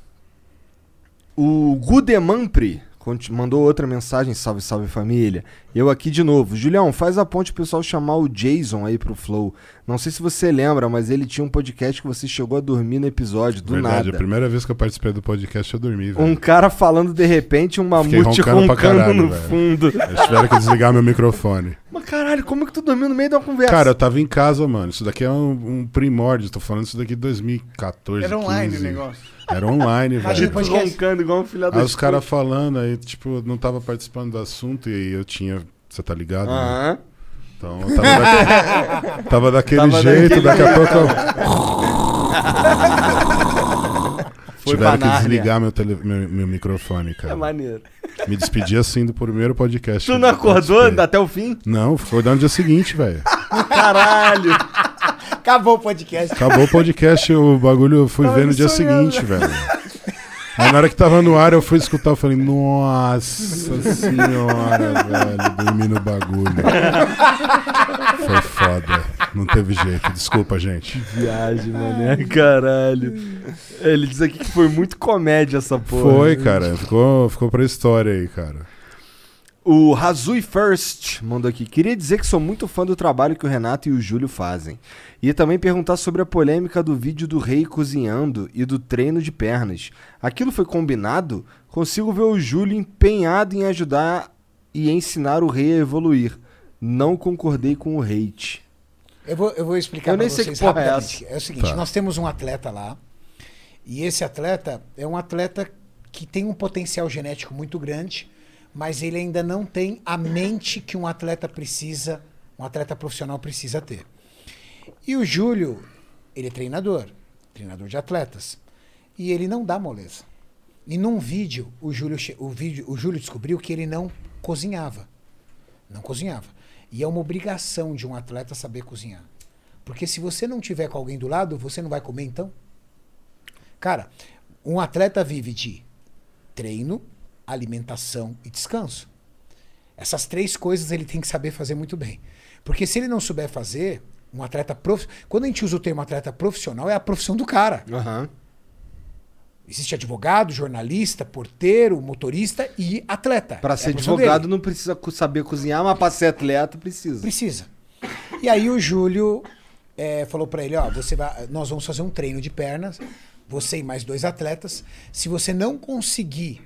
O Gudemampri mandou outra mensagem. Salve, salve família. Eu aqui de novo. Julião, faz a ponte o pessoal chamar o Jason aí pro Flow. Não sei se você lembra, mas ele tinha um podcast que você chegou a dormir no episódio, do Verdade, nada. a primeira vez que eu participei do podcast eu dormi, velho. Um cara falando de repente, um mamute roncando pra caralho, no velho. fundo. Eles tiveram que desligar meu microfone. Mas caralho, como que tu dormiu no meio de uma conversa? Cara, eu tava em casa, mano. Isso daqui é um primórdio. Tô falando isso daqui de 2014, Era online 15. o negócio. Era online, velho. Imagina, Tu roncando igual um filho da Aí os caras falando, aí, tipo, não tava participando do assunto e eu tinha... Você tá ligado? Né? Aham. Então, eu tava daquele Tava jeito, daqui a pouco eu... Foi Tiveram pra que Nárnia. desligar meu microfone, cara. É maneiro. Me despedi assim do primeiro podcast. Tu não acordou até o fim? Não, ficou acordando no dia seguinte, velho. Caralho. Acabou o podcast. Acabou o podcast, o bagulho eu fui Tava ver no dia sonhando. seguinte, velho. Aí na hora que tava no ar, eu fui escutar, eu falei, nossa senhora, velho, dormi no bagulho. Foi foda. Não teve jeito. Desculpa, gente. Viagem, mané. Caralho. Ele diz aqui que foi muito comédia essa porra. Foi, cara. Ficou pra história aí, cara. O Razui First mandou aqui. Queria dizer que sou muito fã do trabalho que o Renato e o Júlio fazem. E também perguntar sobre a polêmica do vídeo do rei cozinhando e do treino de pernas. Aquilo foi combinado? Consigo ver o Júlio empenhado em ajudar e ensinar o rei a evoluir. Não concordei com o hate. Eu vou explicar Eu pra nem sei vocês que porra é rapidamente. essa. É o seguinte, Tá. nós temos um atleta lá, e esse atleta é um atleta que tem um potencial genético muito grande, mas ele ainda não tem a mente que um atleta profissional precisa ter. E o Júlio, ele é treinador de atletas, e ele não dá moleza. E num vídeo, o Júlio descobriu que ele não cozinhava. Não cozinhava. E é uma obrigação de um atleta saber cozinhar. Porque se você não tiver com alguém do lado, você não vai comer então? Cara, um atleta vive de treino, alimentação e descanso. Essas 3 coisas ele tem que saber fazer muito bem. Porque se ele não souber fazer, um atleta quando a gente usa o termo atleta profissional, é a profissão do cara. Aham. Existe advogado, jornalista, porteiro, motorista e atleta. Pra É ser a profissão advogado dele. não precisa saber cozinhar, mas pra ser atleta precisa. Precisa. E aí o Júlio falou pra ele, ó, nós vamos fazer um treino de pernas, você e mais 2 atletas. Se você não conseguir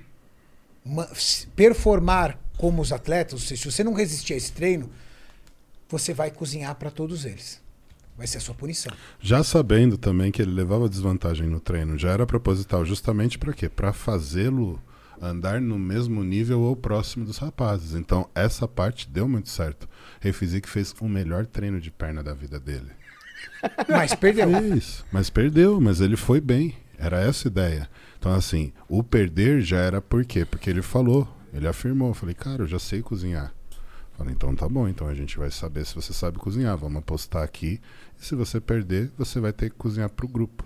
performar como os atletas, ou seja, se você não resistir a esse treino, você vai cozinhar pra todos eles. Vai ser a sua punição. Já sabendo também que ele levava desvantagem no treino, já era proposital, justamente para quê? Para fazê-lo andar no mesmo nível ou próximo dos rapazes. Então, essa parte deu muito certo. Rei Physique fez o melhor treino de perna da vida dele. Mas perdeu. Perdeu, mas ele foi bem. Era essa a ideia. Então, assim, o perder já era por quê? Porque ele falou, ele afirmou. Eu falei, cara, eu já sei cozinhar. Falei, então tá bom, então a gente vai saber se você sabe cozinhar. Vamos apostar aqui. E se você perder, você vai ter que cozinhar pro grupo.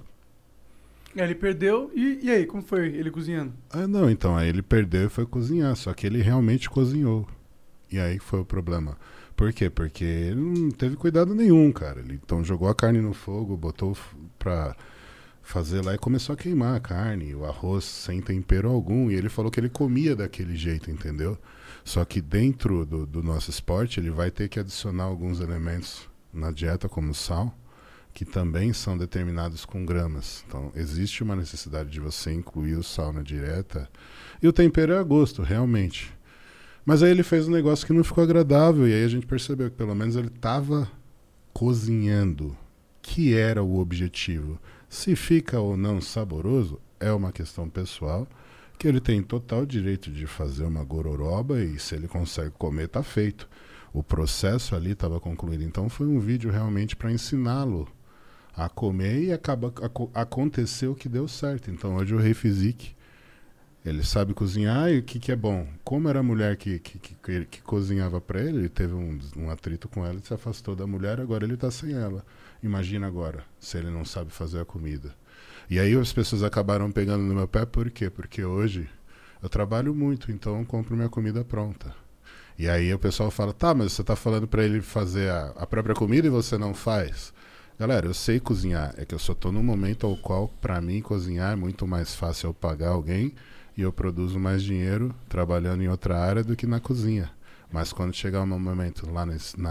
Ele perdeu, e aí, como foi ele cozinhando? Ah, não, então aí ele perdeu e foi cozinhar. Só que ele realmente cozinhou. E aí foi o problema. Por quê? Porque ele não teve cuidado nenhum, cara. Ele então jogou a carne no fogo, botou pra fazer lá e começou a queimar a carne, o arroz sem tempero algum. E ele falou que ele comia daquele jeito, entendeu? Só que dentro do nosso esporte, ele vai ter que adicionar alguns elementos na dieta, como sal, que também são determinados com gramas. Então, existe uma necessidade de você incluir o sal na dieta. E o tempero é a gosto, realmente. Mas aí ele fez um negócio que não ficou agradável, e aí a gente percebeu que pelo menos ele estava cozinhando, que era o objetivo. Se fica ou não saboroso, é uma questão pessoal, que ele tem total direito de fazer uma gororoba e se ele consegue comer, tá feito. O processo ali estava concluído. Então foi um vídeo realmente para ensiná-lo a comer e aconteceu o que deu certo. Então hoje o Rei Physique, ele sabe cozinhar e o que é bom. Como era a mulher que cozinhava para ele, ele teve um atrito com ela e se afastou da mulher, agora ele tá sem ela. Imagina agora, se ele não sabe fazer a comida. E aí as pessoas acabaram pegando no meu pé, por quê? Porque hoje eu trabalho muito, então eu compro minha comida pronta. E aí o pessoal fala, tá, mas você tá falando para ele fazer a própria comida e você não faz? Galera, eu sei cozinhar, é que eu só tô num momento ao qual, para mim, cozinhar é muito mais fácil eu pagar alguém e eu produzo mais dinheiro trabalhando em outra área do que na cozinha. Mas quando chegar um momento lá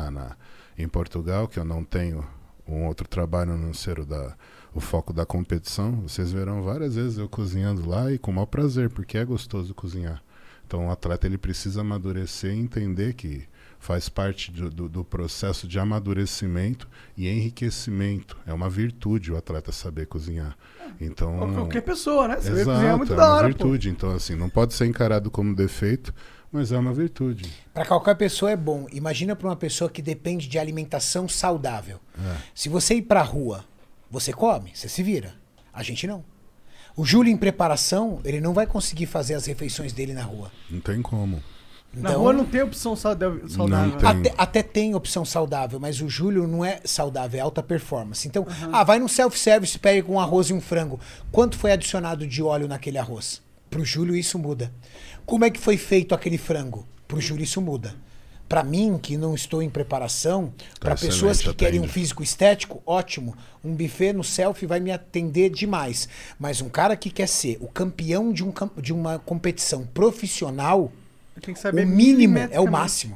em Portugal, que eu não tenho um outro trabalho, a não ser o foco da competição, vocês verão várias vezes eu cozinhando lá e com o maior prazer, porque é gostoso cozinhar. Então o atleta ele precisa amadurecer e entender que faz parte do processo de amadurecimento e enriquecimento. É uma virtude o atleta saber cozinhar. Então, qualquer pessoa, né? Saber cozinhar é muito da hora, virtude. Pô. Então, assim, não pode ser encarado como defeito, mas é uma virtude. Para qualquer pessoa é bom. Imagina para uma pessoa que depende de alimentação saudável. Se você ir para a rua, você come, você se vira. A gente não. O Júlio, em preparação, ele não vai conseguir fazer as refeições dele na rua. Não tem como. Então, na rua não tem opção saudável. Até tem opção saudável, mas o Júlio não é saudável, é alta performance. Então, vai no self-service, pega com um arroz e um frango. Quanto foi adicionado de óleo naquele arroz? Pro Júlio isso muda. Como é que foi feito aquele frango? Pro Júlio isso muda. Pra mim, que não estou em preparação, pra pessoas que querem um físico estético, ótimo. Um buffet no selfie vai me atender demais. Mas um cara que quer ser o campeão de uma competição profissional, Tem que saber o mínimo é o milimetricamente. máximo.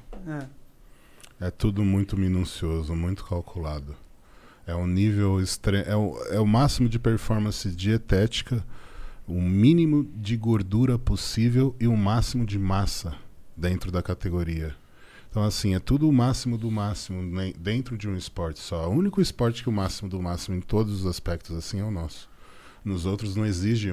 É tudo muito minucioso, muito calculado. É um nível é o máximo de performance dietética, o mínimo de gordura possível e o máximo de massa dentro da categoria. Então, assim, é tudo o máximo do máximo dentro de um esporte só. O único esporte que o máximo do máximo em todos os aspectos assim é o nosso. Nos outros não exige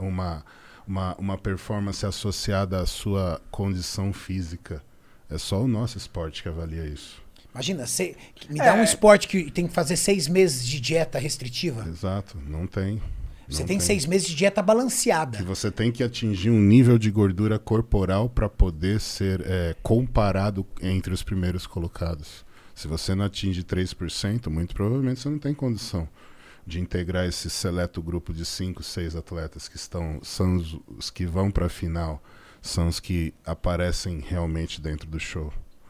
uma performance associada à sua condição física. É só o nosso esporte que avalia isso. Imagina, me dá um esporte que tem que fazer 6 meses de dieta restritiva. Exato, não tem. Você tem 6 meses de dieta balanceada. Que você tem que atingir um nível de gordura corporal para poder ser comparado entre os primeiros colocados. Se você não atinge 3%, muito provavelmente você não tem condição de integrar esse seleto grupo de 5, 6 atletas que são os que vão para a final, são os que aparecem realmente dentro do show.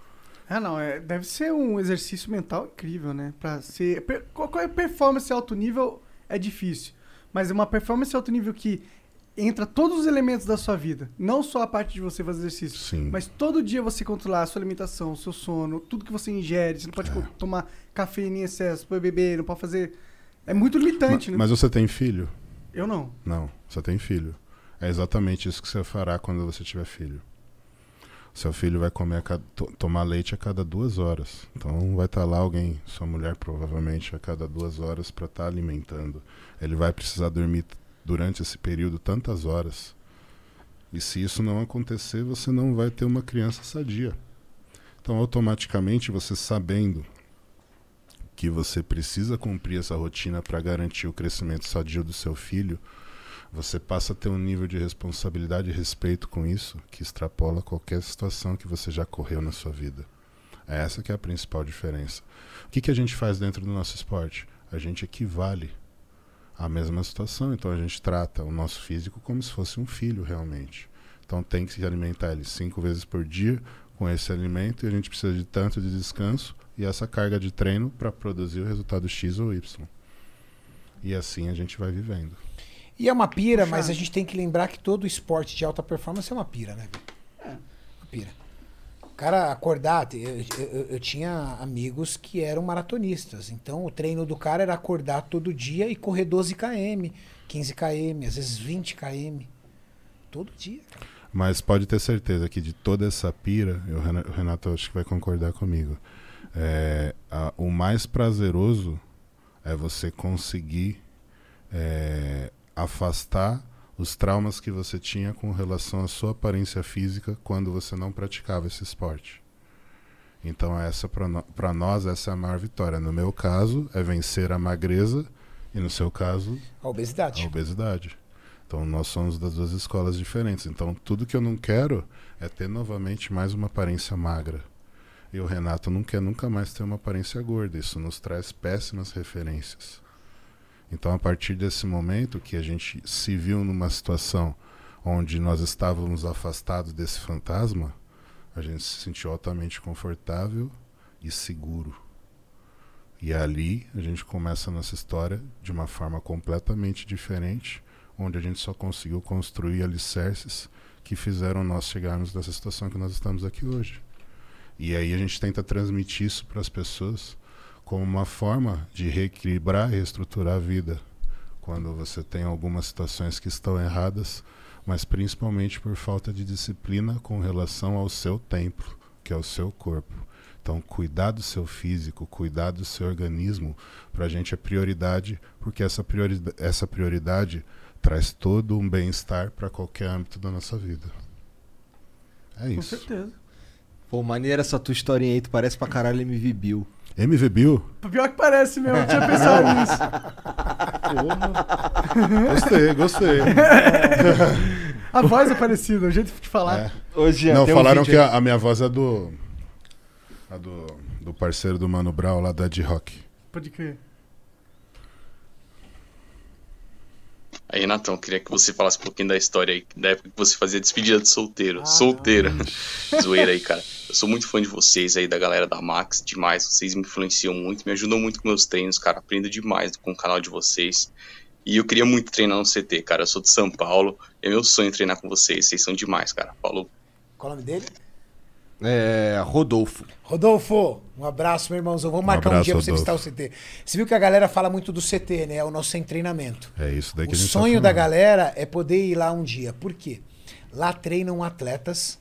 Deve ser um exercício mental incrível, né? Pra ser... Qualquer performance alto nível é difícil. Mas é uma performance alto nível que entra todos os elementos da sua vida. Não só a parte de você fazer exercício. Sim. Mas todo dia você controlar a sua alimentação, o seu sono, tudo que você ingere. Você não pode tomar cafeína em excesso, pode beber, não pode fazer... É muito limitante, né? Mas você tem filho? Eu não. Não, você tem filho. É exatamente isso que você fará quando você tiver filho. Seu filho vai tomar leite a cada 2 horas. Então vai estar lá alguém, sua mulher provavelmente, a cada 2 horas para estar alimentando. Ele vai precisar dormir durante esse período tantas horas. E se isso não acontecer, você não vai ter uma criança sadia. Então automaticamente você sabendo que você precisa cumprir essa rotina para garantir o crescimento sadio do seu filho, você passa a ter um nível de responsabilidade e respeito com isso que extrapola qualquer situação que você já correu na sua vida. É essa que é a principal diferença. O que a gente faz dentro do nosso esporte? A gente equivale à mesma situação. Então a gente trata o nosso físico como se fosse um filho realmente. Então tem que se alimentar ele 5 vezes por dia com esse alimento e a gente precisa de tanto de descanso e essa carga de treino para produzir o resultado X ou Y. E assim a gente vai vivendo. E é uma pira, mas a gente tem que lembrar que todo esporte de alta performance é uma pira, né? Uma pira. O cara acordar... Eu tinha amigos que eram maratonistas. Então o treino do cara era acordar todo dia e correr 12 km, 15 km, às vezes 20 km. Todo dia, cara. Mas pode ter certeza que de toda essa pira, o Renato acho que vai concordar comigo, o mais prazeroso é você conseguir afastar os traumas que você tinha com relação à sua aparência física quando você não praticava esse esporte. Então essa para nós essa é a maior vitória. No meu caso é vencer a magreza e no seu caso a obesidade. Então nós somos das 2 escolas diferentes. Então tudo que eu não quero é ter novamente mais uma aparência magra. E o Renato não quer nunca mais ter uma aparência gorda. Isso nos traz péssimas referências. Então, a partir desse momento que a gente se viu numa situação onde nós estávamos afastados desse fantasma, a gente se sentiu altamente confortável e seguro. E ali a gente começa a nossa história de uma forma completamente diferente, onde a gente só conseguiu construir alicerces que fizeram nós chegarmos nessa situação que nós estamos aqui hoje. E aí a gente tenta transmitir isso para as pessoas como uma forma de reequilibrar e reestruturar a vida. Quando você tem algumas situações que estão erradas, mas principalmente por falta de disciplina com relação ao seu templo, que é o seu corpo. Então, cuidar do seu físico, cuidar do seu organismo, para a gente é prioridade, porque essa prioridade traz todo um bem-estar para qualquer âmbito da nossa vida. É isso. Com certeza. Pô, maneira essa tua historinha aí, tu parece pra caralho MV Bill. MV Bill? Pior que parece mesmo, eu tinha pensado nisso. Gostei. A voz é parecida, o jeito de falar. Hoje não, falaram que a minha voz é do parceiro do Mano Brown lá da Ed Rock. Pode crer. Aí, Renatão, queria que você falasse um pouquinho da história aí, da época que você fazia despedida de solteiro. Solteira. Zoeira aí, cara. Eu sou muito fã de vocês aí, da galera da Max, demais. Vocês me influenciam muito, me ajudam muito com meus treinos, cara. Aprendo demais com o canal de vocês. E eu queria muito treinar no CT, cara. Eu sou de São Paulo. É meu sonho treinar com vocês. Vocês são demais, cara. Falou. Qual o nome dele? Rodolfo. Rodolfo, um abraço, meu irmãozão. Vamos marcar um dia pra você visitar o CT. Você viu que a galera fala muito do CT, né? É o nosso sem treinamento. É isso daí que o a gente sonho tá da galera é poder ir lá um dia. Por quê? Lá treinam atletas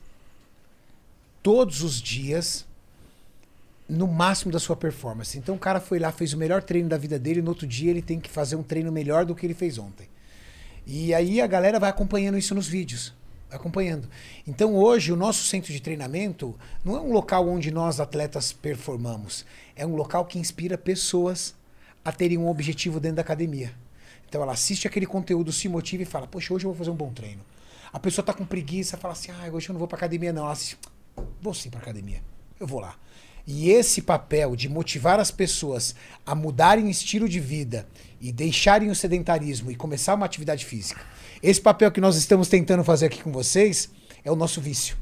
todos os dias no máximo da sua performance. Então o cara foi lá, fez o melhor treino da vida dele, no outro dia ele tem que fazer um treino melhor do que ele fez ontem. E aí a galera vai acompanhando isso nos vídeos. Acompanhando. Então hoje o nosso centro de treinamento não é um local onde nós atletas performamos, é um local que inspira pessoas a terem um objetivo dentro da academia. Então ela assiste aquele conteúdo, se motiva e fala, poxa, hoje eu vou fazer um bom treino. A pessoa tá com preguiça, fala assim, hoje eu não vou pra academia não. Ela assiste, vou sim pra academia, eu vou lá. E esse papel de motivar as pessoas a mudarem o estilo de vida e deixarem o sedentarismo e começar uma atividade física, esse papel que nós estamos tentando fazer aqui com vocês é o nosso vício.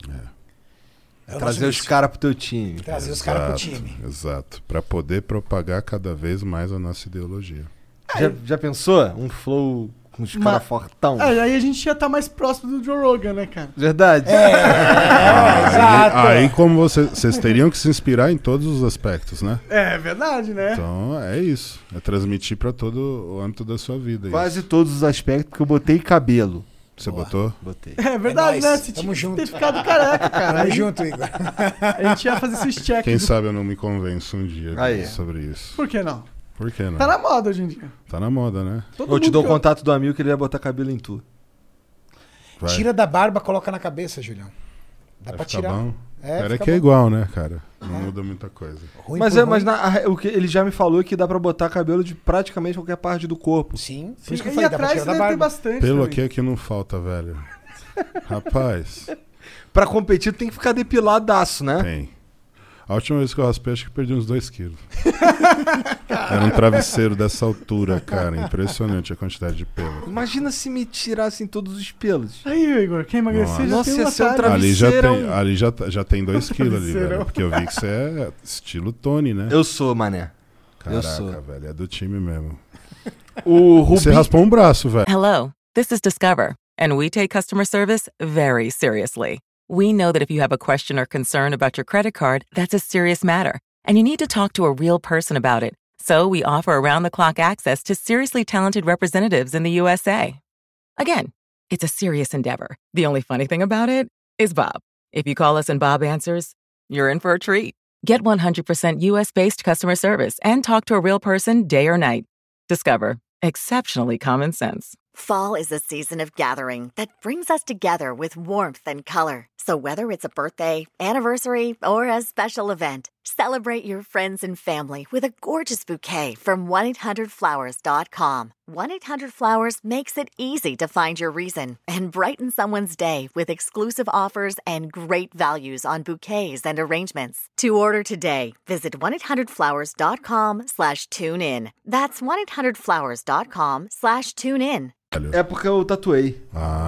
Trazer os caras pro teu time. Trazer os caras pro time. Exato. Pra poder propagar cada vez mais a nossa ideologia. Já pensou? Um flow com os caras fortão. Aí a gente ia estar mais próximo do Joe Rogan, né, cara? Verdade. Exato. Aí como vocês teriam que se inspirar em todos os aspectos, né? É verdade, né? Então é isso. É transmitir pra todo o âmbito da sua vida. Quase todos os aspectos, porque eu botei cabelo. Você botou? Botei. É verdade, né? Você tinha que ter ficado careca, cara. Tamo junto, Igor. A gente ia fazer esses checks. Quem sabe eu não me convenço um dia sobre isso. Por que não? Por que não? Tá na moda hoje em dia. Tá na moda, né? Eu te dou o contato do amigo que ele ia botar cabelo em tu. Vai. Tira da barba, coloca na cabeça, Julião. Dá pra tirar. Bom. Fica que é bom. igual, né, cara? Não muda muita coisa. Mas o que ele já me falou é que dá pra botar cabelo de praticamente qualquer parte do corpo. Sim. Por isso que eu falei, dá pra tirar da barba. Tem bastante. Pelo aqui não falta, velho. Rapaz. Pra competir tem que ficar depiladaço, né? Tem. A última vez que eu raspei, acho que perdi uns 2 quilos. Era um travesseiro dessa altura, cara. Impressionante a quantidade de pelo. Imagina se me tirassem todos os pelos. Aí, Igor, quem emagrecer já tem ia uma ser um travesseiro. Ali já tem 2 quilos ali, velho. Porque eu vi que você é estilo Tony, né? Eu sou, mané. Caraca, velho. É do time mesmo. Você raspou um braço, velho. Hello, this is Discover, and we take customer service very seriously. We know that if you have a question or concern about your credit card, that's a serious matter, and you need to talk to a real person about it. So we offer around-the-clock access to seriously talented representatives in the USA. Again, it's a serious endeavor. The only funny thing about it is Bob. If you call us and Bob answers, you're in for a treat. Get 100% US-based customer service and talk to a real person day or night. Discover. Exceptionally common sense. Fall is a season of gathering that brings us together with warmth and color. So whether it's a birthday, anniversary, or a special event, celebrate your friends and family with a gorgeous bouquet from 1-800-Flowers.com. 1-800-Flowers makes it easy to find your reason and brighten someone's day with exclusive offers and great values on bouquets and arrangements. To order today, visit 1-800-Flowers.com/tune-in. That's 1-800-Flowers.com/tune-in. É porque eu tatuei.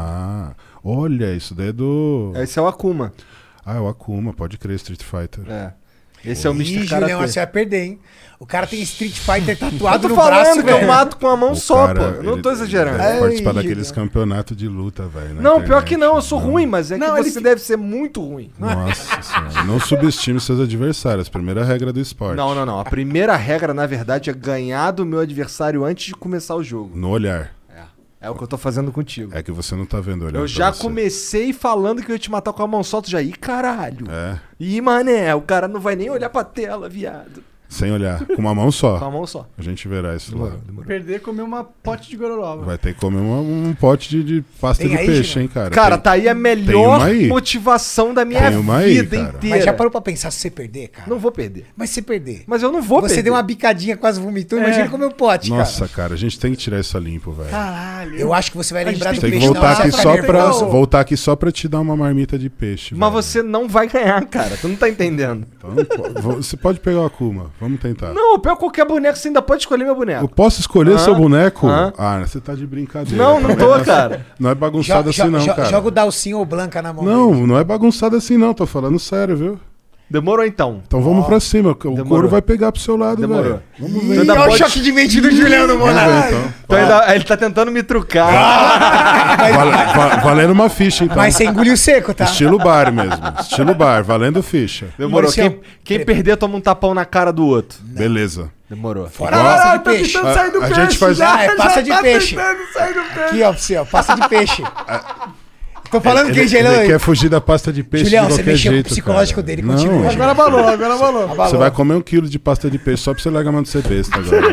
Olha, isso daí é do... Esse é o Akuma. É o Akuma, pode crer, Street Fighter. Esse é o Mr. Karate. Julião, você vai perder, hein? O cara tem Street Fighter tatuado eu tô no braço, falando que velho. eu mato com a mão só, cara, pô. Eu não tô exagerando. Deve participar daqueles campeonatos de luta, velho. Não, pior que não, eu sou ruim, mas é que você deve ser muito ruim. Nossa senhora. Não subestime seus adversários. Primeira regra do esporte. Não. A primeira regra, na verdade, é ganhar do meu adversário antes de começar o jogo. No olhar. É o que eu tô fazendo contigo. É que você não tá vendo olhando. Eu já comecei falando que eu ia te matar com a mão só, tu já... Ih, caralho. É. Ih, mané, o cara não vai nem olhar pra tela, viado. Sem olhar. Com uma mão só. Com a mão só. A gente verá isso lá. Perder, comer uma pote de gororoba. Vai ter que comer um pote de pasta de peixe, hein, cara. Cara, tá aí a melhor motivação da minha vida inteira. Mas já parou pra pensar se você perder, cara? Não vou perder. Mas se perder. Mas eu não vou perder. Você deu uma bicadinha, quase vomitou. Imagina comer um pote, cara. Nossa, cara, a gente tem que tirar isso a limpo, velho. Caralho. Eu acho que você vai lembrar do tem peixe. que voltar aqui só pra te dar uma marmita de peixe. Mas você não vai ganhar, cara. Tu não tá entendendo. Então, você pode pegar o Akuma. Vamos tentar. Não, eu pego qualquer boneco, você ainda pode escolher meu boneco. Eu posso escolher seu boneco? Aham. Ah, você tá de brincadeira. Não, não tô, cara. Não é bagunçado assim não, cara. Joga o Dalcinho ou Blanca na mão Não, dele. não é bagunçado assim não, tô falando sério, viu? Demorou então. Então vamos pra cima, o couro vai pegar pro seu lado, Demorou. velho. Vamos ver. Ainda Olha o pode- choque de mente do Juliano, Vamos mano. ver, então. Então ele tá tentando me trucar. Valendo uma ficha, então. Mas você engoliu seco, tá? Estilo bar mesmo. Estilo bar, valendo ficha. Demorou. Maurício, Quem perder toma um tapão na cara do outro. Beleza. Demorou. Fora passa de tá peixe. tentando sair do A peixe. gente faz- Já, é passa de tá peixe. tentando sair do peixe. Aqui, ó, pra você, ó. Passa de peixe. Tô falando que, Ele Julião. quer fugir da pasta de peixe Julião, de você qualquer mexeu com o jeito, psicológico cara. dele, Não, continua, gente. Agora abalou. Você vai comer 1 quilo de pasta de peixe só pra você largar a mão de ser besta agora.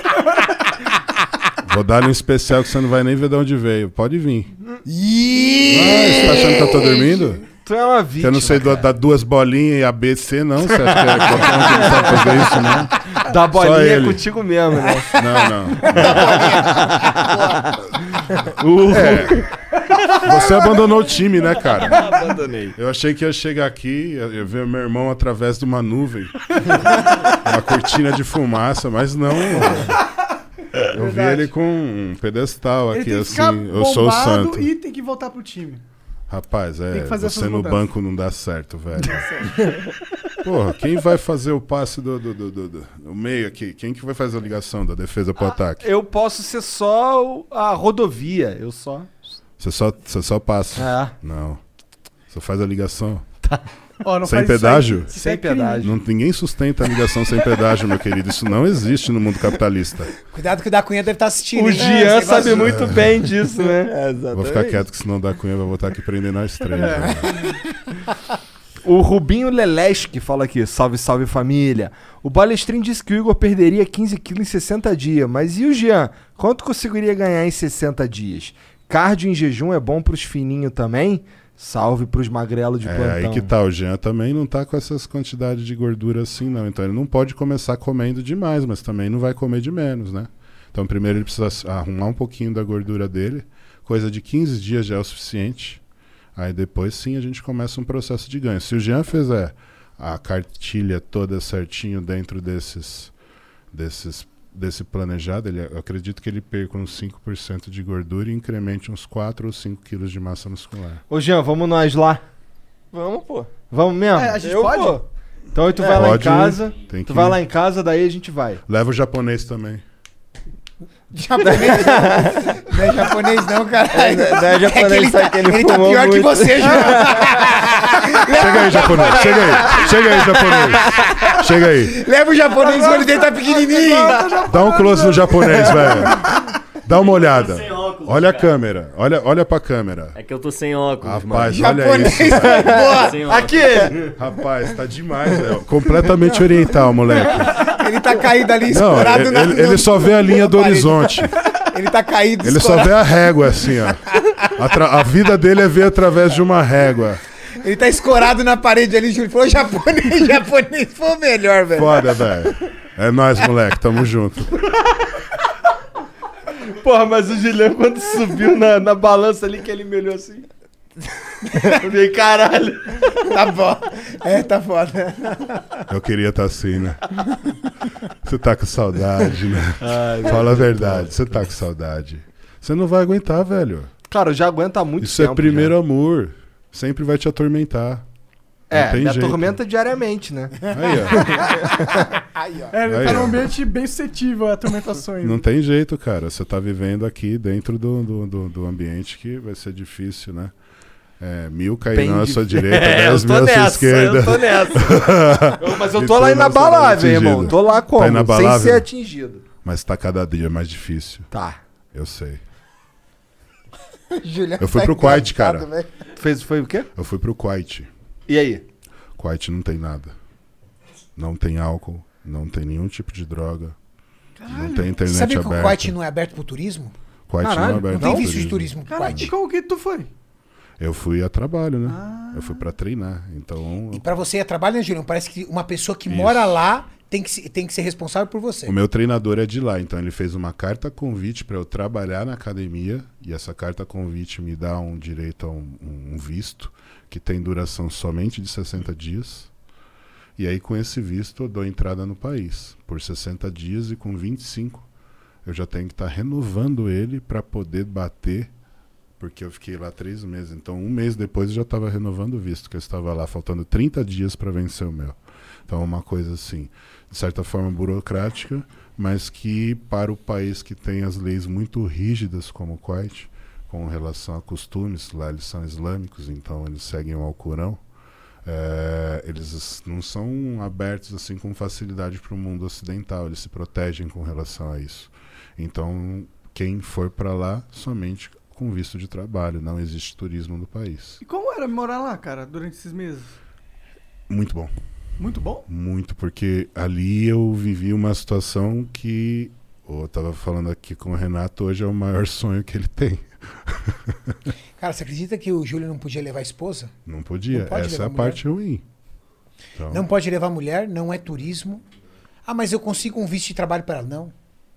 Vou dar-lhe um especial que você não vai nem ver de onde veio. Pode vir. Você tá achando que eu tô dormindo? Tu é uma Que vítima. eu não sei dar 2 bolinhas e ABC, não? Você acha que é qualquer um que não sabe fazer isso, não? Da bolinha Só é ele. contigo mesmo, né? Não. Você abandonou o time, né, cara? Abandonei. Eu achei que ia chegar aqui, ia ver meu irmão através de uma nuvem. Uma cortina de fumaça, mas não. Eu vi ele com um pedestal Ele aqui, tem que assim. ficar Eu sou o bombado santo. e tem que voltar pro time. Rapaz, Tem que fazer você essas no mudanças. banco não dá certo, velho. Porra, quem vai fazer o passe do meio aqui? Quem que vai fazer a ligação da defesa pro ataque? Eu posso ser só a rodovia. Eu só. Você só passa. É. Não. Você faz a ligação. Ó, não Sem faz isso aí. pedágio? Isso Sem é crime. pedágio. Ninguém sustenta a ligação sem pedágio, meu querido. Isso não existe no mundo capitalista. Cuidado que o da Cunha deve estar assistindo. O hein? Jean Você sabe vazou. muito bem disso, né? Vou ficar quieto que senão o da Cunha vai voltar aqui prender nós 3. né? O Rubinho Leleschi fala aqui, salve, salve família. O Balestrin disse que o Igor perderia 15 quilos em 60 dias, mas e o Jean? Quanto conseguiria ganhar em 60 dias? Cardio em jejum é bom pros fininhos também? Salve pros magrelos de plantão. Aí que tá, o Jean também não tá com essas quantidades de gordura assim, não. Então ele não pode começar comendo demais, mas também não vai comer de menos, né? Então primeiro ele precisa arrumar um pouquinho da gordura dele, coisa de 15 dias já é o suficiente. Aí depois sim a gente começa um processo de ganho. Se o Jean fizer a cartilha toda certinho dentro desse planejado, eu acredito que ele perca uns 5% de gordura e incremente uns 4 ou 5 quilos de massa muscular. Ô Jean, vamos nós lá? Vamos, pô. Vamos mesmo? É, a gente Eu pode? vou. Então aí tu vai lá em Pode, casa, tem tu que vai ir. lá em casa, daí a gente vai. Leva o japonês também. Japonês? Não é japonês não, caralho. Não é japonês, ele sabe que ele tá fumou pior que muito. você, João. Chega aí, japonês. Chega aí, japonês. Chega aí. Leva o japonês, o olho dele tá pequenininho. Dá um close no japonês, velho. Dá uma olhada. Olha a câmera. Olha pra câmera. É que eu tô sem óculos, Rapaz, mano. olha isso. Boa. Sem óculos. Aqui! Rapaz, tá demais, velho. Completamente oriental, moleque. Ele tá caído ali, Não, escorado ele só vê a linha do na parede. horizonte. Ele tá caído, Ele só vê a régua, assim, ó. A vida dele é ver através de uma régua. Ele tá escorado na parede ali, Júlio. Falou japonês foi o melhor, velho. Foda, velho. É nóis, moleque. Tamo junto. Porra, mas o Juliano quando subiu na balança ali que ele me olhou assim. Eu falei, caralho. Tá bom. É, tá foda. Eu queria estar assim, né? Você tá com saudade, né? Fala a verdade. Você tá com saudade. Você não vai aguentar, velho. Cara, eu já aguento há muito Isso tempo. é primeiro amor. Sempre vai te atormentar. É, tem me jeito. atormenta diariamente, né? Aí, ó. É, ele Aí, tá num ó. ambiente bem suscetível a atormentações. Não tem jeito, cara. Você tá vivendo aqui dentro do ambiente que vai ser difícil, né? 1000 caindo à sua direita, 10 mil à sua esquerda. Eu tô nessa. Mas eu tô Então, lá inabalável, atingido. irmão. Tô lá como? Tá inabalável? Sem ser atingido. Mas tá cada dia mais difícil. Tá. Eu sei. Juliano Eu fui tá pro Kuwait, engraçado, cara. velho. Foi o quê? Eu fui pro Kuwait. E aí? Kuwait não tem nada. Não tem álcool, não tem nenhum tipo de droga. Não tem internet Sabia que o aberta. Kuwait não é aberto pro turismo? Kuwait não é Caralho, aberto Não tem pro visto de turismo. turismo pro Caralho, Kuwait. como que tu foi? Eu fui a trabalho, né? Eu fui pra treinar. Então, E pra você ir a trabalho, né, Juliano? Parece que uma pessoa que mora lá tem que ser responsável por você. o meu treinador é de lá. Então, ele fez uma carta convite pra eu trabalhar na academia. E essa carta convite me dá um direito a um visto que tem duração somente de 60 dias. E aí, com esse visto, eu dou entrada no país por 60 dias e com 25 eu já tenho que estar renovando ele para poder bater, porque eu fiquei lá 3 meses. Então, um mês depois eu já estava renovando o visto, que eu estava lá faltando 30 dias para vencer o meu. Então, é uma coisa assim, de certa forma burocrática, mas que para o país que tem as leis muito rígidas como o Kuwait, com relação a costumes, lá eles são islâmicos, então eles seguem o Alcorão, eles não são abertos assim com facilidade para o mundo ocidental, eles se protegem com relação a isso. Então, quem for para lá, somente com visto de trabalho, não existe turismo no país. E como era morar lá, cara, durante esses meses? Muito bom. Muito bom? Muito, porque ali eu vivi uma situação que, eu estava falando aqui com o Renato, hoje é o maior sonho que ele tem. Cara, você acredita que o Júlio não podia levar a esposa? Não podia, Não pode essa é levar a mulher? parte ruim. Então, Não pode levar mulher, não é turismo. Ah, mas eu consigo um visto de trabalho para ela. Não.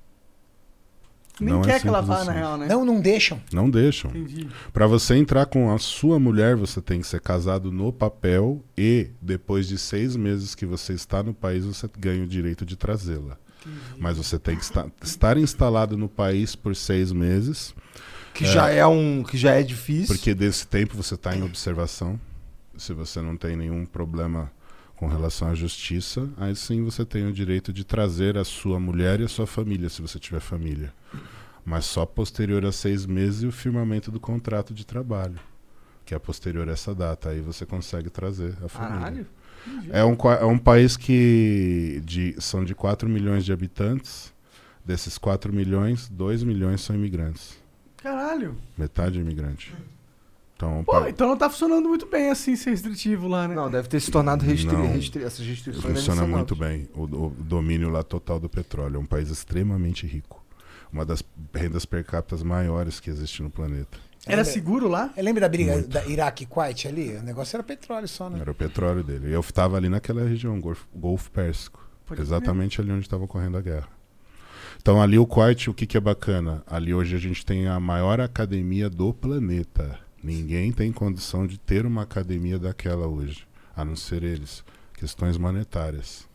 Nem não quer é que ela simples vá, na assim. real, né? Não deixam. Não deixam. Entendi. Para você entrar com a sua mulher, você tem que ser casado no papel e depois de 6 meses que você está no país, você ganha o direito de trazê-la. Mas você tem que estar instalado no país por 6 meses. Que já é difícil. Porque desse tempo você está em observação. Se você não tem nenhum problema com relação à justiça, aí sim você tem o direito de trazer a sua mulher e a sua família, se você tiver família. Mas só posterior a 6 meses e o firmamento do contrato de trabalho, que é posterior a essa data. Aí você consegue trazer a família. Caralho. É um país que são de 4 milhões de habitantes. Desses 4 milhões, 2 milhões são imigrantes. Caralho. Metade é imigrante. Então, Pô, então não tá funcionando muito bem assim, ser restritivo lá, né? Não, deve ter se tornado essas restrições. Funciona devem ser muito novas. bem. O domínio lá total do petróleo. É um país extremamente rico. Uma das rendas per capita maiores que existe no planeta. Era seguro lá? Lembra da briga da Iraque e Kuwait ali? O negócio era petróleo só, né? Era o petróleo dele. Eu estava ali naquela região, Golfo Pérsico. Exatamente ali onde estava ocorrendo a guerra. Então ali o Kuwait, o que é bacana? Ali hoje a gente tem a maior academia do planeta. Ninguém tem condição de ter uma academia daquela hoje, a não ser eles. Questões monetárias.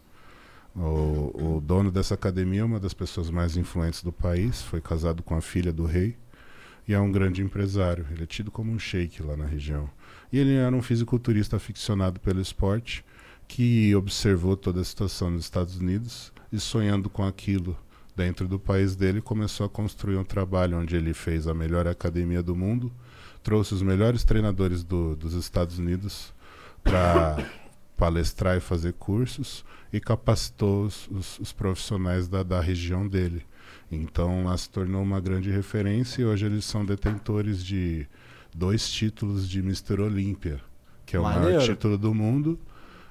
O dono dessa academia é uma das pessoas mais influentes do país, foi casado com a filha do rei e é um grande empresário. Ele é tido como um sheik lá na região. E ele era um fisiculturista aficionado pelo esporte que observou toda a situação nos Estados Unidos e, sonhando com aquilo dentro do país dele, começou a construir um trabalho onde ele fez a melhor academia do mundo, trouxe os melhores treinadores dos Estados Unidos para palestrar e fazer cursos e capacitou os profissionais da região dele. Então lá se tornou uma grande referência e hoje eles são detentores de 2 títulos de Mr. Olímpia, que é o maior título do mundo.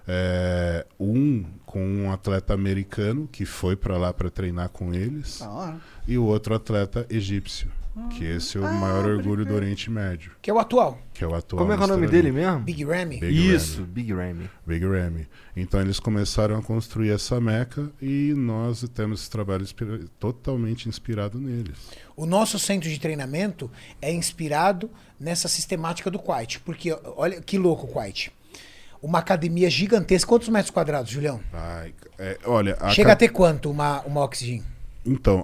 Um com um atleta americano que foi para lá para treinar com eles e o outro atleta egípcio, que esse é o maior orgulho do Oriente Médio. Que é o atual. Como é que é o nome dele mesmo? Big Ramy. Isso, Big Ramy. Big Ramy. Então eles começaram a construir essa meca e nós temos esse trabalho totalmente inspirado neles. O nosso centro de treinamento é inspirado nessa sistemática do Kuwait. Porque, olha que louco o Kuwait. Uma academia gigantesca. Quantos metros quadrados, Julião? Olha, chega a ter quanto uma Oxygen? Então,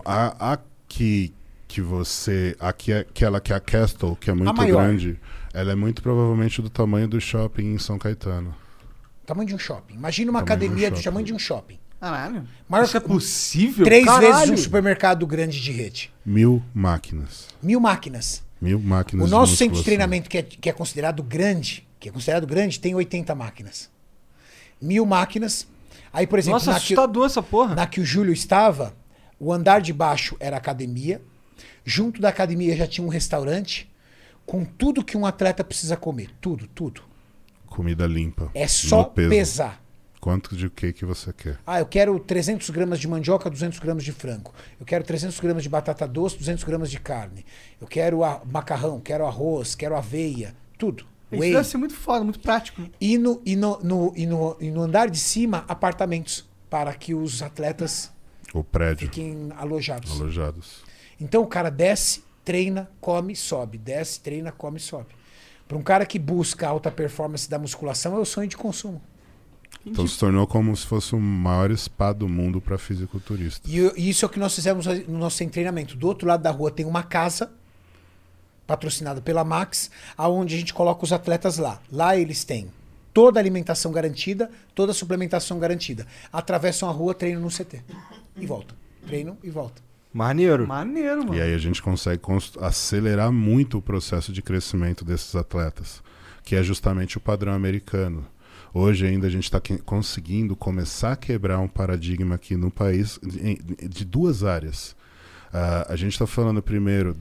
aquela que é a Castle, que é muito maior. grande, ela é muito provavelmente do tamanho do shopping em São Caetano. Tamanho de um shopping. Imagina uma academia do tamanho de um shopping. Caralho. Isso é possível? 3 Caralho. vezes um supermercado grande de rede. 1000 máquinas. 1000 máquinas. 1000 máquinas. O de nosso centro de musculação. treinamento, que é considerado grande, tem 80 máquinas. 1000 máquinas. Aí, por exemplo, Nossa, assustador essa porra. Na que o Júlio estava, o andar de baixo era a academia. Junto da academia já tinha um restaurante com tudo que um atleta precisa comer. Tudo. Comida limpa. É só pesar. Quanto de que você quer? Eu quero 300 gramas de mandioca, 200 gramas de frango. Eu quero 300 gramas de batata doce, 200 gramas de carne. Eu quero macarrão, quero arroz, quero aveia, tudo. Isso deve ser muito foda, muito prático. E no andar de cima, apartamentos, para que os atletas fiquem alojados. Então o cara desce, treina, come, sobe. Desce, treina, come, sobe. Para um cara que busca alta performance da musculação, é o sonho de consumo. Então se tornou como se fosse o maior spa do mundo para fisiculturista. E isso é o que nós fizemos no nosso treinamento. Do outro lado da rua tem uma casa patrocinada pela Max, aonde a gente coloca os atletas lá. Lá eles têm toda a alimentação garantida, toda a suplementação garantida. Atravessam a rua, treinam no CT. E voltam. Treinam e voltam. Maneiro. Maneiro, mano. E aí a gente consegue acelerar muito o processo de crescimento desses atletas, que é justamente o padrão americano. Hoje ainda a gente está conseguindo começar a quebrar um paradigma aqui no país de duas áreas. A gente está falando primeiro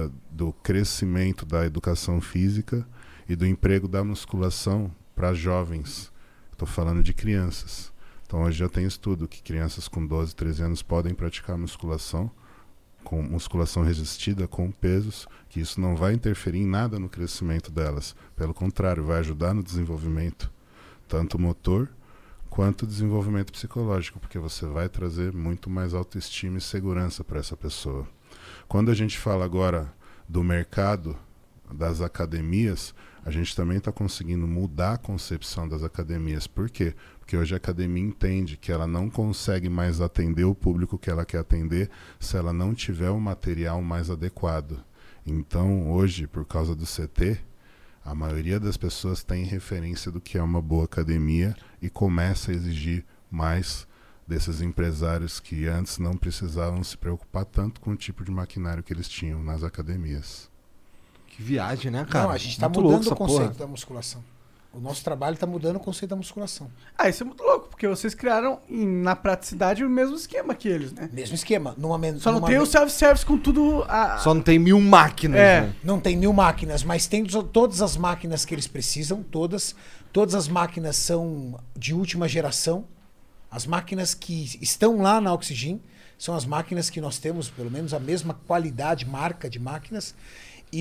do crescimento da educação física e do emprego da musculação para jovens. Estou falando de crianças. Então hoje já tem estudo que crianças com 12, 13 anos podem praticar musculação, com musculação resistida, com pesos, que isso não vai interferir em nada no crescimento delas. Pelo contrário, vai ajudar no desenvolvimento, tanto motor quanto desenvolvimento psicológico, porque você vai trazer muito mais autoestima e segurança para essa pessoa. Quando a gente fala agora do mercado, das academias, a gente também está conseguindo mudar a concepção das academias. Por quê? Porque hoje a academia entende que ela não consegue mais atender o público que ela quer atender se ela não tiver o material mais adequado. Então, hoje, por causa do CT, a maioria das pessoas tem referência do que é uma boa academia e começa a exigir mais desses empresários que antes não precisavam se preocupar tanto com o tipo de maquinário que eles tinham nas academias. Que viagem, né, cara? Não, a gente está mudando o conceito da musculação. O nosso trabalho está mudando o conceito da musculação. Ah, isso é muito louco, porque vocês criaram na praticidade o mesmo esquema que eles, né? Mesmo esquema. Só não tem o self-service com tudo... Só não tem 1000 máquinas, né? Não tem 1000 máquinas, mas tem todas as máquinas que eles precisam, todas. Todas as máquinas são de última geração. As máquinas que estão lá na Oxygen são as máquinas que nós temos, pelo menos a mesma qualidade, marca de máquinas. E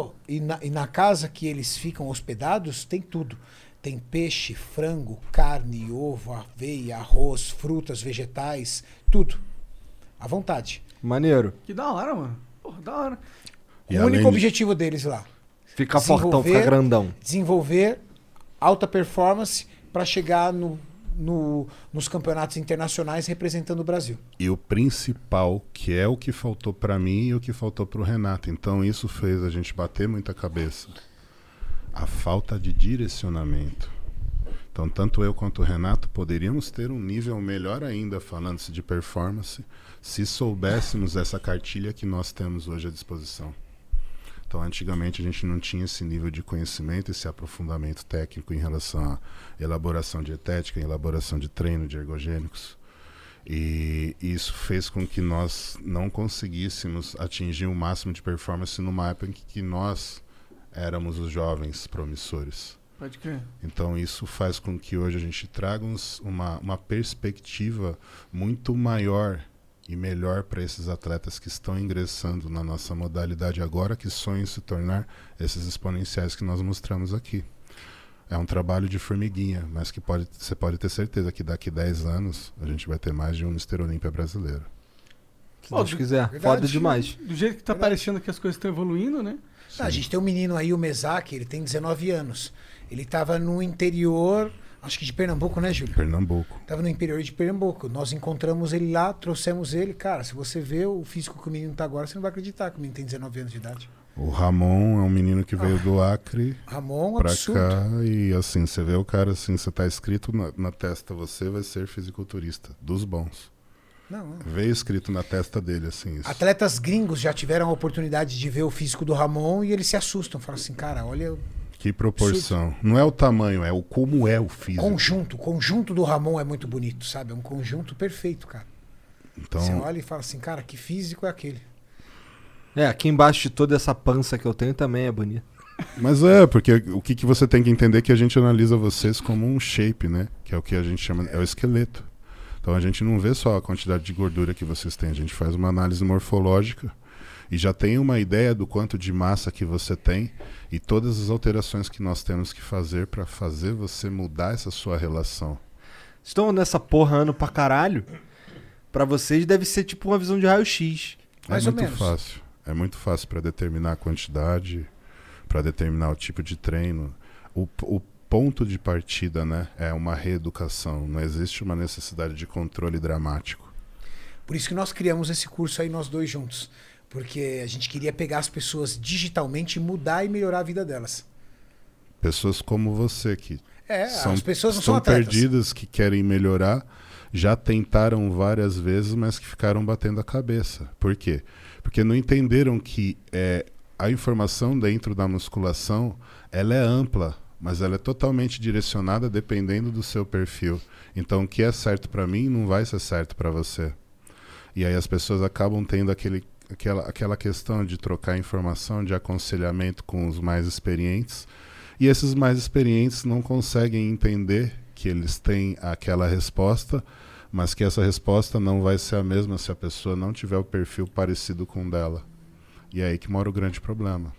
na casa que eles ficam hospedados, tem tudo. Tem peixe, frango, carne, ovo, aveia, arroz, frutas, vegetais, tudo. À vontade. Maneiro. Que da hora, mano. Porra, da hora. O único objetivo deles lá. Ficar fortão, ficar grandão. Desenvolver alta performance para chegar nos campeonatos internacionais representando o Brasil. E o principal, que é o que faltou para mim e o que faltou para o Renato. Então isso fez a gente bater muita cabeça. A falta de direcionamento. Então tanto eu quanto o Renato poderíamos ter um nível melhor ainda, falando-se de performance, se soubéssemos essa cartilha que nós temos hoje à disposição. Então, antigamente a gente não tinha esse nível de conhecimento, esse aprofundamento técnico em relação à elaboração dietética, elaboração de treino, de ergogênicos. E isso fez com que nós não conseguíssemos atingir o máximo de performance numa época em que nós éramos os jovens promissores. Pode crer. Então isso faz com que hoje a gente traga uma perspectiva muito maior e melhor para esses atletas que estão ingressando na nossa modalidade agora, que sonham se tornar esses exponenciais que nós mostramos aqui. É um trabalho de formiguinha, mas que você pode ter certeza que daqui 10 anos a gente vai ter mais de um Mr. Olímpia brasileiro. Se Deus quiser, foda demais. Do jeito que tá parecendo que as coisas estão evoluindo, né? A gente tem um menino aí, o Mesaque, ele tem 19 anos. Ele tava no interior... Acho que de Pernambuco, né, Júlio? Pernambuco. Tava no interior de Pernambuco. Nós encontramos ele lá, trouxemos ele. Cara, se você vê o físico que o menino tá agora, você não vai acreditar que o menino tem 19 anos de idade. O Ramon é um menino que veio do Acre Ramon, pra absurdo. cá. E assim, você vê o cara assim, você tá escrito na testa, você vai ser fisiculturista, dos bons. Não. Veio escrito na testa dele, assim. Isso. Atletas gringos já tiveram a oportunidade de ver o físico do Ramon e eles se assustam. Falam assim, cara, olha... Que proporção. Não é o tamanho, é o como é o físico. O conjunto do Ramon é muito bonito, sabe? É um conjunto perfeito, cara. Então... Você olha e fala assim, cara, que físico é aquele? Aqui embaixo de toda essa pança que eu tenho também é bonito. Mas porque o que você tem que entender é que a gente analisa vocês como um shape, né? Que é o que a gente chama, é o esqueleto. Então a gente não vê só a quantidade de gordura que vocês têm, a gente faz uma análise morfológica e já tem uma ideia do quanto de massa que você tem e todas as alterações que nós temos que fazer para fazer você mudar essa sua relação. Estão nessa porra ano pra caralho? Pra vocês deve ser tipo uma visão de raio-x. Mais ou menos. Fácil. É muito fácil para determinar a quantidade, para determinar o tipo de treino. O ponto de partida, né, é uma reeducação. Não existe uma necessidade de controle dramático. Por isso que nós criamos esse curso aí, nós dois juntos. Porque a gente queria pegar as pessoas digitalmente, mudar e melhorar a vida delas. Pessoas como você que as pessoas não são estão atletas. perdidas, que querem melhorar, já tentaram várias vezes, mas que ficaram batendo a cabeça. Por quê? Porque não entenderam que a informação dentro da musculação, ela é ampla, mas ela é totalmente direcionada dependendo do seu perfil. Então, o que é certo para mim não vai ser certo para você. E aí as pessoas acabam tendo aquela questão de trocar informação, de aconselhamento com os mais experientes. E esses mais experientes não conseguem entender que eles têm aquela resposta, mas que essa resposta não vai ser a mesma se a pessoa não tiver o perfil parecido com o dela. E é aí que mora o grande problema.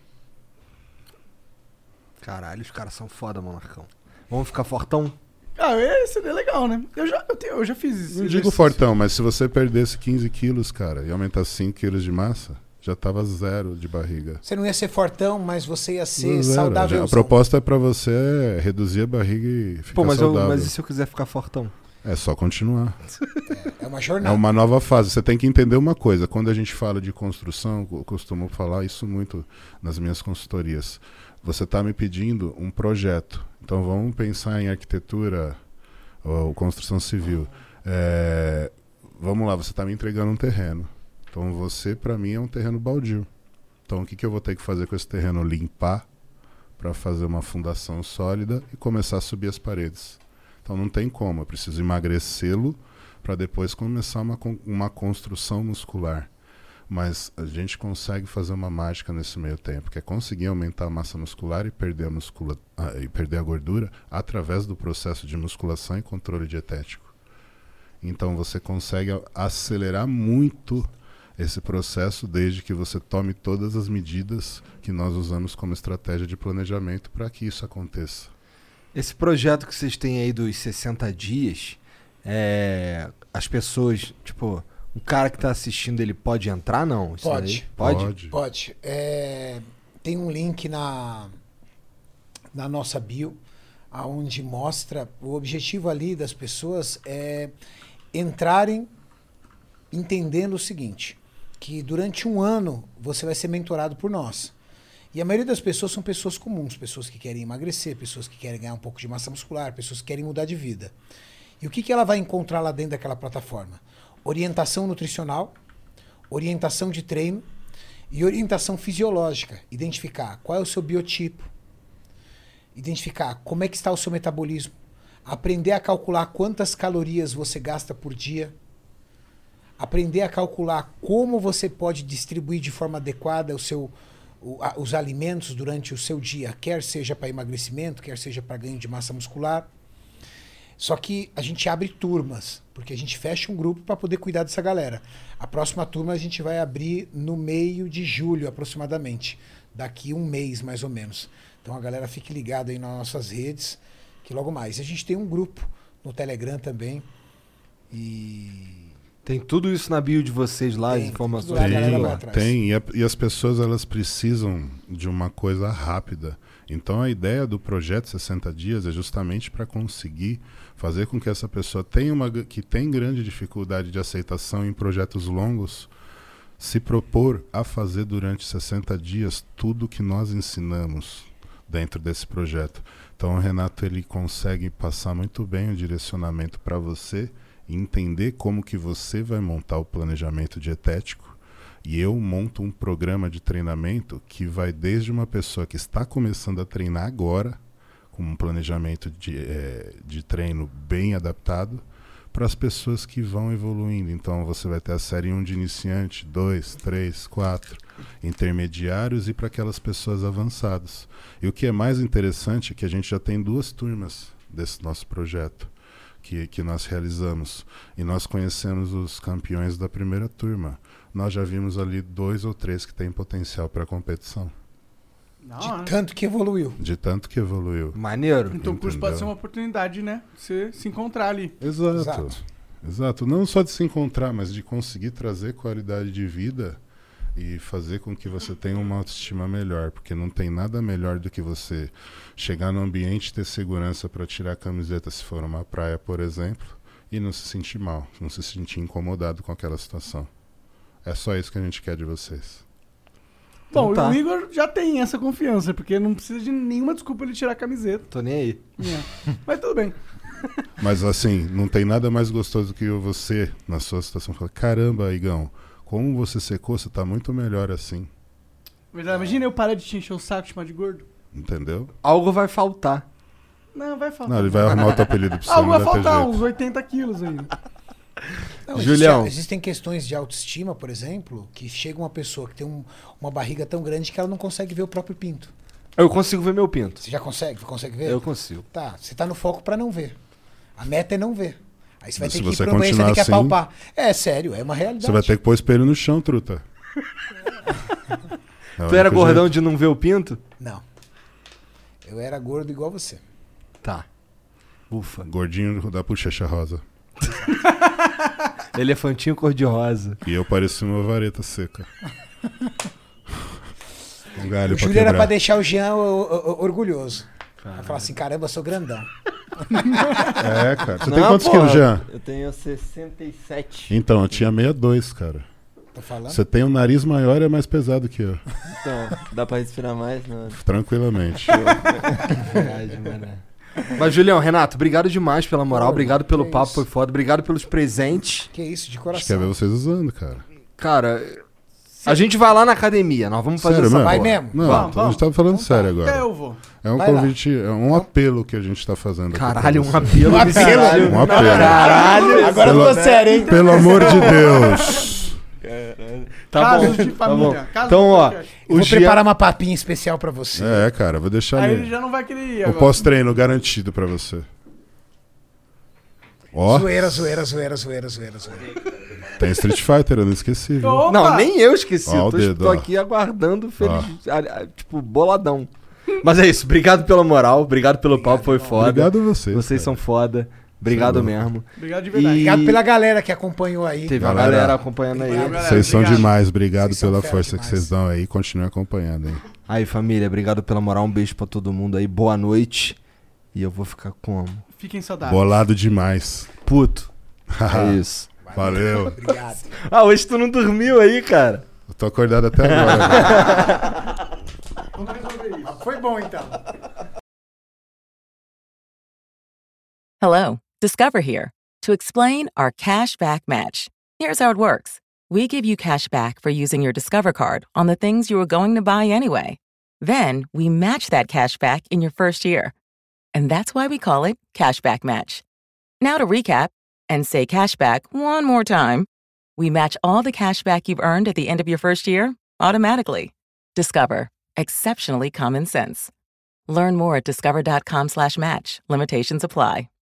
Caralho, os caras são foda, Monarcão. Vamos ficar fortão? Ah, seria legal, né? Eu já fiz isso. Não digo fortão, mas se você perdesse 15 quilos, cara, e aumentasse 5 quilos de massa, já tava 0 de barriga. Você não ia ser fortão, mas você ia ser 0. saudável. A proposta é pra você reduzir a barriga e ficar saudável. Mas e se eu quiser ficar fortão? É só continuar. É uma jornada. É uma nova fase. Você tem que entender uma coisa. Quando a gente fala de construção, eu costumo falar isso muito nas minhas consultorias. Você está me pedindo um projeto. Então vamos pensar em arquitetura ou construção civil. Vamos lá, você está me entregando um terreno. Então você, para mim, é um terreno baldio. Então o que eu vou ter que fazer com esse terreno? Limpar para fazer uma fundação sólida e começar a subir as paredes. Então não tem como, eu preciso emagrecê-lo para depois começar uma construção muscular. Mas a gente consegue fazer uma mágica nesse meio tempo, que é conseguir aumentar a massa muscular e perder a gordura através do processo de musculação e controle dietético. Então você consegue acelerar muito esse processo desde que você tome todas as medidas que nós usamos como estratégia de planejamento para que isso aconteça. Esse projeto que vocês têm aí dos 60 dias, as pessoas, tipo, o cara que tá assistindo, ele pode entrar, não? Isso Pode. Pode? Pode. Tem um link na nossa bio, onde mostra o objetivo ali das pessoas entrarem entendendo o seguinte, que durante um ano você vai ser mentorado por nós. E a maioria das pessoas são pessoas comuns, pessoas que querem emagrecer, pessoas que querem ganhar um pouco de massa muscular, pessoas que querem mudar de vida. E o que ela vai encontrar lá dentro daquela plataforma? Orientação nutricional, orientação de treino e orientação fisiológica. Identificar qual é o seu biotipo, identificar como é que está o seu metabolismo, aprender a calcular quantas calorias você gasta por dia, aprender a calcular como você pode distribuir de forma adequada os alimentos durante o seu dia, quer seja para emagrecimento, quer seja para ganho de massa muscular. Só que a gente abre turmas, porque a gente fecha um grupo para poder cuidar dessa galera. A próxima turma a gente vai abrir no meio de julho, aproximadamente. Daqui um mês, mais ou menos. Então a galera fique ligada aí nas nossas redes, que logo mais. A gente tem um grupo no Telegram também. Tem tudo isso na bio de vocês lá, as informações. Tem. E as pessoas, elas precisam de uma coisa rápida. Então a ideia do projeto 60 dias é justamente para conseguir fazer com que essa pessoa que tem grande dificuldade de aceitação em projetos longos, se propor a fazer durante 60 dias tudo que nós ensinamos dentro desse projeto. Então o Renato, ele consegue passar muito bem o direcionamento para você, entender como que você vai montar o planejamento dietético, e eu monto um programa de treinamento que vai desde uma pessoa que está começando a treinar agora, com um planejamento de treino bem adaptado, para as pessoas que vão evoluindo. Então você vai ter a série 1 de iniciante, 2, 3, 4, intermediários e para aquelas pessoas avançadas. E o que é mais interessante é que a gente já tem 2 turmas desse nosso projeto que nós realizamos. E nós conhecemos os campeões da primeira turma. Nós já vimos ali 2 ou 3 que têm potencial para competição. De tanto que evoluiu. De tanto que evoluiu. Maneiro. Então o curso pode ser uma oportunidade, né? Você se encontrar ali. Exato. Não só de se encontrar, mas de conseguir trazer qualidade de vida e fazer com que você tenha uma autoestima melhor, porque não tem nada melhor do que você chegar no ambiente e ter segurança para tirar a camiseta se for uma praia, por exemplo, e não se sentir mal, não se sentir incomodado com aquela situação. É só isso que a gente quer de vocês. Bom, Então tá. o Igor já tem essa confiança, porque não precisa de nenhuma desculpa ele tirar a camiseta. Tô nem aí. Mas tudo bem. Mas assim, não tem nada mais gostoso que você, na sua situação, falar: caramba, Igão, como você secou, você tá muito melhor assim. Verdade, imagina eu parar de te encher o saco, chamar de gordo. Entendeu? Algo vai faltar. Não, vai faltar. Não, ele vai arrumar outro apelido pra você. Algo não vai vai ter faltar, jeito. uns 80 quilos ainda. Não, Julião. Existem questões de autoestima, por exemplo, que chega uma pessoa que tem uma barriga tão grande que ela não consegue ver o próprio pinto. Eu consigo ver meu pinto. Você já consegue? Consegue ver? Eu consigo. Tá, você tá no foco pra não ver. A meta é não ver. Aí você vai Mas ter se que ir você pro banheiro, você continuar tem que assim- apalpar. É sério, é uma realidade. Você vai ter que pôr espelho no chão, truta. Tu era gordão de não ver o pinto? Não. Eu era gordo igual você. Tá. Ufa. Gordinho da bochecha rosa. Elefantinho cor-de-rosa. E eu parecia uma vareta seca. Um galho O pra Júlio era quebrar. pra deixar o Jean orgulhoso. Vai falar assim, caramba, eu sou grandão. É, cara. Você tem Não, quantos pô, quilos, Jean? Eu tenho 67. Então, eu tinha 62, cara. Tô falando? Você tem um nariz maior e é mais pesado que eu. Então, dá pra respirar mais? Não. Tranquilamente. Verdade, mano. Mas, Julião, Renato, obrigado demais pela moral. Obrigado pelo que papo, isso. foi foda. Obrigado pelos presentes. Que isso, de Acho que coração. quer ver vocês usando, cara. Cara, a gente vai lá na academia. Nós vamos fazer Sério essa mesmo? Vai porra. mesmo? Não, Vamos, a gente tá falando sério agora. Até eu vou. É um Vai lá. convite, é um apelo que a gente tá fazendo aqui. Caralho, pra um vocês. apelo. Caralho. Um apelo. Caralho. Agora eu tô sério, hein? Pelo amor de Deus. Tá Casos bom. de Tá família. bom. Casos Então, de ó. podcast. Eu vou Jean- preparar uma papinha especial pra você. É, cara, vou deixar Aí ele ali. já não vai querer ir O agora. pós-treino garantido pra você. Ó, Zoeira, zoeira, zoeira, zoeira, zoeira, zoeira. tem Street Fighter, eu não esqueci, viu? Opa! Não, nem eu esqueci. Ó, Eu o tô, dedo, tô ó. aqui aguardando, feliz. Tipo, boladão. Mas é isso. Obrigado pela moral. Obrigado pelo papo, foi foda. Obrigado a vocês. Vocês cara. são foda. Obrigado Você é mesmo. Obrigado de verdade. Obrigado pela galera que acompanhou aí. Teve uma Galera, galera acompanhando aí. obrigado, galera. Vocês são Obrigado. demais, obrigado Vocês são pela fera força que demais. vocês dão aí. Continue acompanhando, hein? Aí, família, obrigado pela moral. Um beijo pra todo mundo aí. Boa noite. E eu vou ficar como? Fiquem saudáveis. Bolado demais. Puto. É isso. Valeu. Obrigado. Ah, hoje tu não dormiu aí, cara? Eu tô acordado até agora. Vamos resolver isso. Foi bom, então. Hello, Discover here to explain our cash back match. Here's how it works. We give you cash back for using your Discover card on the things you were going to buy anyway. Then we match that cash back in your first year. And that's why we call it Cashback Match. Now to recap and say cashback one more time. We match all the cash back you've earned at the end of your first year automatically. Discover. Exceptionally common sense. Learn more at discover.com/match. Limitations apply.